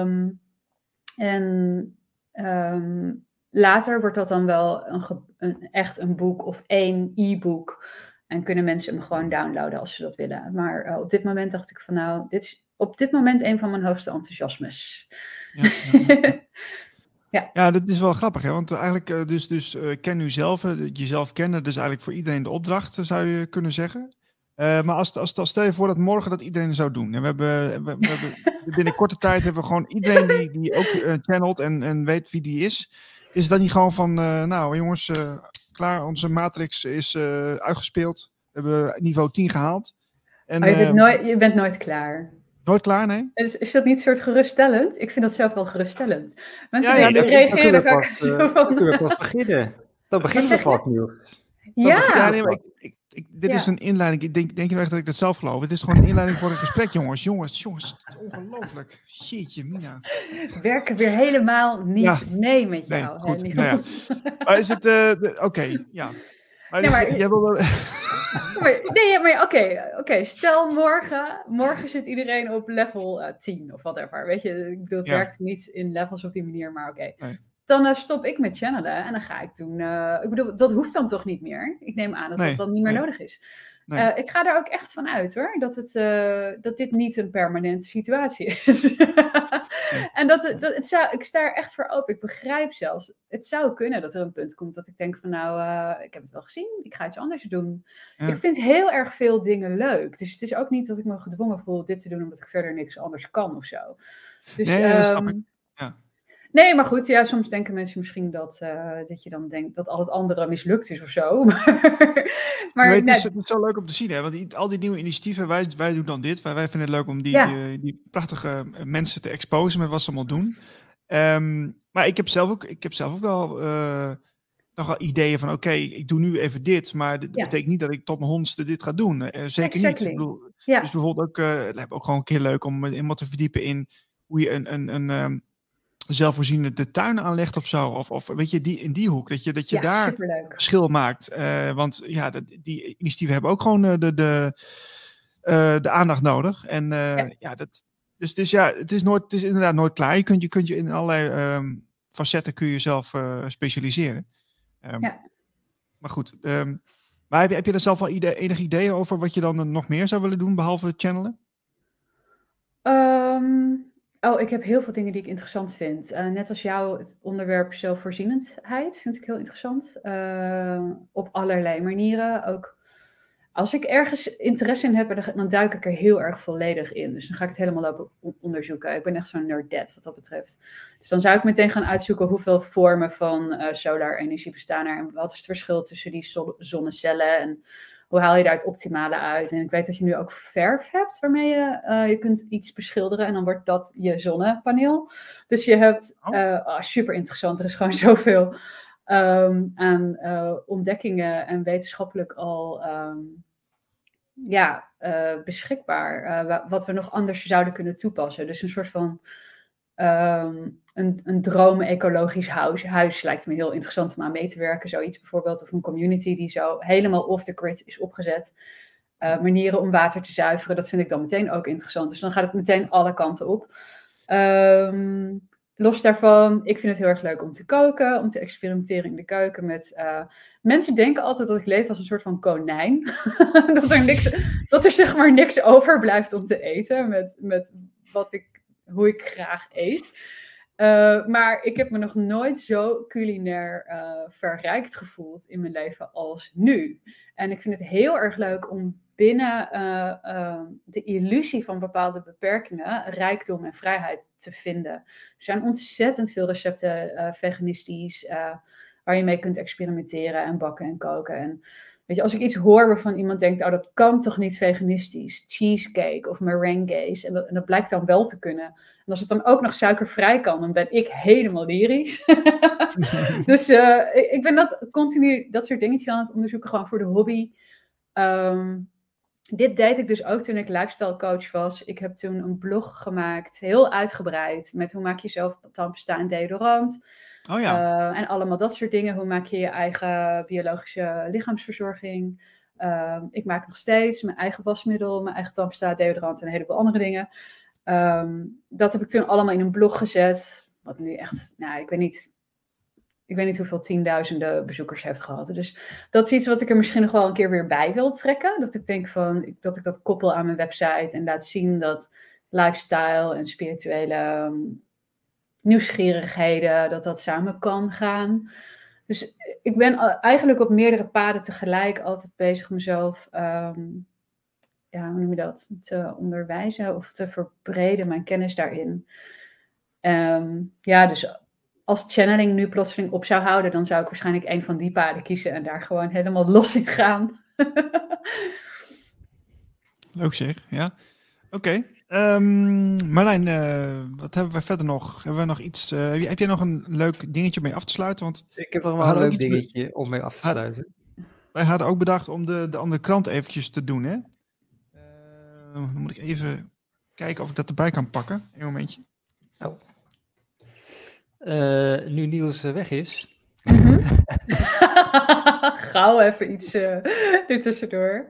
Later wordt dat dan wel echt een boek of 1 e-book. En kunnen mensen hem gewoon downloaden als ze dat willen. Maar op dit moment dacht ik van nou, dit is op dit moment een van mijn hoogste enthousiasmes. Ja, dat is wel grappig, hè? Want eigenlijk ken u zelf, jezelf kennen, dus eigenlijk voor iedereen de opdracht, zou je kunnen zeggen. Maar stel je voor dat morgen dat iedereen het zou doen. En we hebben binnen korte tijd hebben we gewoon iedereen die ook channelt en weet wie die is. Is het dan niet gewoon van, nou jongens, klaar, onze matrix is uitgespeeld. We hebben niveau 10 gehaald. En, je bent nooit klaar. Nooit klaar, nee? Is dat niet een soort geruststellend? Ik vind dat zelf wel geruststellend. Mensen reageren vaak zo van... Dan kunnen we pas beginnen. Dan beginnen we pas nu. Dit is een inleiding. Ik denk je echt dat ik dat zelf geloof. Het is gewoon een inleiding voor een gesprek, jongens. Jongens, ongelooflijk. Jeetje, Mina. Werken weer helemaal niet mee met jou. Nee, goed. Nou maar is het... Oké, ja. Jij wil wel... Oké. Stel morgen zit iedereen op level 10 of whatever. Weet je, ik bedoel, het werkt niet in levels op die manier, maar oké. Nee. Dan stop ik met channelen en dan ga ik doen... ik bedoel, dat hoeft dan toch niet meer? Ik neem aan dat dat dan niet meer nodig is. Nee. Ik ga er ook echt van uit, hoor. Dat dit niet een permanente situatie is. En ik sta er echt voor open. Ik begrijp zelfs... Het zou kunnen dat er een punt komt dat ik denk van... Nou, ik heb het wel gezien. Ik ga iets anders doen. Ja. Ik vind heel erg veel dingen leuk. Dus het is ook niet dat ik me gedwongen voel dit te doen... omdat ik verder niks anders kan of zo. Dus, dat snap ik. Ja. Nee, maar goed, ja, soms denken mensen misschien dat je dan denkt dat al het andere mislukt is of zo. maar het is zo leuk om te zien, hè? Want al die nieuwe initiatieven, wij doen dan dit. Wij vinden het leuk om die prachtige mensen te exposen met wat ze allemaal doen. Maar ik heb zelf ook wel nogal ideeën van, oké, ik doe nu even dit, maar dat betekent niet dat ik tot mijn hondste dit ga doen. Zeker niet. Ik bedoel, dus bijvoorbeeld ook, het lijkt me ook gewoon een keer leuk om iemand te verdiepen in hoe je een zelfvoorzienende tuin aanlegt of zo. Of weet je, in die hoek. Dat je daar superleuk. Verschil maakt. Want ja, die initiatieven hebben ook gewoon de aandacht nodig. En Dus ja, het is inderdaad nooit klaar. Je kunt je in allerlei facetten kun je jezelf specialiseren. Maar goed. Maar heb je er zelf al enige ideeën over wat je dan nog meer zou willen doen, behalve channelen? Ik heb heel veel dingen die ik interessant vind. Net als jou, het onderwerp zelfvoorzienendheid vind ik heel interessant. Op allerlei manieren. Ook als ik ergens interesse in heb, dan duik ik er heel erg volledig in. Dus dan ga ik het helemaal lopen onderzoeken. Ik ben echt zo'n nerdet wat dat betreft. Dus dan zou ik meteen gaan uitzoeken hoeveel vormen van solarenergie bestaan er. En wat is het verschil tussen die zonnecellen en... Hoe haal je daar het optimale uit? En ik weet dat je nu ook verf hebt waarmee je kunt iets beschilderen en dan wordt dat je zonnepaneel. Dus je hebt, super interessant, er is gewoon zoveel aan ontdekkingen en wetenschappelijk al beschikbaar. Wat we nog anders zouden kunnen toepassen. Dus een soort van een droom-ecologisch huis lijkt me heel interessant om aan mee te werken. Zoiets bijvoorbeeld. Of een community die zo helemaal off the grid is opgezet. Manieren om water te zuiveren. Dat vind ik dan meteen ook interessant. Dus dan gaat het meteen alle kanten op. Los daarvan, ik vind het heel erg leuk om te koken. Om te experimenteren in de keuken met... mensen denken altijd dat ik leef als een soort van konijn. dat er zeg maar niks overblijft om te eten. Met hoe ik graag eet. Maar ik heb me nog nooit zo culinair verrijkt gevoeld in mijn leven als nu. En ik vind het heel erg leuk om binnen de illusie van bepaalde beperkingen rijkdom en vrijheid te vinden. Er zijn ontzettend veel recepten veganistisch waar je mee kunt experimenteren en bakken en koken. En weet je, als ik iets hoor waarvan iemand denkt, oh, dat kan toch niet veganistisch? Cheesecake of meringues. En dat blijkt dan wel te kunnen. En als het dan ook nog suikervrij kan, dan ben ik helemaal lyrisch. Dus ik ben continu dat soort dingetjes aan het onderzoeken, gewoon voor de hobby. Dit deed ik dus ook toen ik lifestyle coach was. Ik heb toen een blog gemaakt, heel uitgebreid, met hoe maak je zelf tandpasta en deodorant. Oh ja. En allemaal dat soort dingen. Hoe maak je je eigen biologische lichaamsverzorging? Ik maak nog steeds mijn eigen wasmiddel, mijn eigen tandpasta, deodorant en een heleboel andere dingen. Dat heb ik toen allemaal in een blog gezet. Wat nu echt, nou, ik weet niet hoeveel tienduizenden bezoekers heeft gehad. Dus dat is iets wat ik er misschien nog wel een keer weer bij wil trekken. Dat ik denk dat ik dat koppel aan mijn website en laat zien dat lifestyle en spirituele nieuwsgierigheden, dat samen kan gaan. Dus ik ben eigenlijk op meerdere paden tegelijk altijd bezig mezelf, hoe noem je dat, te onderwijzen of te verbreden, mijn kennis daarin. Dus als channeling nu plotseling op zou houden, dan zou ik waarschijnlijk een van die paden kiezen en daar gewoon helemaal los in gaan. Leuk zeg, ja. Oké. Marlijn, wat hebben we verder nog? Hebben we nog iets? Heb jij nog een leuk dingetje om mee af te sluiten? Want ik heb nog wel een leuk dingetje om mee af te sluiten. Wij hadden ook bedacht om de andere krant eventjes te doen, hè? Dan moet ik even kijken of ik dat erbij kan pakken. Een momentje. Oh. Nu Niels weg is. Gauw even iets er tussendoor.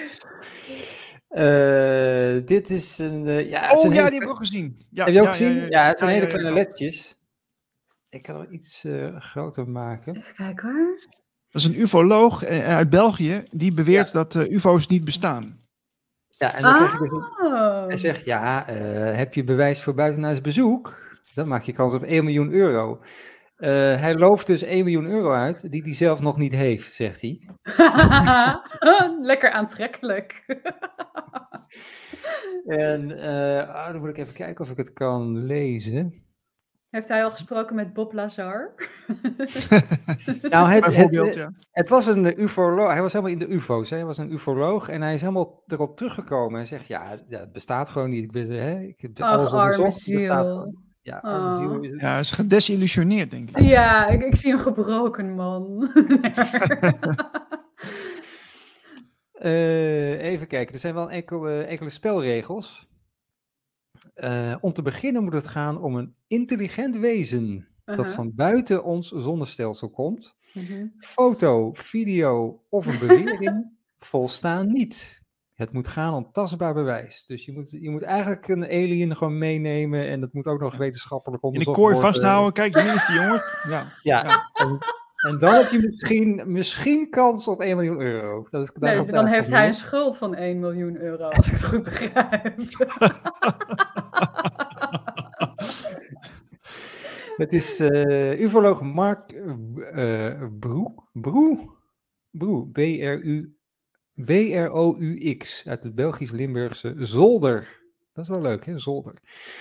Dit is een... die heb ik ook gezien. Ja, heb je ook gezien? Ja, het zijn hele kleine lettertjes. Ik kan er iets groter maken. Even kijken hoor. Dat is een ufoloog uit België die beweert dat ufo's niet bestaan. Ja, en dan krijg je dus hij zegt, heb je bewijs voor buitenaards bezoek? Dan maak je kans op 1 miljoen euro. Hij looft dus 1 miljoen euro uit, die hij zelf nog niet heeft, zegt hij. Lekker aantrekkelijk. En dan moet ik even kijken of ik het kan lezen. Heeft hij al gesproken met Bob Lazar? Nou, het was een ufoloog. Hij was helemaal in de ufo's. Hè? Hij was een ufoloog en hij is helemaal erop teruggekomen. Hij zegt, het bestaat gewoon niet. Ik heb alles onderzocht. Het bestaat gewoon. Ja, arme ziel is het. Ja, hij is gedesillusioneerd, denk ik. Ja, ik zie een gebroken man. Even kijken, er zijn wel enkele spelregels. Om te beginnen moet het gaan om een intelligent wezen dat van buiten ons zonnestelsel komt. Foto, video of een bewering volstaan niet. Het moet gaan om tastbaar bewijs. Dus je moet eigenlijk een alien gewoon meenemen en dat moet ook nog wetenschappelijk onderzocht worden. In de kooi vasthouden, kijk, hier is die jongen. Ja. En dan heb je misschien kans op 1 miljoen euro. Dan heeft hij een schuld van 1 miljoen euro, als ik het goed begrijp. Het is ufoloog Mark Brouux, uit het Belgisch-Limburgse Zolder. Dat is wel leuk, hè, Zolder.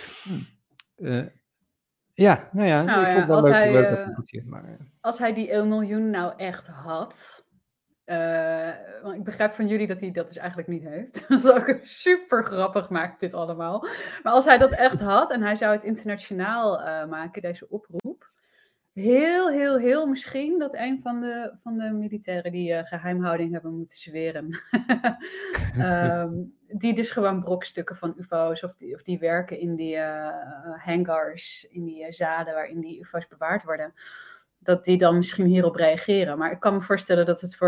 Ik vond het wel leuk. Als hij die 1 miljoen nou echt had... want ik begrijp van jullie dat hij dat dus eigenlijk niet heeft. Dat is ook super grappig maakt dit allemaal. Maar als hij dat echt had en hij zou het internationaal maken, deze oproep. Heel misschien dat een van de militairen die geheimhouding hebben moeten zweren. Die dus gewoon brokstukken van ufo's of die werken in die hangars, in die zaden waarin die ufo's bewaard worden. Dat die dan misschien hierop reageren. Maar ik kan me voorstellen dat het voor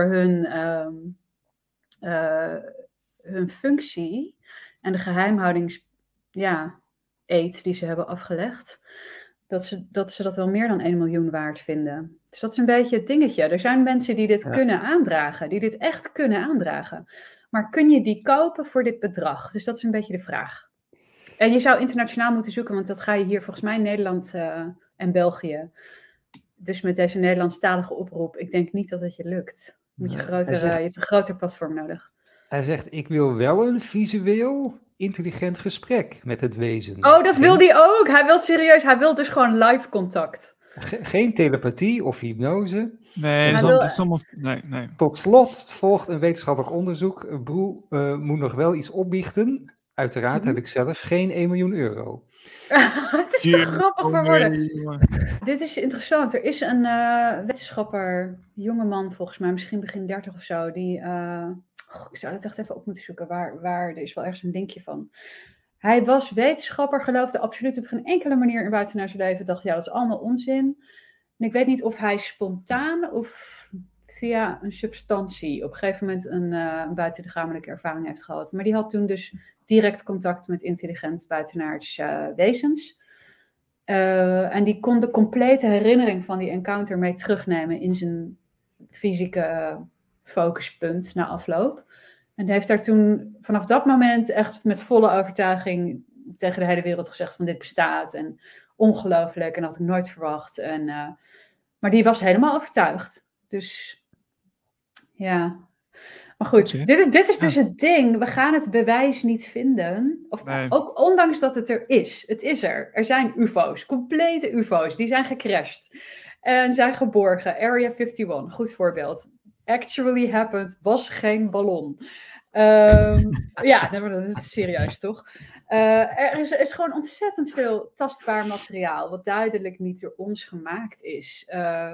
hun functie en de geheimhoudings eed die ze hebben afgelegd, dat ze dat wel meer dan 1 miljoen waard vinden. Dus dat is een beetje het dingetje. Er zijn mensen die dit kunnen aandragen, die dit echt kunnen aandragen. Maar kun je die kopen voor dit bedrag? Dus dat is een beetje de vraag. En je zou internationaal moeten zoeken, want dat ga je hier volgens mij in Nederland en België. Dus met deze Nederlandstalige oproep, ik denk niet dat het je lukt. Je hebt een groter platform nodig. Hij zegt, ik wil wel een visueel intelligent gesprek met het wezen. Oh, dat wil hij ook. Hij wil serieus, hij wil dus gewoon live contact. Geen telepathie of hypnose. Nee, Hij dat wil- is allemaal... Nee. Tot slot volgt een wetenschappelijk onderzoek. Broe moet nog wel iets opbiechten. Uiteraard heb ik zelf geen 1 miljoen euro. Het is te grappig voor woorden. Jongen. Dit is interessant. Er is een wetenschapper, jongeman volgens mij, misschien begin 30 of zo, die... ik zou dat echt even op moeten zoeken. Waar er is wel ergens een linkje van. Hij was wetenschapper, geloofde absoluut op geen enkele manier in buitenaardse leven. Dacht, ja, dat is allemaal onzin. En ik weet niet of hij spontaan of via een substantie op een gegeven moment een buitenlichamelijke ervaring heeft gehad. Maar die had toen dus direct contact met intelligent buitenaardse wezens. En die kon de complete herinnering van die encounter mee terugnemen in zijn fysieke focuspunt na afloop. En heeft daar toen vanaf dat moment echt met volle overtuiging tegen de hele wereld gezegd van dit bestaat en ongelooflijk en dat had ik nooit verwacht. Maar die was helemaal overtuigd. Dus ja. Maar goed, dit is dus het ding. We gaan het bewijs niet vinden. Of Nee. ook ondanks dat het er is. Het is er. Er zijn ufo's. Complete ufo's. Die zijn gecrashed. En zijn geborgen. Area 51. Goed voorbeeld. Actually happened. Was geen ballon. Ja, dat is serieus toch? Er is gewoon ontzettend veel tastbaar materiaal. Wat duidelijk niet door ons gemaakt is.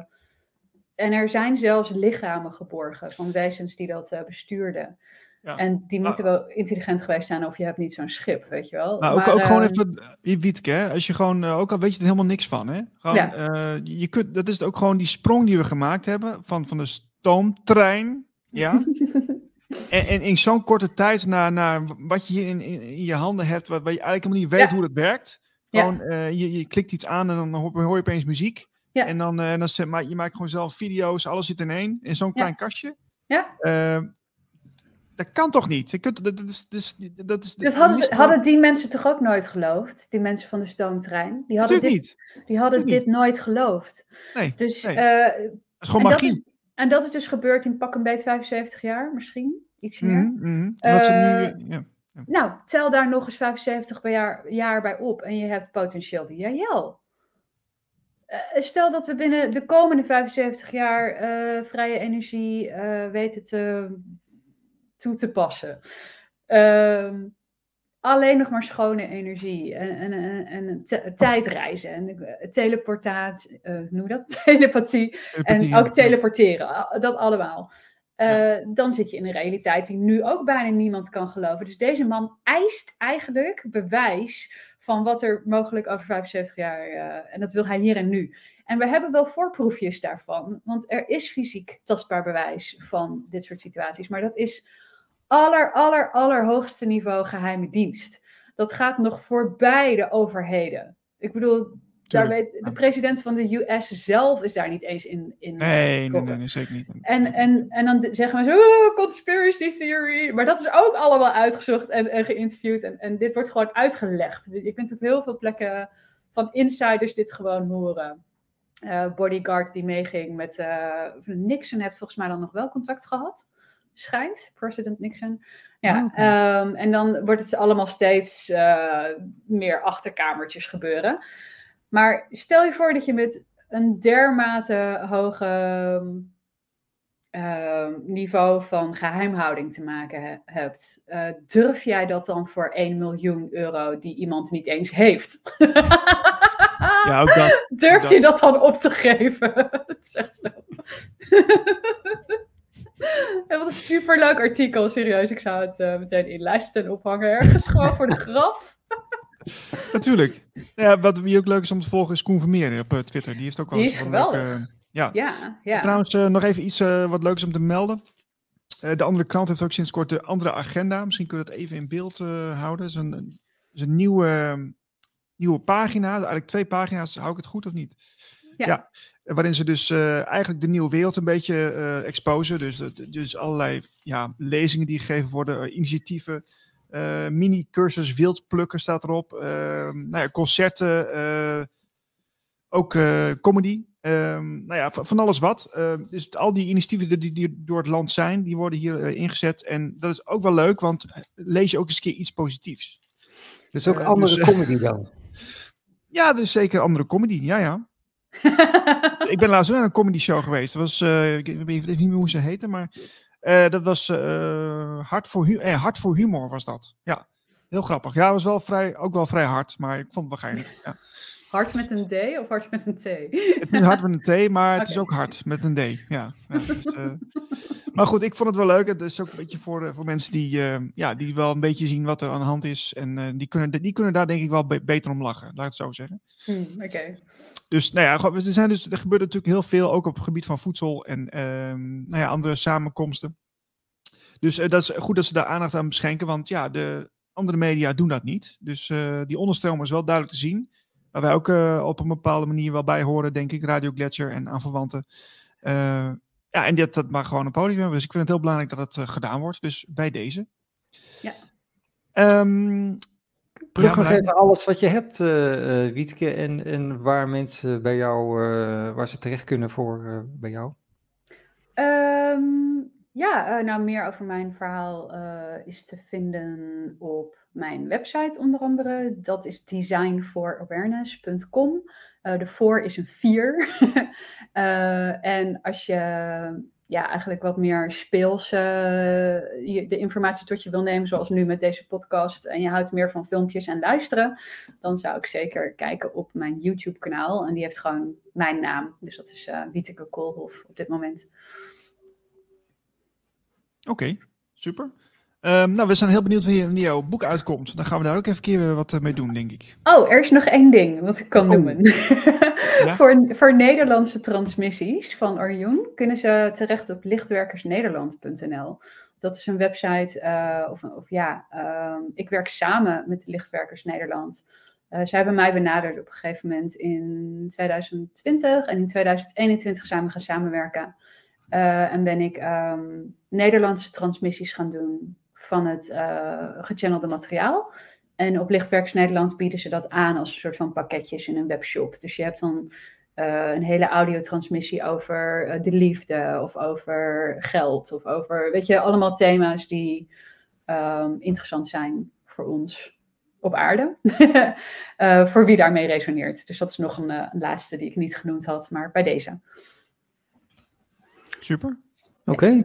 En er zijn zelfs lichamen geborgen van wezens die dat bestuurden. Ja. En die moeten wel intelligent geweest zijn of je hebt niet zo'n schip, weet je wel. Maar ook gewoon even, Wietke, hè? Als je gewoon, ook al weet je er helemaal niks van, hè? Gewoon, je kunt, dat is ook gewoon die sprong die we gemaakt hebben van de stoomtrein, ja? en in zo'n korte tijd naar wat je hier in je handen hebt, waar je eigenlijk helemaal niet weet hoe dat werkt. Gewoon, je klikt iets aan en dan hoor je opeens muziek. Ja. En dan je maakt gewoon zelf video's, alles zit in één, in zo'n klein kastje. Ja. Dat kan toch niet? Hadden die mensen toch ook nooit geloofd? Die mensen van de stoomtrein? Die hadden dit nooit geloofd. Nee. Dus, nee. Dat is gewoon magie. En dat is dus gebeurd in pak een beet 75 jaar, misschien. Iets meer. Nou, tel daar nog eens 75 jaar bij op. En je hebt potentieel die JL. Stel dat we binnen de komende 75 jaar vrije energie weten toe te passen. Alleen nog maar schone energie en tijdreizen en teleportatie, noem je dat? Telepathie en ook teleporteren, dat allemaal. Dan zit je in een realiteit die nu ook bijna niemand kan geloven. Dus deze man eist eigenlijk bewijs van wat er mogelijk over 75 jaar... en dat wil hij hier en nu. En we hebben wel voorproefjes daarvan. Want er is fysiek tastbaar bewijs van dit soort situaties. Maar dat is allerhoogste niveau geheime dienst. Dat gaat nog voorbij de overheden. Ik bedoel, de president van de US zelf is daar niet eens in nee, zeker niet. En dan zeggen we zo, conspiracy theory. Maar dat is ook allemaal uitgezocht en geïnterviewd. En dit wordt gewoon uitgelegd. Je kunt op heel veel plekken van insiders dit gewoon horen. Bodyguard die meeging met Nixon heeft volgens mij dan nog wel contact gehad. Schijnt, president Nixon. Ja, en dan wordt het allemaal steeds meer achterkamertjes gebeuren. Maar stel je voor dat je met een dermate hoge niveau van geheimhouding te maken hebt. Durf jij dat dan voor 1 miljoen euro die iemand niet eens heeft? Ja, ook dat. Durf je dat dan op te geven? Dat is echt zo. Ja, wat een superleuk artikel, serieus. Ik zou het meteen inlijsten en ophangen ergens, gewoon voor de grap. Natuurlijk. Ja, wie ook leuk is om te volgen is Koen Vermeer op Twitter. Die heeft ook wel die is geweldig. Ja. Trouwens, nog even iets wat leuks om te melden. De andere krant heeft ook sinds kort de andere agenda. Misschien kun je dat even in beeld houden. Het is een nieuwe pagina. Eigenlijk 2 pagina's. Hou ik het goed of niet? Ja. Waarin ze dus eigenlijk de nieuwe wereld een beetje exposen. Dus allerlei lezingen die gegeven worden, initiatieven. Mini-cursus wildplukken staat erop. Concerten. Ook comedy. Nou ja, van alles wat. Dus al die initiatieven die door het land zijn, die worden hier ingezet. En dat is ook wel leuk, want lees je ook eens een keer iets positiefs. Dus ook andere comedy dan? Ja, dus zeker andere comedy, ja. Ik ben laatst naar een comedy show geweest. Dat was, ik weet niet meer hoe ze heette, maar dat was Hart voor Humor was dat. Ja, heel grappig. Ja, het was ook wel vrij hard, maar ik vond het wel geinig. Ja. Hard met een D of hard met een T? Het is hard met een T, maar het is ook hard met een D. Ja, dus, maar goed, ik vond het wel leuk. Het is ook een beetje voor mensen die wel een beetje zien wat er aan de hand is. En die kunnen daar denk ik wel beter om lachen, laat ik het zo zeggen. Oké. Dus nou ja, er gebeurt natuurlijk heel veel, ook op het gebied van voedsel en andere samenkomsten. Dus dat is goed dat ze daar aandacht aan schenken, want ja, de andere media doen dat niet. Dus die onderstroom is wel duidelijk te zien. Waar wij ook op een bepaalde manier wel bij horen, denk ik, Radio Gletscher en aanverwanten. En dat mag gewoon een podium hebben. Dus ik vind het heel belangrijk dat het gedaan wordt. Dus bij deze. Ja. Plug nog even alles wat je hebt, Wietke, en waar mensen bij jou, waar ze terecht kunnen voor bij jou. Nou meer over mijn verhaal is te vinden op mijn website onder andere. Dat is designfororawareness.com. De voor is een 4. En als je eigenlijk wat meer speels de informatie tot je wil nemen, zoals nu met deze podcast, en je houdt meer van filmpjes en luisteren, dan zou ik zeker kijken op mijn YouTube kanaal. En die heeft gewoon mijn naam. Dus dat is Wieteke Koolhof op dit moment. Oké, super. We zijn heel benieuwd wanneer jouw boek uitkomt. Dan gaan we daar ook even een keer wat mee doen, denk ik. Oh, er is nog 1 ding wat ik kan noemen. Ja? voor Nederlandse transmissies van Arjoen kunnen ze terecht op lichtwerkersnederland.nl. Dat is een website, ik werk samen met Lichtwerkers Nederland. Zij hebben mij benaderd op een gegeven moment in 2020 en in 2021 zijn we gaan samenwerken. En ben ik Nederlandse transmissies gaan doen van het gechannelde materiaal. En op Lichtwerkers Nederland bieden ze dat aan als een soort van pakketjes in een webshop. Dus je hebt dan een hele audiotransmissie over de liefde of over geld. Of over, allemaal thema's die interessant zijn voor ons op aarde. Voor wie daarmee resoneert. Dus dat is nog een laatste die ik niet genoemd had, maar bij deze. Super. Oké.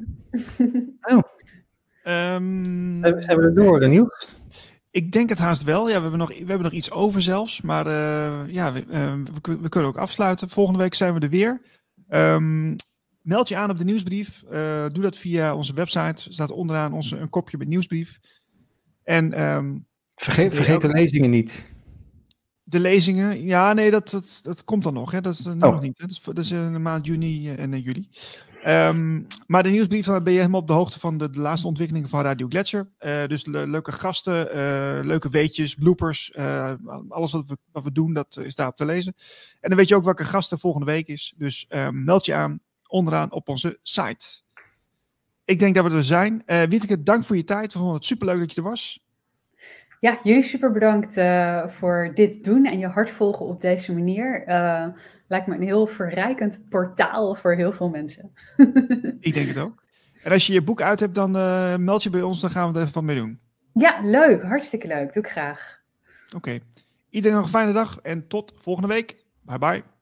Zijn we er door, Niels? Ik denk het haast wel. Ja, we hebben nog iets over zelfs. Maar we kunnen ook afsluiten. Volgende week zijn we er weer. Meld je aan op de nieuwsbrief. Doe dat via onze website. Er staat onderaan een kopje met nieuwsbrief. En vergeet de lezingen niet. De lezingen, ja, nee, dat komt dan nog. Hè. Dat is nog niet. Hè. Dat is in de maand juni en juli. Maar de nieuwsbrief, dan ben je helemaal op de hoogte van de laatste ontwikkelingen van Radio Gletscher. Dus leuke gasten, leuke weetjes, bloopers. Alles wat we doen, dat is daarop te lezen. En dan weet je ook welke gast er volgende week is. Dus meld je aan onderaan op onze site. Ik denk dat we er zijn. Wieteke, dank voor je tijd. We vonden het superleuk dat je er was. Ja, jullie super bedankt voor dit doen en je hart volgen op deze manier. Lijkt me een heel verrijkend portaal voor heel veel mensen. Ik denk het ook. En als je je boek uit hebt, dan meld je bij ons, dan gaan we er even wat mee doen. Ja, leuk. Hartstikke leuk. Doe ik graag. Oké. Iedereen nog een fijne dag en tot volgende week. Bye bye.